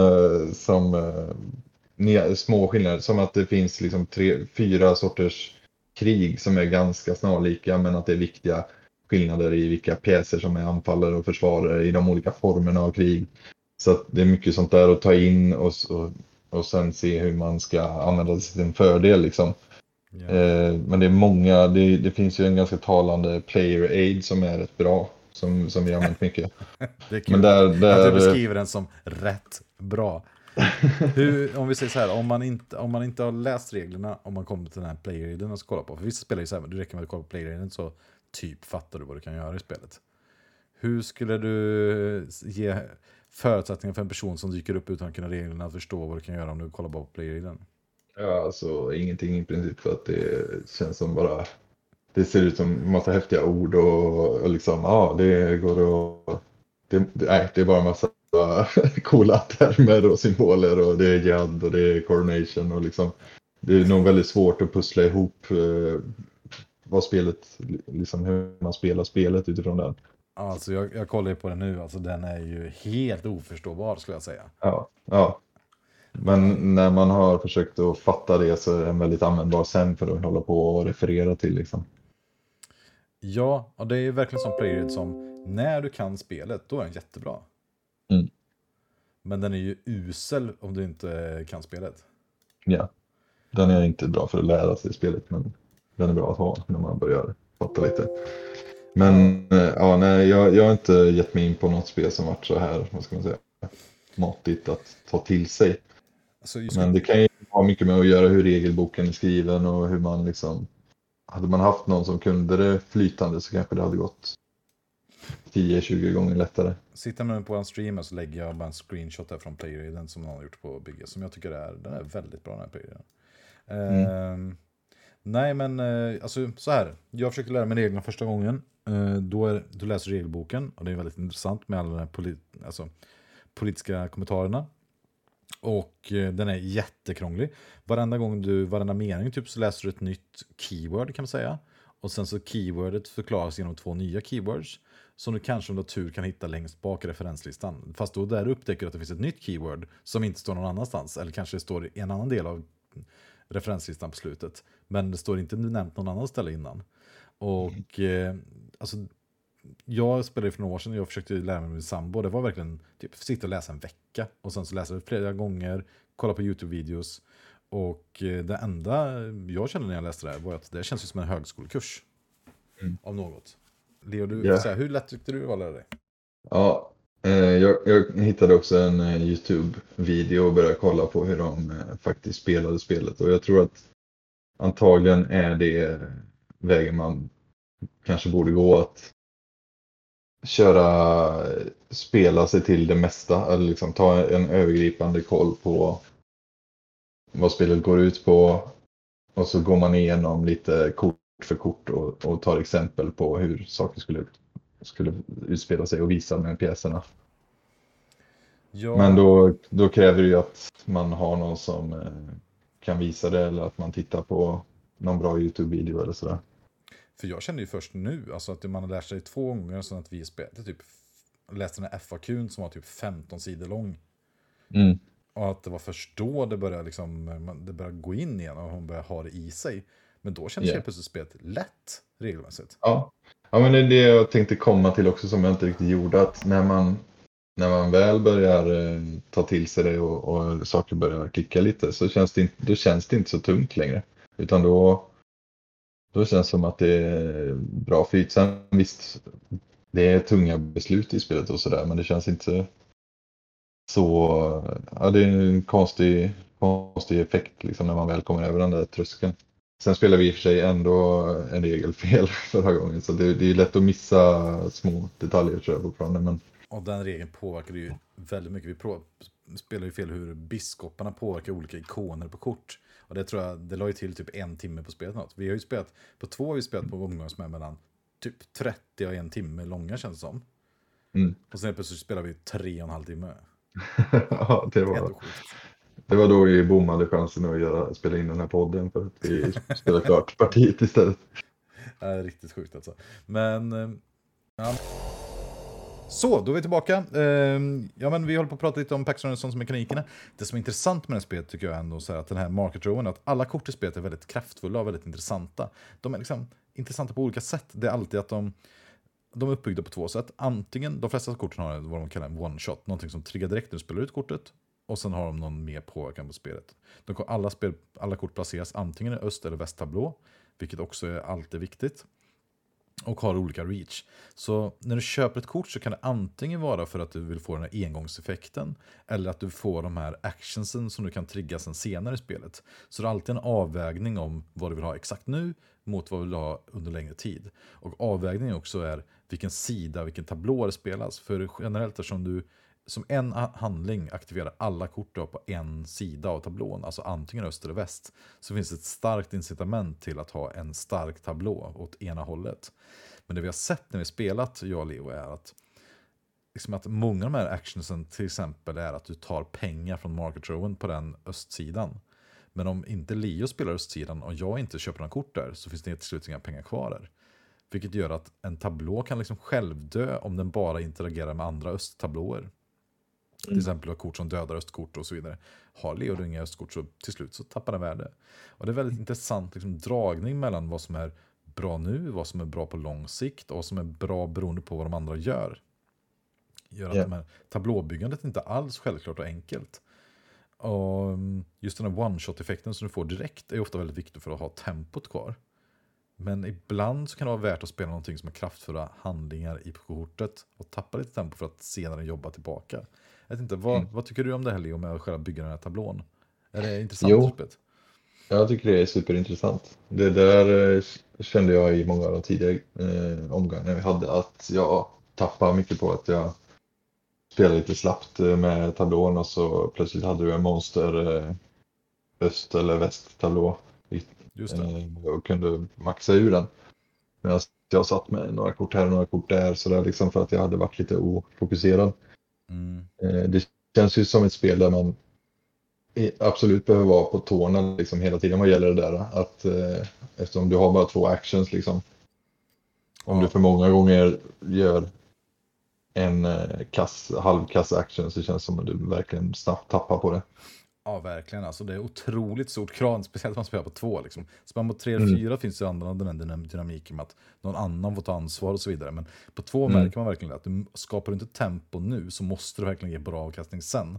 som små skillnader, som att det finns liksom 3-4 sorters krig som är ganska snarlika, men att det är viktiga skillnader i vilka pjäser som är anfallare och försvarare i de olika formerna av krig. Så att det är mycket sånt där att ta in och sen se hur man ska använda det till sin fördel liksom. Yeah. Men det är många, det finns ju en ganska talande player aid som är rätt bra, som vi har använt mycket. Det är kul. Men där, att du beskriver den som rätt bra. Om vi säger så här, om man inte har läst reglerna, om man kommer till den här player aiden och ska kolla på, för vissa spelar ju så här, det räcker med att kolla på player aiden så typ fattar du vad du kan göra i spelet. Hur skulle du ge förutsättningar för en person som dyker upp utan att kunna reglerna att förstå vad du kan göra om du kollar bara på player aiden? Ja, alltså ingenting i princip, för att det känns som bara, det ser ut som massa häftiga ord och liksom, det går att, det är bara massa coola termer och symboler och det är jad och det är coronation och liksom, det är nog väldigt svårt att pussla ihop vad spelet, liksom hur man spelar spelet utifrån den. Alltså jag kollar ju på den nu, alltså den är ju helt oförståbar skulle jag säga. Ja. Men när man har försökt att fatta det så är den väldigt användbar sen för att hålla på och referera till liksom. Ja, och det är verkligen som player som när du kan spelet, då är den jättebra. Men den är ju usel om du inte kan spelet. Ja, den är inte bra för att lära sig spelet, men den är bra att ha när man börjar fatta lite. Men jag har inte gett mig in på något spel som varit så här, vad ska man säga, matigt att ta till sig. Alltså, men det kan ju ha mycket med att göra hur regelboken är skriven och hur man liksom, hade man haft någon som kunde det flytande så kanske det hade gått 10-20 gånger lättare. Sitter man på en stream så lägger jag bara en screenshot där från player-aiden som någon har gjort på bygget, som jag tycker den är väldigt bra, den här player-aiden. Nej, men alltså så här. Jag försökte lära mig reglerna första gången. Då läser du regelboken och det är väldigt intressant med alla de här politiska kommentarerna. Och den är jättekrånglig. Varenda mening typ så läser du ett nytt keyword kan man säga. Och sen så keywordet förklaras genom 2 nya keywords som du kanske om du har tur kan hitta längst bak i referenslistan. Fast då där upptäcker du att det finns ett nytt keyword som inte står någon annanstans. Eller kanske det står i en annan del av referenslistan på slutet. Men det står inte nämnt någon annan ställe innan. Och alltså, jag spelade för några år sedan och jag försökte lära mig med sambo. Det var verkligen typ sitta och läsa en vecka. Och sen så läsa det flera gånger. Kolla på YouTube-videos. Och det enda jag kände när jag läste det här var att det känns som en högskolekurs. Av något. Leo, hur lätt tyckte du att lära dig? Ja, jag hittade också en YouTube-video och började kolla på hur de faktiskt spelade spelet. Och jag tror att antagligen är det vägen man kanske borde gå, att spela sig till det mesta. Eller liksom ta en övergripande koll på vad spelet går ut på. Och så går man igenom lite kort för kort och tar exempel på hur saker skulle utspela sig och visa med pjäserna. Ja. Men då kräver det ju att man har någon som kan visa det, eller att man tittar på någon bra YouTube-video eller sådär. För jag kände ju först nu alltså att man har lärt sig 2 gånger så att vi spelade typ läste den här FAQ:n som var typ 15 sidor lång. Och att det var först då det började det började gå in igen och hon började ha det i sig. Men då kändes det plötsligt spelet lätt regelmässigt. Ja, men det är det jag tänkte komma till också, som jag inte riktigt gjorde, att när man väl börjar ta till sig det och saker börjar klicka lite, så känns det inte så tungt längre. Utan då känns det som att det är bra flyt. Sen visst, det är tunga beslut i spelet och sådär, men det känns inte så... Ja, det är en konstig effekt liksom, när man väl kommer över den där tröskeln. Sen spelar vi i och för sig ändå en regelfel förra gången, så det är lätt att missa små detaljer tror jag fortfarande. Men... Och den regeln påverkar ju väldigt mycket. spelar ju fel hur biskoparna påverkar olika ikoner på kort. Och det tror jag, det la ju till typ 1 timme på spelet något. Vi har ju spelat, på 2 har vi spelat på omgångar som är mellan typ 30 och 1 timme långa känns det som. Och sen plötsligt spelar vi 3,5 timme. Ja, det var då vi bommade chansen att spela in den här podden för att vi spelade klart partiet istället. Det är riktigt sjukt alltså. Men ja. Så, då är vi tillbaka. Ja, men vi håller på att prata lite om Pax Renaissance-mekanikerna. Det som är intressant med det här spelet tycker jag ändå så här, att den här market rowen, att alla kort i spelet är väldigt kraftfulla och väldigt intressanta. De är liksom intressanta på olika sätt. Det är alltid att de är uppbyggda på 2 sätt. Antingen, de flesta korten har vad de kallar en one-shot, någonting som triggar direkt när du spelar ut kortet. Och sen har de någon mer påverkan på spelet. Alla kort placeras antingen i öst- eller västtablå, vilket också är alltid viktigt. Och har olika reach. Så när du köper ett kort så kan det antingen vara för att du vill få den här engångseffekten, eller att du får de här actionsen som du kan trigga sen senare i spelet. Så det är alltid en avvägning om vad du vill ha exakt nu mot vad du vill ha under längre tid. Och avvägningen också är vilken sida, vilken tablå det spelas. För generellt eftersom du som en handling aktiverar alla kort du har på en sida av tablån, alltså antingen öst eller väst, så finns det ett starkt incitament till att ha en stark tablå åt ena hållet. Men det vi har sett när vi spelat, jag och Leo, är att, liksom att många av de här actionsen till exempel är att du tar pengar från market rowen på den östsidan. Men om inte Leo spelar östsidan och jag inte köper några kort där, så finns det till slut inga pengar kvar där. Vilket gör att en tablå kan liksom självdö om den bara interagerar med andra östtablåer. Till exempel har kort som dödar östkort och så vidare. Har Leo inga östkort så till slut så tappar den värde. Och det är väldigt intressant liksom, dragning mellan vad som är bra nu, vad som är bra på lång sikt och vad som är bra beroende på vad de andra gör. Gör att de här tablåbyggandet inte alls självklart och enkelt. Och just den här one-shot-effekten som du får direkt är ofta väldigt viktig för att ha tempot kvar. Men ibland så kan det vara värt att spela någonting som är kraftfulla handlingar i kortet och tappa lite tempo för att senare jobba tillbaka. Jag vet inte, vad tycker du om det här, Leo, med att själva bygga den här tablån? Är det intressant? Jag tycker det är superintressant. Det där kände jag i många av de tidigare omgångarna vi hade, att jag tappade mycket på att jag spelade lite slappt med tablån och så plötsligt hade du en monster öst- eller väst-tablå. Just det. Och kunde maxa ur den. Medan jag satt med några kort här och några kort där, så där liksom, för att jag hade varit lite ofokuserad. Det känns ju som ett spel där man absolut behöver vara på tårna liksom hela tiden vad gäller det där. Att, eftersom du har bara 2 actions liksom. Om du för många gånger gör en halvkass action så känns det som att du verkligen snabbt tappar på det. Ja, verkligen. Alltså, det är otroligt stort krav, speciellt om man spelar på 2. Liksom. Spelar man på 3 eller 4 finns det andra den dynamiken med att någon annan får ta ansvar och så vidare. Men på 2 märker man verkligen att du skapar inte tempo nu så måste du verkligen ge bra avkastning sen.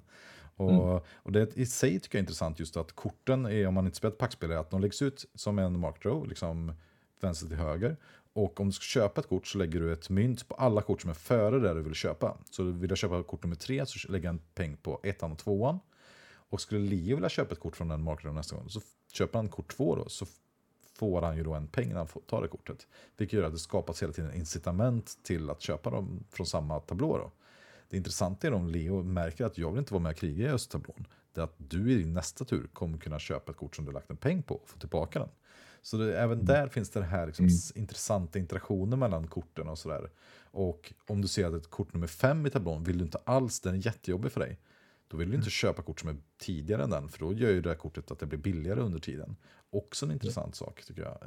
Och det i sig tycker jag är intressant just att korten, om man inte spelar ett packspel, är att de läggs ut som en mark row, liksom vänster till höger. Och om du ska köpa ett kort så lägger du ett mynt på alla kort som är före där du vill köpa. Så vill jag köpa kort nummer 3 så lägger jag en peng på 1 och 2. Och skulle Leo vilja köpa ett kort från den marknaden nästa gång så köper han kort 2 då, så får han ju då en peng när han tar det kortet. Vilket gör att det skapas hela tiden incitament till att köpa dem från samma tablå då. Det intressanta är om Leo märker att jag vill inte vara med och kriga i östtablån. Det är att du i din nästa tur kommer kunna köpa ett kort som du lagt en peng på och få tillbaka den. Så även där finns det här liksom intressanta interaktioner mellan korten och sådär. Och om du ser att ett kort nummer 5 i tablån vill du inte alls, den är jättejobbig för dig. Då vill du inte köpa kort som är tidigare än den, för då gör ju det här kortet att det blir billigare under tiden. Också en intressant sak tycker jag.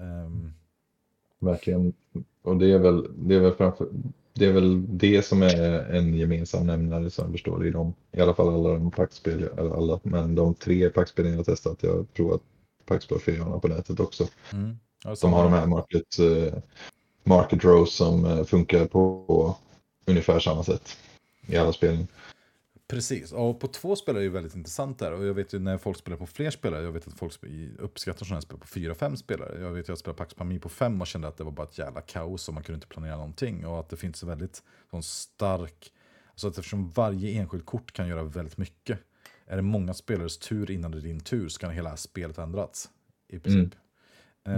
Verkligen. Och det är väl det som är en gemensam nämnare som jag förstår i alla fall alla de packspel, eller alla, men de 3 packspelen jag har testat, jag har provat packspelfirarna på nätet också. De har de här market rows som funkar på ungefär samma sätt i alla spelen. Precis, och på 2 spelare är det ju väldigt intressant där. Och jag vet ju när folk spelar på fler spelare, jag vet att folk uppskattar sådana här spel på 4-5 spelare. Jag vet att jag spelade Pax Pamir på 5 och kände att det var bara ett jävla kaos och man kunde inte planera någonting. Och att det finns en väldigt sån stark, alltså att eftersom varje enskild kort kan göra väldigt mycket. Är det många spelares tur innan det är din tur så kan hela spelet ändrats i princip.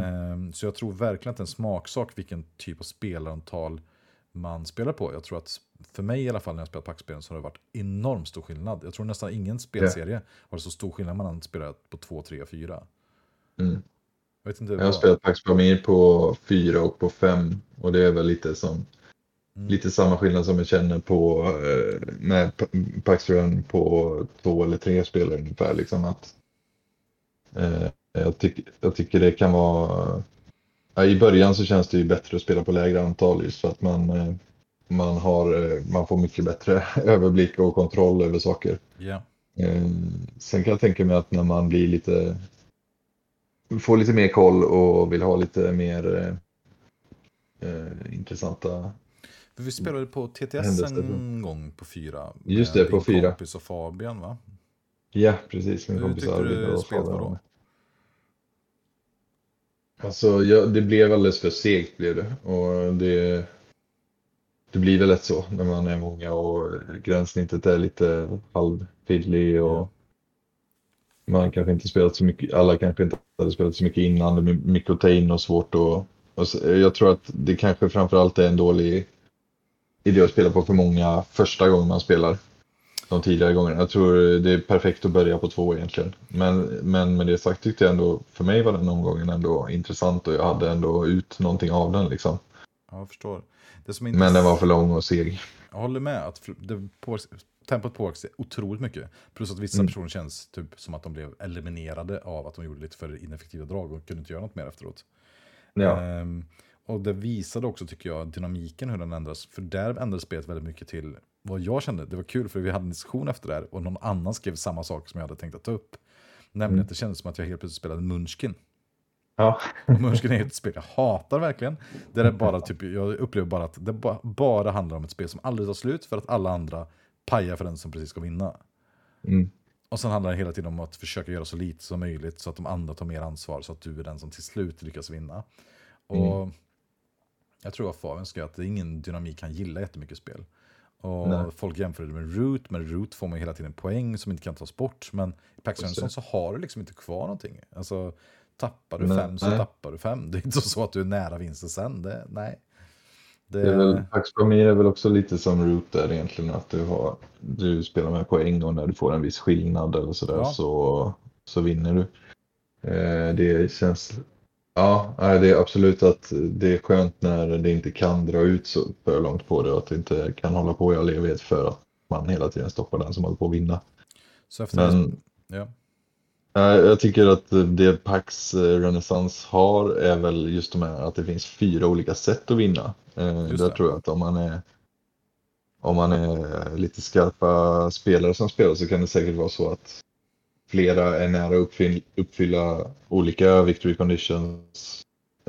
Så jag tror verkligen att det är en smaksak vilken typ av spelarantal man spelar på. Jag tror att för mig i alla fall när jag spelat Pax-spelen så har det varit enormt stor skillnad. Jag tror nästan ingen spelserie har så stor skillnad mellan spelat på 2, 3 och 4. Mm. Jag vet inte Jag har spelat Pax Pamir på 4 och på 5 och det är väl lite samma skillnad som jag känner på med Pax Run på 2 eller 3 spelare ungefär liksom att jag tycker det kan vara i början så känns det ju bättre att spela på lägre antal just för att man får mycket bättre överblick och kontroll över saker. Yeah. Sen kan jag tänka mig att när man blir får lite mer koll och vill ha lite mer intressanta. För vi spelade på TTS en gång på 4. Just det, på 4. Kompis och Fabian, va? Ja, precis. Min Hur kompis tyckte du och spelet var Fabian. då? Alltså, det blev alldeles för segt blev det. Och det blir väl lätt så när man är många och gränssnittet är lite halvfiddlig och man kanske inte spelat så mycket, alla kanske inte hade spelat så mycket innan, det är mycket att ta in och svårt och jag tror att det kanske framförallt är en dålig idé att spela på för många första gången man spelar de tidigare gångerna. Jag tror det är perfekt att börja på 2 egentligen. Men med det sagt tyckte jag ändå, för mig var den omgången ändå intressant och jag hade ändå ut någonting av den liksom. Ja, jag förstår. Men den var för lång och seg. Jag håller med att tempot påverkas otroligt mycket. Plus att vissa personer känns typ som att de blev eliminerade av att de gjorde lite för ineffektiva drag och kunde inte göra något mer efteråt. Ja. Och det visade också, tycker jag, dynamiken hur den ändras. För där ändrades spelet väldigt mycket till vad jag kände. Det var kul för vi hade en diskussion efter det här och någon annan skrev samma sak som jag hade tänkt att ta upp. Nämligen att det kändes som att jag helt plötsligt spelade Munchkin. Ja. Och Munchkin är ett spel jag hatar verkligen. Det är bara typ, jag upplever bara att det bara handlar om ett spel som aldrig tar slut för att alla andra pajar för den som precis ska vinna. Och sen handlar det hela tiden om att försöka göra så lite som möjligt så att de andra tar mer ansvar så att du är den som till slut lyckas vinna. Och jag tror att Fabian ska att det är ingen dynamik han gillar jättemycket spel. Och folk jämför det med Root, men Root får man hela tiden poäng som inte kan tas bort. Men i Pax Run så har du liksom inte kvar någonting. Alltså tappar du 5 så tappar du 5. Det är inte så att du är nära vinsten sen. Det är väl, Pax Pamir är väl också lite som Root där egentligen, att du spelar med poäng och när du får en viss skillnad eller sådär så vinner du. Det känns, det är absolut att det är skönt när det inte kan dra ut så för långt på det och att det inte kan hålla på i all evighet för att man hela tiden stoppar den som håller på att vinna. Så efter jag tycker att det Pax Renaissance har är väl just de här att det finns 4 olika sätt att vinna. Där tror jag att om man är lite skarpa spelare som spelar så kan det säkert vara så att flera är nära att uppfylla olika victory conditions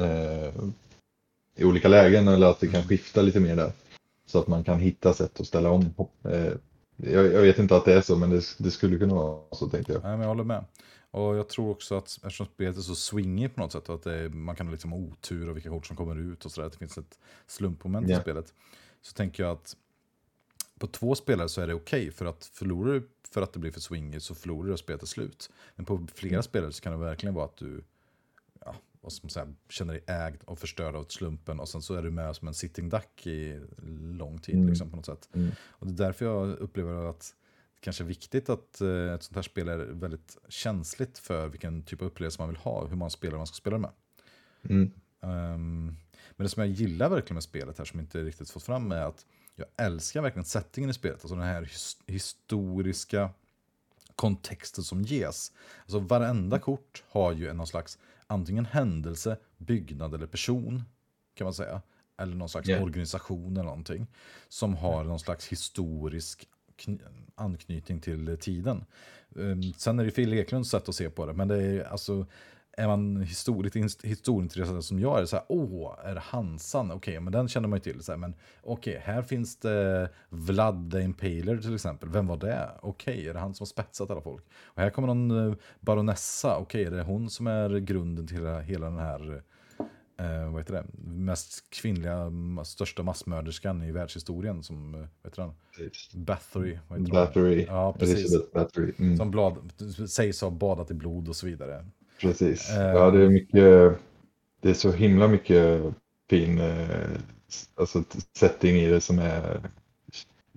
i olika lägen eller att det kan skifta lite mer där. Så att man kan hitta sätt att ställa om. Jag vet inte att det är så, men det skulle kunna vara så, tänkte jag. Nej, men jag håller med. Och jag tror också att eftersom spelet är så swingigt på något sätt, att man kan liksom ha otur och vilka kort som kommer ut och sådär, att det finns ett slumpmoment i spelet. Så tänker jag att på 2 spelare så är det okej, för att förlorar du för att det blir för swingigt så förlorar du och spelet är slut. Men på flera spelare så kan det verkligen vara att du vad ska man säga, känner dig ägd och förstörd av slumpen och sen så är du med som en sitting duck i lång tid liksom, på något sätt. Och det är därför jag upplever att det kanske är viktigt att ett sånt här spel är väldigt känsligt för vilken typ av upplevelse man vill ha, hur man spelar och man ska spela med. Men det som jag gillar verkligen med spelet här som inte riktigt fått fram är att jag älskar verkligen settingen i spelet, alltså den här historiska kontexten som ges. Alltså varenda kort har ju någon slags antingen händelse, byggnad eller person, kan man säga. Eller någon slags organisation eller någonting. Som har någon slags historisk anknytning till tiden. Sen är det Phil Eklunds sätt att se på det. Men det är alltså, är man historieintresserad som jag är så här, är det Hansan? Okej, men den känner man ju till. Så här, men okej, här finns det Vlad the Impaler till exempel. Vem var det? Okej, är det han som har spetsat alla folk? Och här kommer någon baronessa. Okej, är det hon som är grunden till hela den här vad heter det? Mest kvinnliga, största massmörderskan i världshistorien som, vad heter den? Bathory. Bathory. Ja, precis. Bathory. Som sägs ha badat i blod och så vidare. Precis. Ja, det är mycket, det är så himla mycket fin alltså setting i det som är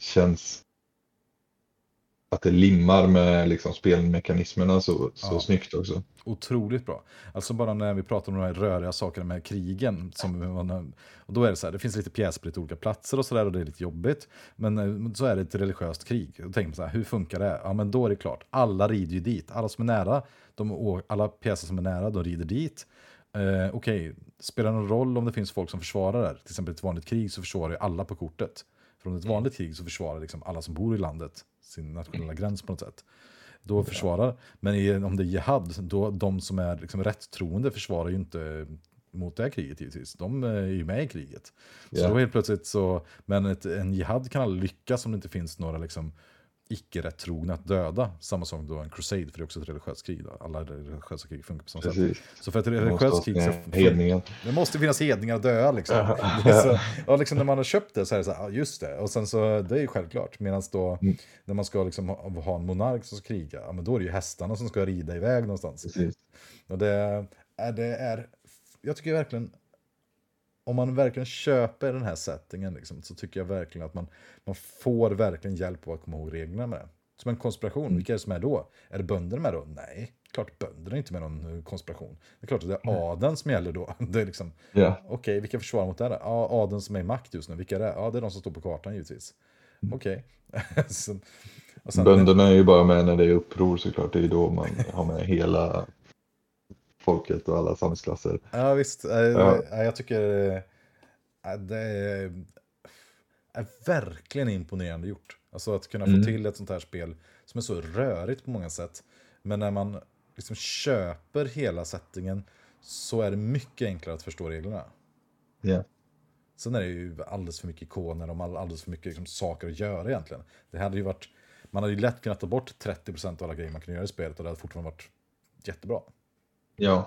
känns att det limmar med liksom spelmekanismerna så snyggt också. Otroligt bra. Alltså bara när vi pratar om de här röriga sakerna med krigen. Och då är det så här, det finns lite pjäser på lite olika platser och sådär och det är lite jobbigt. Men så är det ett religiöst krig. Då tänker man så här, hur funkar det? Ja men då är det klart, alla rider ju dit. Alla som är nära, alla pjäser som är nära, de rider dit. Okej, spelar det någon roll om det finns folk som försvarar det? Till exempel ett vanligt krig så försvarar ju alla på kortet. För om det är ett vanligt krig så försvarar liksom alla som bor i landet sin nationella gräns på något sätt. Då försvarar, men om det är jihad, då de som är liksom rätt troende försvarar ju inte mot det här kriget givetvis. De är ju med i kriget. Så då helt plötsligt så, men en jihad kan aldrig lyckas om det inte finns några liksom icke-rätt trogna att döda. Samma sak då en crusade, för det är också ett religiöst krig. Då. Alla religiösa krig funkar på samma sätt. Så för ett religiöst krig så det måste finnas hedningar att dö liksom. Så, liksom när man har köpt det så är det så här, just det. Och sen så, det är ju självklart. Medan då, när man ska liksom ha en monark som ska kriga, ja, men då är det ju hästarna som ska rida iväg någonstans. Precis. Och det är, jag tycker verkligen, om man verkligen köper den här settingen liksom, så tycker jag verkligen att man får verkligen hjälp av att komma ihåg reglerna med det. Som en konspiration, vilka är det som är då? Är det bönderna med då? Nej, klart bönderna är inte med någon konspiration. Det är klart att det är adeln som gäller då. Det är liksom, okej, vilka försvarar mot det här? Ja, adeln som är i makt just nu. Vilka är det? Ja, det är de som står på kartan givetvis. Okej. Bönderna är ju bara med när det är uppror såklart. Det är då man har med hela folket och alla samhällsklasser. Ja visst, jag tycker det är verkligen imponerande gjort. Alltså att kunna få till ett sånt här spel som är så rörigt på många sätt. Men när man liksom köper hela settingen så är det mycket enklare att förstå reglerna. Ja. Sen är det ju alldeles för mycket ikoner och alldeles för mycket liksom saker att göra egentligen. Det hade ju varit, man hade ju lätt kunnat ta bort 30% av alla grejer man kunde göra i spelet och det hade fortfarande varit jättebra. Ja.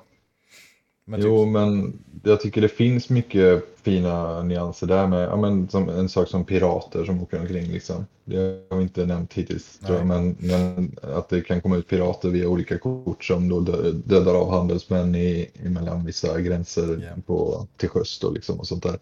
Men jag tycker det finns mycket fina nyanser där med, ja, men som en sak som pirater som åker omkring liksom. Det har vi inte nämnt hittills tror jag, men att det kan komma ut pirater via olika kort som då dödar av handelsmän mellan vissa gränser till sjöss då liksom och sånt där.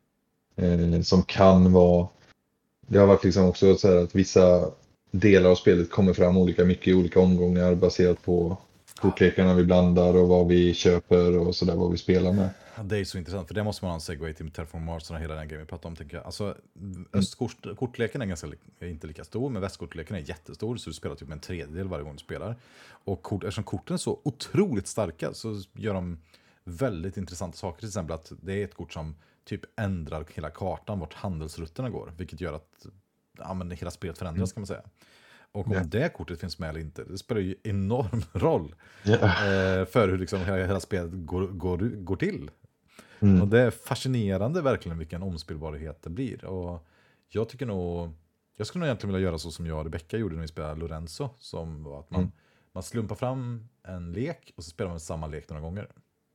Som kan vara, det har varit liksom också så här att vissa delar av spelet kommer fram olika mycket i olika omgångar baserat på kortlekarna vi blandar och vad vi köper och sådär, vad vi spelar med. Det är så intressant, för det måste man ha en segway till Terraform Mars och hela den grejen vi pratar om, tänker jag. Alltså, östkortleken är inte lika stor, men västkortleken är jättestor, så du spelar typ en tredjedel varje gång du spelar. Och eftersom korten är så otroligt starka så gör de väldigt intressanta saker. Till exempel att det är ett kort som typ ändrar hela kartan vart handelsrutterna går, vilket gör att hela spelet förändras kan man säga. Och om det kortet finns med eller inte, det spelar ju enorm roll för hur liksom hela spelet går till. Och det är fascinerande verkligen vilken omspelbarhet det blir. Och jag tycker nog, jag skulle nog egentligen vilja göra så som jag och Rebecca gjorde när vi spelade Lorenzo, som var att man slumpar fram en lek och så spelar man samma lek några gånger.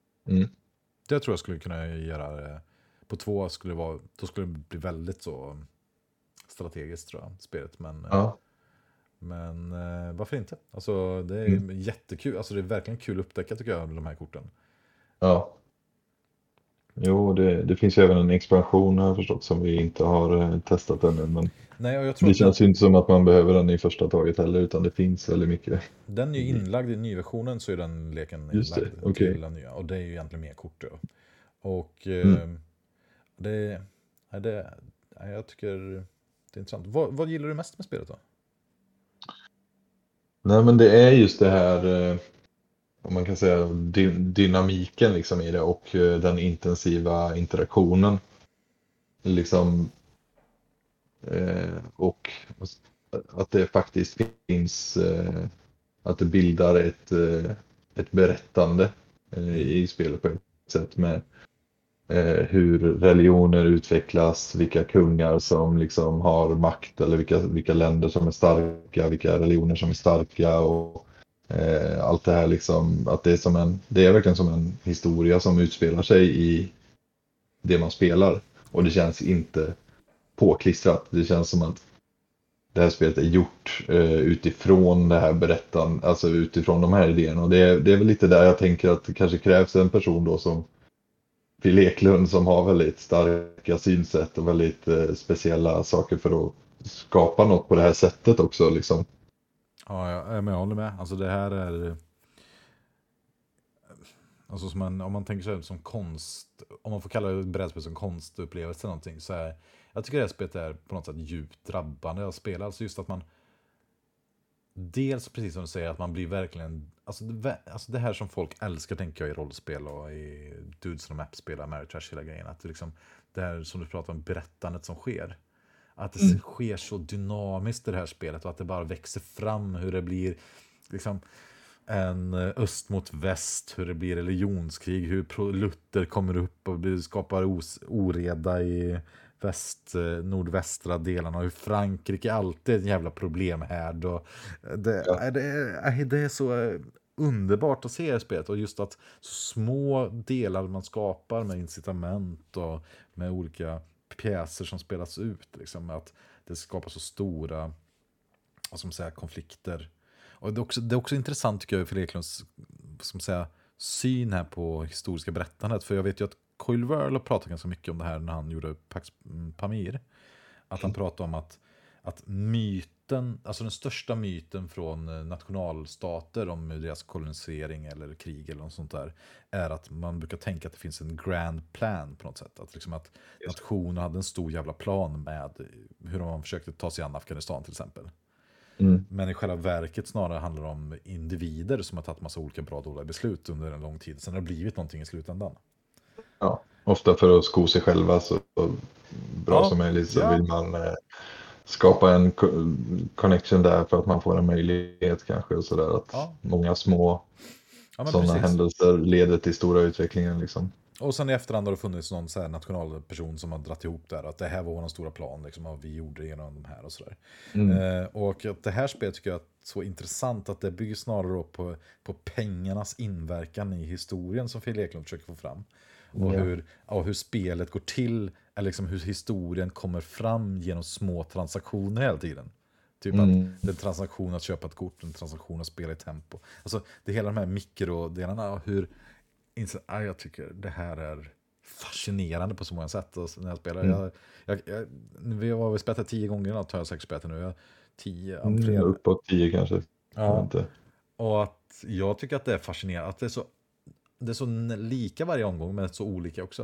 Det tror jag skulle kunna göra på 2, då skulle det bli väldigt så strategiskt tror jag, spelet. Men varför inte? Alltså det är jättekul. Alltså det är verkligen kul att upptäcka tycker jag, de här korten. Ja. Jo, det finns ju även en expansion här förstås som vi inte har testat ännu. Men nej, och jag tror det känns ju inte som att man behöver den i första taget heller, utan det finns väldigt mycket. Den är ju inlagd i nyversionen, så är den leken inlagd till den nya. Och det är ju egentligen mer kort då. Och jag tycker det är intressant. Vad gillar du mest med spelet då? Nej, men det är just det här, om man kan säga, dynamiken liksom i det och den intensiva interaktionen. Liksom, och att det faktiskt finns, att det bildar ett berättande i spelet på ett sätt med hur religioner utvecklas, vilka kungar som liksom har makt eller vilka länder som är starka, vilka religioner som är starka och allt det här liksom, att det är verkligen som en historia som utspelar sig i det man spelar, och det känns inte påklistrat. Det känns som att det här spelet är gjort utifrån det här berättandet, alltså utifrån de här idéerna, och det är väl lite där jag tänker att det kanske krävs en person då som Phil Eklund som har väldigt starka synsätt och väldigt speciella saker för att skapa något på det här sättet också liksom. Ja, men jag håller med. Alltså det här är... Alltså om man tänker sig som konst, om man får kalla det brädspel som konstupplevelse eller någonting, så är, jag tycker det här spelet är på något sätt djupt drabbande att spela. Alltså just att man, dels precis som du säger, att man blir verkligen, alltså det här som folk älskar, tänker jag, i rollspel och i Dudes on Map-spel, Ameritrash, hela grejen, att det liksom, det här som du pratar om, berättandet som sker. Att det sker så dynamiskt i det här spelet och att det bara växer fram hur det blir liksom en öst mot väst, hur det blir religionskrig, hur Luther kommer upp och skapar oreda i nordvästra delarna, och hur Frankrike alltid är ett jävla problemhärd, och det är så underbart att se det här spelet, och just att så små delar man skapar med incitament och med olika pjäser som spelas ut, liksom, att det skapar så stora, vad ska man säga, konflikter. Och det är också intressant, tycker jag, för Eklunds, som säga, syn här på historiska berättandet. För jag vet ju att Coil Whirl har pratat ganska mycket om det här när han gjorde Pax Pamir. Att han pratade om att myten, alltså den största myten från nationalstater om deras kolonisering eller krig eller något sånt där, är att man brukar tänka att det finns en grand plan på något sätt. Att liksom att nationen hade en stor jävla plan med hur man försökte ta sig an Afghanistan till exempel. Men i själva verket snarare handlar det om individer som har tagit massa olika bra och dåliga beslut under en lång tid. Sen har det blivit någonting i slutändan. Ja, ofta för att sko sig själva så bra som möjligt, så vill man skapa en connection där för att man får en möjlighet kanske, och sådär, att många små sådana händelser leder till stora utvecklingen liksom. Och sen i efterhand har det funnits någon så här nationalperson som har dratt ihop där, att det här var vår stora plan, liksom, och vi gjorde det genom de här och sådär. Och att det här spelet tycker jag är så intressant, att det bygger snarare upp på pengarnas inverkan i historien som Phil Eklund försöker få fram. Och hur spelet går till, eller liksom hur historien kommer fram genom små transaktioner hela tiden. Typ att det är en transaktion att köpa ett kort, en transaktion att spela i tempo. Alltså det är hela de här mikrodelarna, hur jag tycker det här är fascinerande på så många sätt. När jag spelar, vi har väl spelat 10 gånger, tar jag säkert spelat nu. 10, uppåt 10 kanske. Ja. Och att jag tycker att det är fascinerande att det är så lika varje omgång, men så olika också.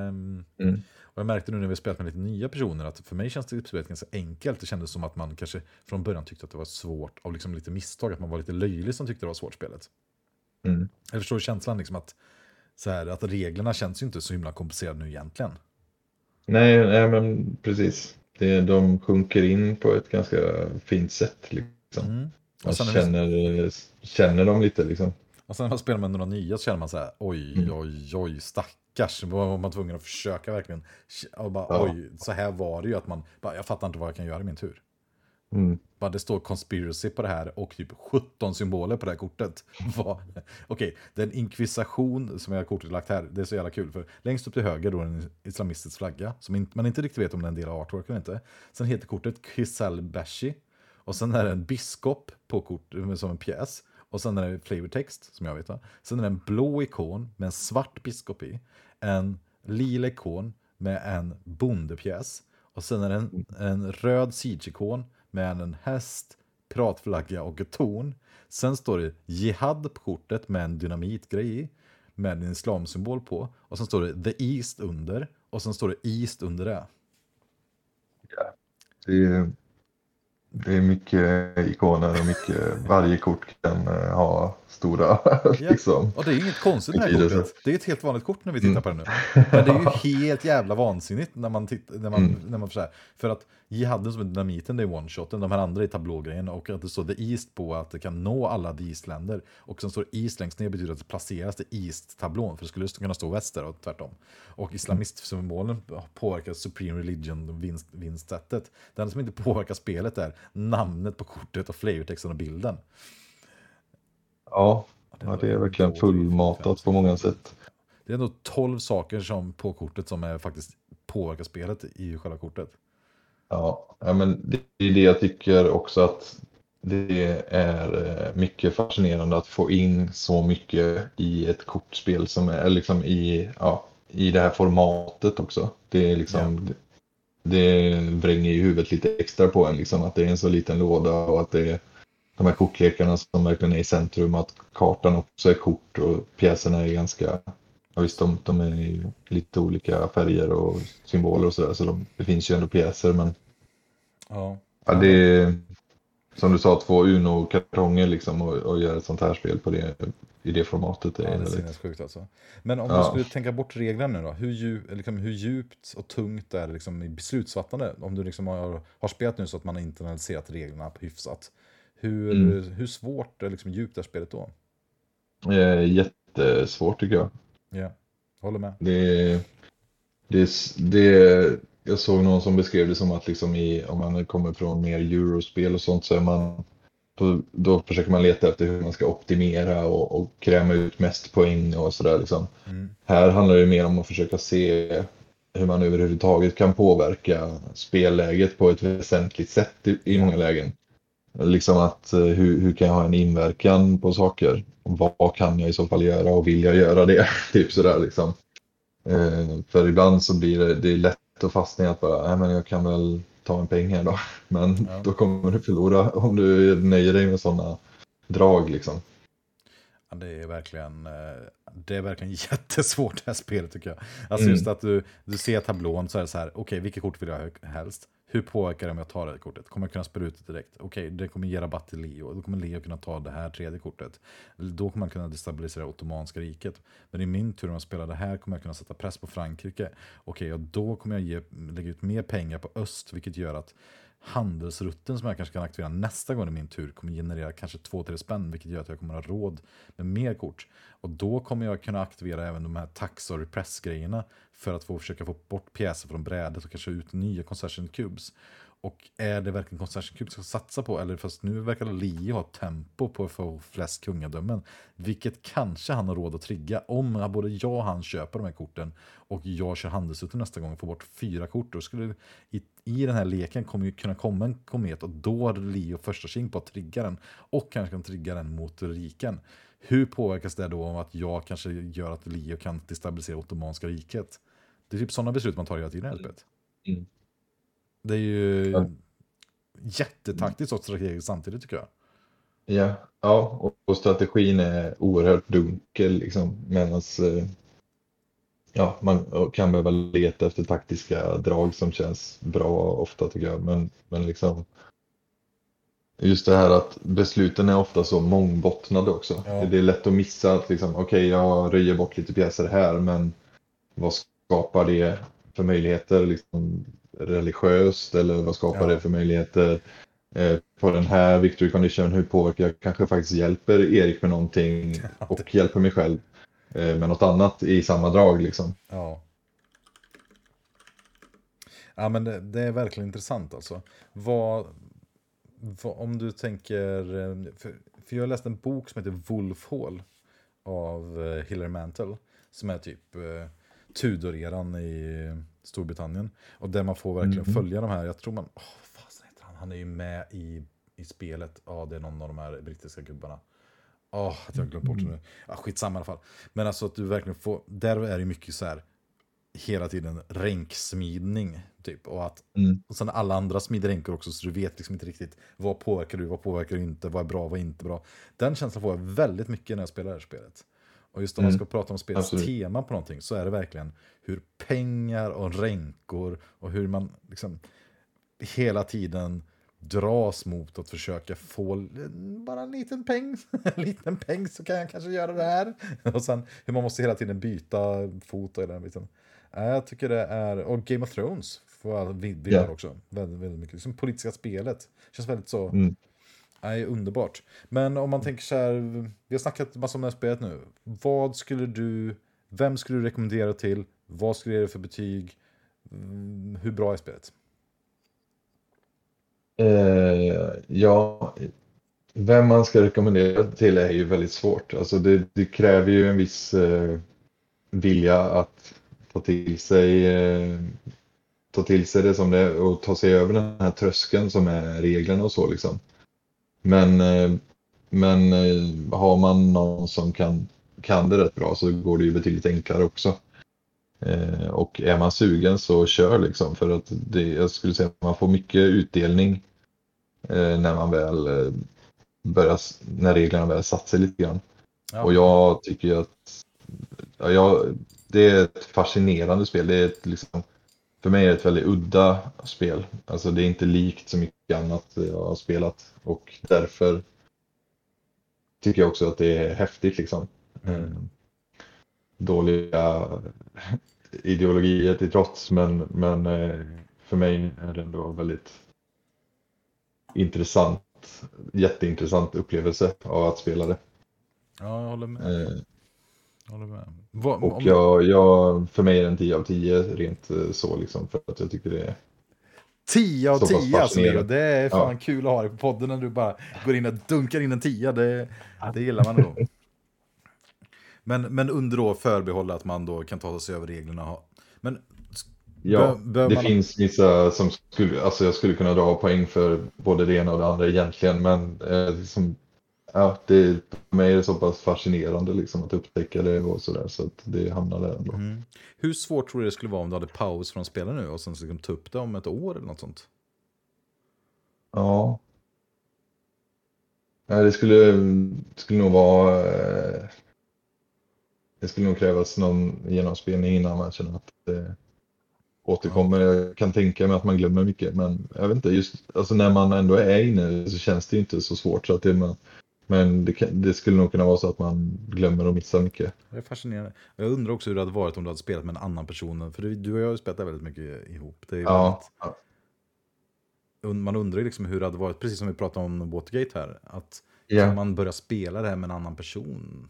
Och jag märkte nu när vi spelat med lite nya personer att för mig känns det spelet ganska enkelt. Det kändes som att man kanske från början tyckte att det var svårt, av liksom lite misstag, att man var lite löjlig som tyckte det var svårt spelet. Jag förstår känslan liksom att reglerna känns ju inte så himla komplicerade nu egentligen. Nej, men precis. De sjunker in på ett ganska fint sätt liksom. Och sen känner de lite liksom. Och sen när man spelar med några nya så känner man så här, oj, stackars. Var man tvungen att försöka verkligen. Och bara, oj, så här var det ju, att man bara, jag fattar inte vad jag kan göra i min tur. Bara det står conspiracy på det här och typ 17 symboler på det här kortet. Okej, det är en inkvisation som jag har kortet lagt här. Det är så jävla kul, för längst upp till höger då är en islamistisk flagga som man inte riktigt vet om det är en del av artwork eller inte. Sen heter kortet Kisal Bashi, och sen är det en biskop på kortet som en pjäs. Och sen är det flavortext, som jag vet. Sen är det en blå ikon med en svart biskop i. En lila ikon med en bondepjäs. Och sen är det en röd siege-ikon med en häst, piratflagga och ett torn. Sen står det jihad på kortet med en dynamitgrej i, med en islamsymbol på. Och sen står det the east under. Och sen står det east under det. Ja, det är mycket ikoner och varje kort kan ha stora liksom. Och det är inget konstigt med det här kortet. Det är ett helt vanligt kort när vi tittar på det nu. Men det är ju helt jävla vansinnigt när man för att jihadden som är dynamiten, det är one-shoten, de här andra är tablågrejen, och att det står the east på att det kan nå alla the east-länder, och sen står east längst ner betyder att det placeras till east-tablån, för det skulle kunna stå väster och tvärtom. Och islamistsymbolen påverkar supreme religion, vinstsättet. Den som inte påverkar spelet är namnet på kortet och flavortexten och bilden. Ja, det är verkligen fullmatat på många sätt. Det är ändå 12 saker som på kortet som är faktiskt påverkar spelet i själva kortet. Ja, men det är det jag tycker också, att det är mycket fascinerande att få in så mycket i ett kortspel som är liksom i det här formatet också. Det är liksom det vränger i huvudet lite extra på en liksom, att det är en så liten låda och att det är de här kortlekarna som verkligen är i centrum, att kartan också är kort och pjäserna är ganska, ja visst de är i lite olika färger och symboler och sådär, så det finns ju ändå pjäser, men Ja. ja, det är som du sa, 2 Uno-kartonger liksom och göra ett sånt här spel på det, i det formatet. Det är väldigt... sinnessjukt alltså. Men om du skulle tänka bort reglerna nu då, hur djupt och tungt är det liksom i beslutsfattande? Om du liksom har spelat nu så att man har internaliserat reglerna på hyfsat. Hur svårt är liksom djupt är spelet då? Jättesvårt tycker jag. Ja, håller med. Jag såg någon som beskrev det som att liksom om man kommer från mer eurospel och sånt, så är man då försöker man leta efter hur man ska optimera och kräma ut mest poäng och sådär liksom. Här handlar det mer om att försöka se hur man överhuvudtaget kan påverka spelläget på ett väsentligt sätt i många lägen. Liksom att hur kan jag ha en inverkan på saker? Vad kan jag i så fall göra och vill jag göra det? Typ sådär liksom. För ibland så blir det är lätt att fastna i att bara, nej men jag kan väl ta en peng här då. Men då kommer du förlora om du nöjer dig med sådana drag liksom. Ja, det är verkligen jättesvårt det här spelet tycker jag. Alltså just att du ser tablån så är det så här, okej, vilket kort vill jag helst? Hur påverkar det om jag tar det kortet? Kommer jag kunna spela ut det direkt? Okej, det kommer ge rabatt till Leo. Då kommer Leo kunna ta det här tredje kortet. Då kommer man kunna destabilisera Ottomanska riket. Men i min tur om jag spelar det här kommer jag kunna sätta press på Frankrike. Okej, och då kommer jag lägga ut mer pengar på öst, vilket gör att handelsrutten som jag kanske kan aktivera nästa gång i min tur kommer generera kanske 2-3 spänn, vilket gör att jag kommer ha råd med mer kort. Och då kommer jag kunna aktivera även de här tax och repress-grejerna för att försöka få bort pjäser från brädet och kanske ut nya concession cubes. Och är det verkligen concession cubes ska satsa på? Eller fast nu verkar Leo ha tempo på att få flest kungadömen. Vilket kanske han har råd att trigga om både jag och han köper de här korten och jag kör handelsrutten nästa gång och får bort 4 kort. Då skulle i den här leken kommer ju kunna komma en komet och då har Leo första king på att trigga den och kanske kan trigga den mot riken. Hur påverkas det då av att jag kanske gör att Leo kan destabilisera Ottomanska riket? Det är typ sådana beslut man tar hela tiden i spelet. Det är ju jättetaktiskt och strategiskt samtidigt tycker jag. Ja, och strategin är oerhört dunkel liksom, medans man kan behöva leta efter taktiska drag som känns bra ofta tycker jag, men liksom just det här att besluten är ofta så mångbottnade också. Ja. Det är lätt att missa att liksom, okej, jag röjer bort lite pjäser här, men vad skapar det för möjligheter liksom, religiöst, eller vad skapar det för möjligheter på den här victory condition? Hur påverkar jag kanske faktiskt hjälper Erik med någonting och hjälper mig själv med något annat i samma drag liksom. Ja, men det är verkligen intressant alltså. Om du tänker, för jag läste en bok som heter Wolf Hall av Hilary Mantel, som är typ Tudor-eran i Storbritannien, och där man får verkligen följa de här, jag tror man, vad heter han är ju med i spelet, det är någon av de här brittiska gubbarna. Att jag har glömt bort det nu. Skitsamma i alla fall. Men alltså att du verkligen får, där är det mycket så här hela tiden ränksmidning typ, och sen alla andra smider ränkor också, så du vet liksom inte riktigt vad påverkar du inte, vad är bra, vad är inte bra. Den känslan får jag väldigt mycket när jag spelar det här spelet. Och just om man ska prata om spelets tema på någonting, så är det verkligen hur pengar och ränkor och hur man liksom hela tiden dras mot att försöka få bara en liten peng så kan jag kanske göra det här. Och sen hur man måste hela tiden byta fot och den biten. Jag tycker det är, och Game of Thrones får vidare också väldigt, väldigt mycket. Liksom politiska spelet känns väldigt så underbart. Men om man tänker så här, vi har snackat massa om det här spelet nu. Vem skulle du rekommendera till? Vad skulle du ge för betyg? Hur bra är spelet? Vem man ska rekommendera till är ju väldigt svårt. Alltså det kräver ju en viss vilja att ta till sig det som det är och ta sig över den här tröskeln som är reglerna och så liksom. Men har man någon som kan det rätt bra, så går det ju betydligt enklare också. Och är man sugen så kör liksom, för att jag skulle säga att man får mycket utdelning när man väl när reglerna väl satt sig lite grann. Ja. Och jag tycker ju att det är ett fascinerande spel. Det är liksom, för mig är det ett väldigt udda spel. Alltså det är inte likt så mycket annat jag har spelat, och därför tycker jag också att det är häftigt liksom. Dåliga ideologier till trots, men för mig är det ändå väldigt jätteintressant upplevelse av att spela det. Ja, jag håller med. Och för mig är det en 10 av 10 rent så liksom, för att jag tycker det är 10 av 10 alltså, det är fan Ja. kul att ha det på podden när du bara går in och dunkar in en 10. Det gillar man då. Men under då förbehåll att man då kan ta sig över reglerna. Men det finns vissa som jag skulle kunna dra poäng för både det ena och det andra egentligen, men liksom, för mig är det så pass fascinerande liksom att upptäcka det och sådär, så att det hamnar där ändå. Hur svårt tror du det skulle vara om du hade paus från spela nu och sen liksom ta upp det om ett år eller något sånt? Ja. Det skulle nog vara det skulle nog krävas någon genomspelning innan man känner att det återkommer. Jag kan tänka mig att man glömmer mycket, men jag vet inte, just alltså när man ändå är inne så känns det inte så svårt, så att men det skulle nog kunna vara så att man glömmer och missar mycket. Det är fascinerande. Jag undrar också hur det hade varit om du hade spelat med en annan person, för du och jag har ju spelat väldigt mycket ihop. Det är man undrar ju liksom hur det hade varit, precis som vi pratade om Watergate här, att kan man börja spela det här med en annan person?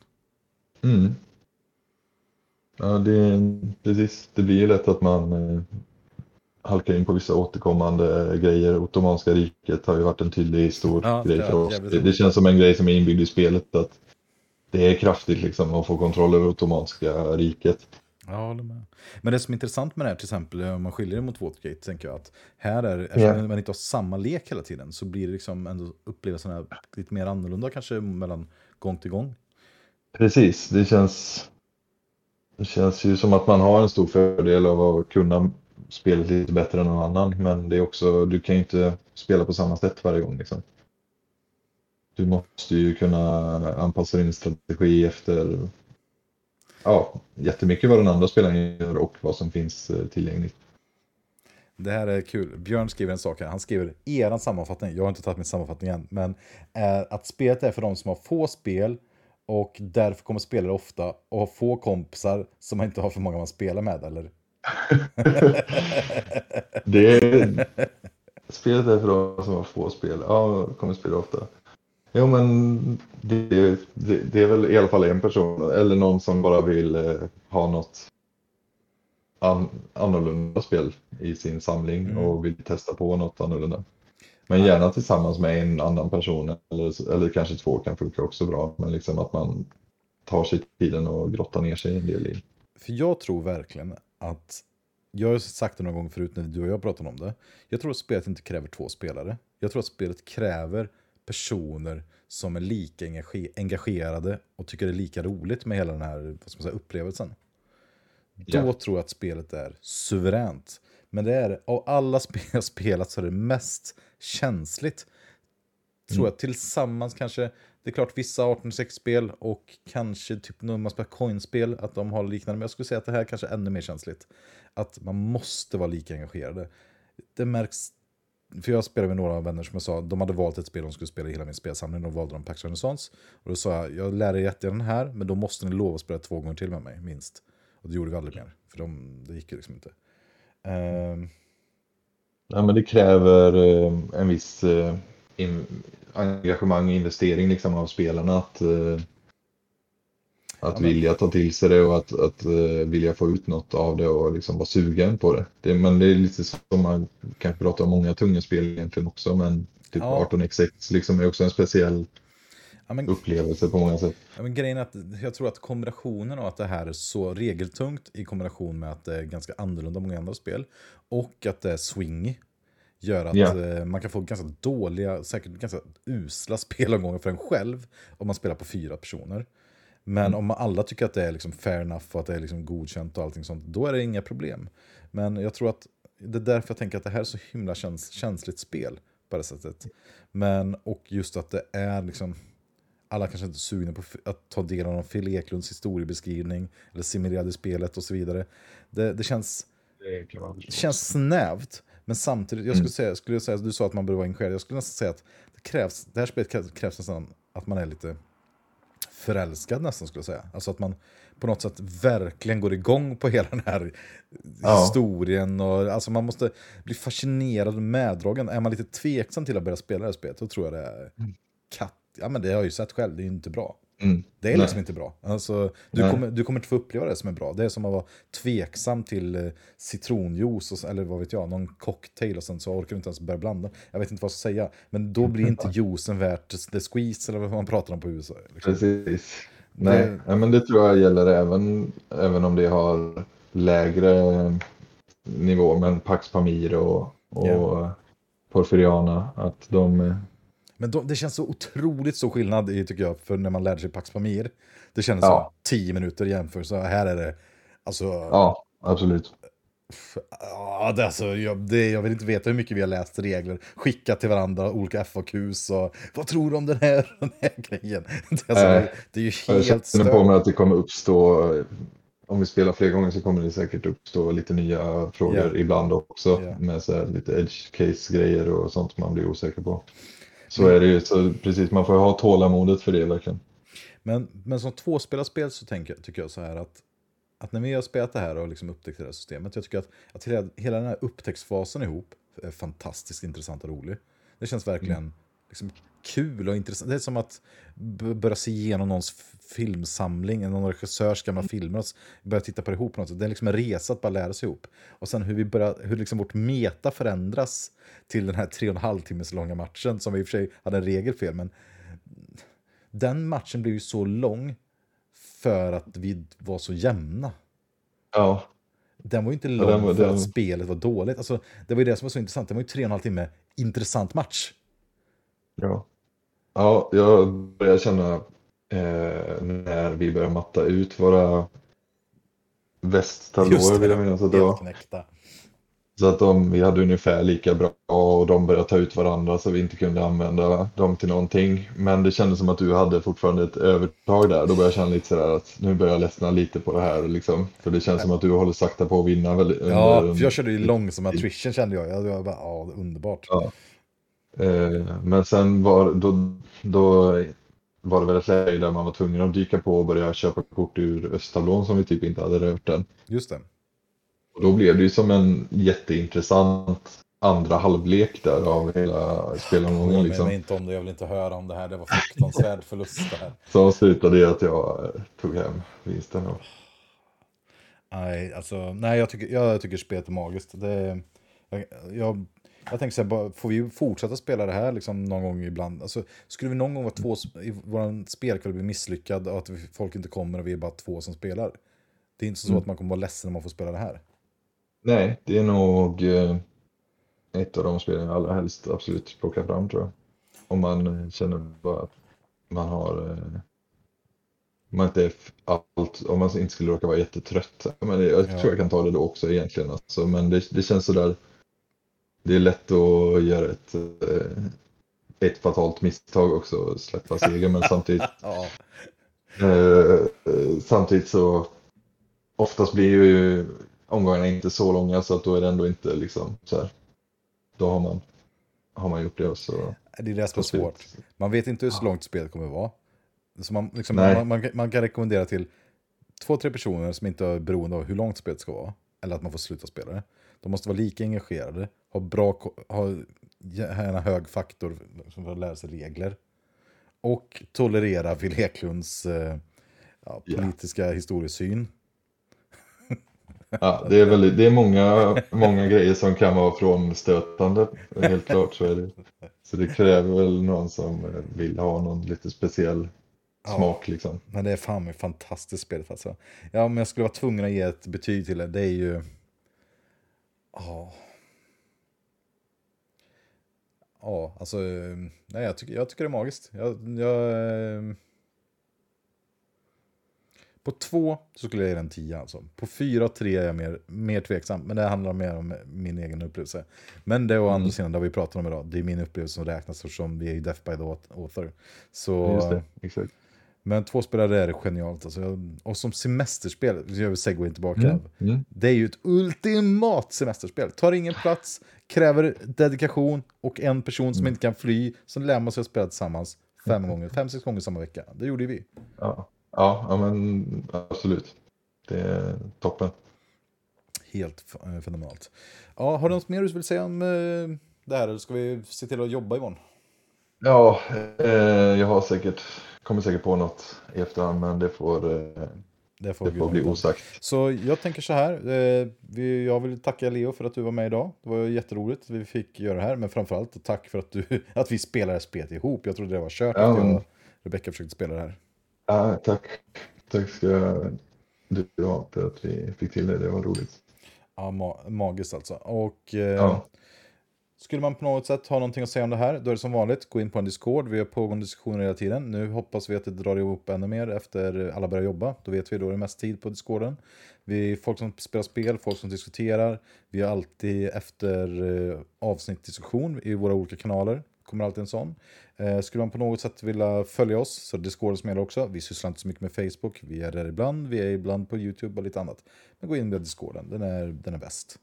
Ja, precis. Det blir ju lätt att man halkar in på vissa återkommande grejer. Ottomanska riket har ju varit en tydlig stor grej för oss. Det känns som en grej som är inbyggd i spelet, att det är kraftigt liksom att få kontroll över Ottomanska riket. Ja, håller med. Men det som är intressant med det här, till exempel om man skiljer det mot Watergate, tänker jag att här eftersom man inte har samma lek hela tiden, så blir det liksom ändå upplevelsen lite mer annorlunda kanske mellan gång till gång. Precis, det känns ju som att man har en stor fördel av att kunna spela lite bättre än någon annan, men det är också, du kan ju inte spela på samma sätt varje gång liksom. Du måste ju kunna anpassa din strategi efter jättemycket vad den andra spelaren gör och vad som finns tillgängligt. Det här är kul. Björn skriver en sak här. Han skriver eran sammanfattning. Jag har inte tagit min sammanfattning än, men att spelet är för de som har få spel och därför kommer spela det ofta och har få kompisar som man inte har för många man spelar med, eller? Spelet är för de som har få spel. Ja, kommer spela ofta. Jo, men det är väl i alla fall en person eller någon som bara vill ha något annorlunda spel i sin samling och vill testa på något annorlunda. Men gärna tillsammans med en annan person eller kanske två kan funka också bra, men liksom att man tar sig tiden och grottar ner sig en del i. För jag tror verkligen att, jag har sagt det någon gång förut när du och jag pratade om det, jag tror att spelet inte kräver 2 spelare. Jag tror att spelet kräver personer som är lika engagerade och tycker det är lika roligt med hela den här upplevelsen. Då tror jag att spelet är suveränt. Men det är, av alla spel jag spelat så är det mest känsligt. Tror jag tillsammans kanske, det är klart vissa 18-6-spel och kanske typ när man spelar coinspel att de har liknande, men jag skulle säga att det här kanske är ännu mer känsligt. Att man måste vara lika engagerade. Det märks, för jag spelade med några vänner som jag sa, de hade valt ett spel de skulle spela i hela min spelsamling, och valde de Pax Renaissance. Och då sa jag lär er jättegärna den här, men då måste ni lova att spela 2 gånger till med mig, minst. Och det gjorde vi aldrig mer, för det gick ju liksom inte. Ja, men det kräver en viss engagemang och investering liksom av spelarna att vilja ta till sig det och att vilja få ut något av det och liksom vara sugen på det. Men det är lite som man kan prata om många tunga spel egentligen också, men typ 18xx liksom är också en speciell upplevelse på många sätt. Ja, men grejen är att jag tror att kombinationen av att det här är så regeltungt i kombination med att det är ganska annorlunda många andra spel och att det är swingy gör att man kan få ganska dåliga, säkert ganska usla spelomgångar för en själv om man spelar på 4 personer. Men om alla tycker att det är liksom fair enough och att det är liksom godkänt och allting sånt, då är det inga problem. Men jag tror att det är därför jag tänker att det här är så himla känsligt spel på det sättet. Men, och just att det är liksom, alla kanske inte är sugna på att ta del av Phil Eklunds historiebeskrivning eller simulera spelet och så vidare. Det känns snävt, men samtidigt, jag skulle säga du sa att man borde vara engagerad. Jag skulle nästan säga att det här spelet krävs nästan att man är lite förälskad nästan, skulle jag säga. Alltså att man på något sätt verkligen går igång på hela den här historien. Och, alltså man måste bli fascinerad och meddragen. Är man lite tveksam till att börja spela det här spelet, då tror jag det är ja, men det har jag ju sett själv, det är ju inte bra. Det är liksom inte bra. Alltså, du kommer inte få uppleva det som är bra. Det är som att vara tveksam till citronjuice eller vad vet jag, någon cocktail och sen så orkar du inte ens börja blanda. Jag vet inte vad jag ska säga, men då blir inte juicen värt the squeeze eller vad man pratar om på USA. Liksom. Precis. Nej, men det tror jag gäller även om det har lägre nivå, men Pax Pamir och Porfiriana, att de... Men det känns så otroligt stor skillnad i, tycker jag, för när man lärde sig Pax Pamir. Det kändes som 10 minuter jämför, så här är det alltså... Ja, absolut. Ja, jag vill inte veta hur mycket vi har läst regler, skickat till varandra, olika FAQs och vad tror du om den här grejen? Det är ju helt stört. Jag på mig att det kommer uppstå, om vi spelar fler gånger så kommer det säkert uppstå lite nya frågor ibland också, med så här lite edge case-grejer och sånt man blir osäker på. Så är det ju, så precis, man får ha tålamodet för det verkligen. Men som tvåspelarspel så tycker jag så här att när vi har spelat det här och liksom upptäckt det här systemet, jag tycker att hela den här upptäcktsfasen ihop är fantastiskt intressant och rolig. Det känns verkligen liksom kul och intressant. Det är som att börja se igenom någons filmsamling, någon regissörs gamla filmer och börja titta på det ihop på något sätt. Det är liksom en resa att bara lära sig ihop. Och sen hur liksom vårt meta förändras till den här 3,5 timmars långa matchen, som vi i och för sig hade en regel fel, men den matchen blev ju så lång för att vi var så jämna. Ja. Den var ju inte lång för att spelet var dåligt. Alltså, det var ju det som var så intressant. Det var ju 3,5 timme intressant match. Ja, jag börjar känna när vi börjar matta ut våra västtablåer, vill jag minnas att det var. Så att vi hade ungefär lika bra och de började ta ut varandra så vi inte kunde använda dem till någonting. Men det kändes som att du hade fortfarande ett övertag där. Då började jag känna lite sådär att nu börjar jag ledsna lite på det här liksom. För det känns som att du håller sakta på att vinna. För jag körde ju långsam attrition, kände jag. Jag bara, underbart. Ja. Men sen då var det väl ett läge där man var tvungen att dyka på och börja köpa kort ur östtablån som vi typ inte hade rört än. Just det. Och då blev det ju som en jätteintressant andra halvlek där av hela spelomgången. Liksom. Jag vill inte höra om det här. Det var fruktansvärd förlust det här. Så slutade det att jag tog hem vinsten. Nej, jag tycker spelet är magiskt. Jag tänker så här, får vi fortsätta spela det här liksom någon gång ibland? Alltså, skulle vi någon gång vara två i vår spelkväll bli misslyckad och att folk inte kommer och vi är bara två som spelar? Det är inte så att man kommer vara ledsen om man får spela det här. Nej, det är nog ett av de spelen jag allra helst absolut plocka fram, tror jag. Om man känner bara att man har man inte är om man inte skulle råka vara jättetrött. Men jag tror jag kan ta det då också egentligen. Alltså, men det känns sådär. Det är lätt att göra ett fatalt misstag också, släppa seger, men samtidigt så oftast blir ju omgångarna inte så långa, så att då är det ändå inte liksom så här. Då har man gjort det och så. Det är det som är svårt. Man vet inte hur så långt spelet kommer att vara. Så man kan rekommendera till 2-3 personer som inte är beroende av hur långt spelet ska vara, eller att man får sluta spela det. De måste vara lika engagerade, ha en hög faktor som för att lära sig regler och tolerera Phil Eklunds politiska historiesyn. Ja, det är många grejer som kan vara frånstötande, helt klart, så är det. Så det kräver väl någon som vill ha någon lite speciell smak liksom. Men det är fan ett fantastiskt spel alltså. Ja, om jag skulle vara tvungen att ge ett betyg till det är ju alltså nej, jag tycker det är magiskt. På 2 så skulle jag ge den 10 alltså. På 4 och 3 är jag mer tveksam. Men det handlar mer om min egen upplevelse. Men det och andra sidan, det vi pratar om idag, det är min upplevelse som räknas eftersom vi är Death by the Author. Så, just det, exakt. Men 2-spelare är det genialt. Alltså. Och som semesterspel, så gör vi segwayen tillbaka. Det är ju ett ultimat semesterspel. Tar ingen plats, kräver dedikation och en person som inte kan fly, som lär sig att spela tillsammans 5-6 gånger samma vecka. Det gjorde vi. Ja, men absolut. Det är toppen. Helt fenomenalt. Ja, har du något mer du vill säga om det här? Eller ska vi se till att jobba imorgon? Ja, jag kommer säkert på något i efterhand, men det får bli osagt. Så jag tänker så här. Jag vill tacka Leo för att du var med idag. Det var jätteroligt att vi fick göra det här. Men framförallt tack för att vi spelar spelet ihop. Jag trodde det var kört att jag och Rebecca försökte spela det här. Ja, tack. Tack ska du ha för att vi fick till det. Det var roligt. Ja, magiskt alltså. Och skulle man på något sätt ha någonting att säga om det här, då är det som vanligt, gå in på en Discord. Vi har pågående diskussioner hela tiden. Nu hoppas vi att det drar ihop ännu mer efter alla börjar jobba. Då vet vi då är det mest tid på Discorden. Vi är folk som spelar spel, folk som diskuterar. Vi har alltid efter avsnittdiskussion i våra olika kanaler. Kommer alltid en sån. Skulle man på något sätt vilja följa oss, så Discord som gäller också. Vi sysslar inte så mycket med Facebook. Vi är där ibland. Vi är ibland på YouTube och lite annat. Men gå in med Discorden. Den är bäst.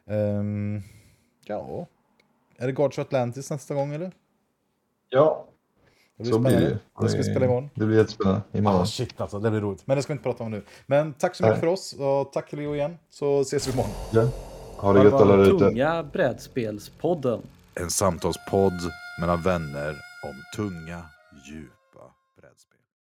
Ja. Är det Guardians of Atlantis nästa gång eller? Ja. Så blir det. Det ska vi spela imorgon. Det blir jättespännande imorgon. Shit alltså, det blir roligt. Men det ska vi inte prata om nu. Men tack så mycket för oss. Och tack Leo igen. Så ses vi imorgon. Ja. Ha det gött alla där ute. Tunga brädspelspodden. En samtalspodd mellan vänner om tunga djup.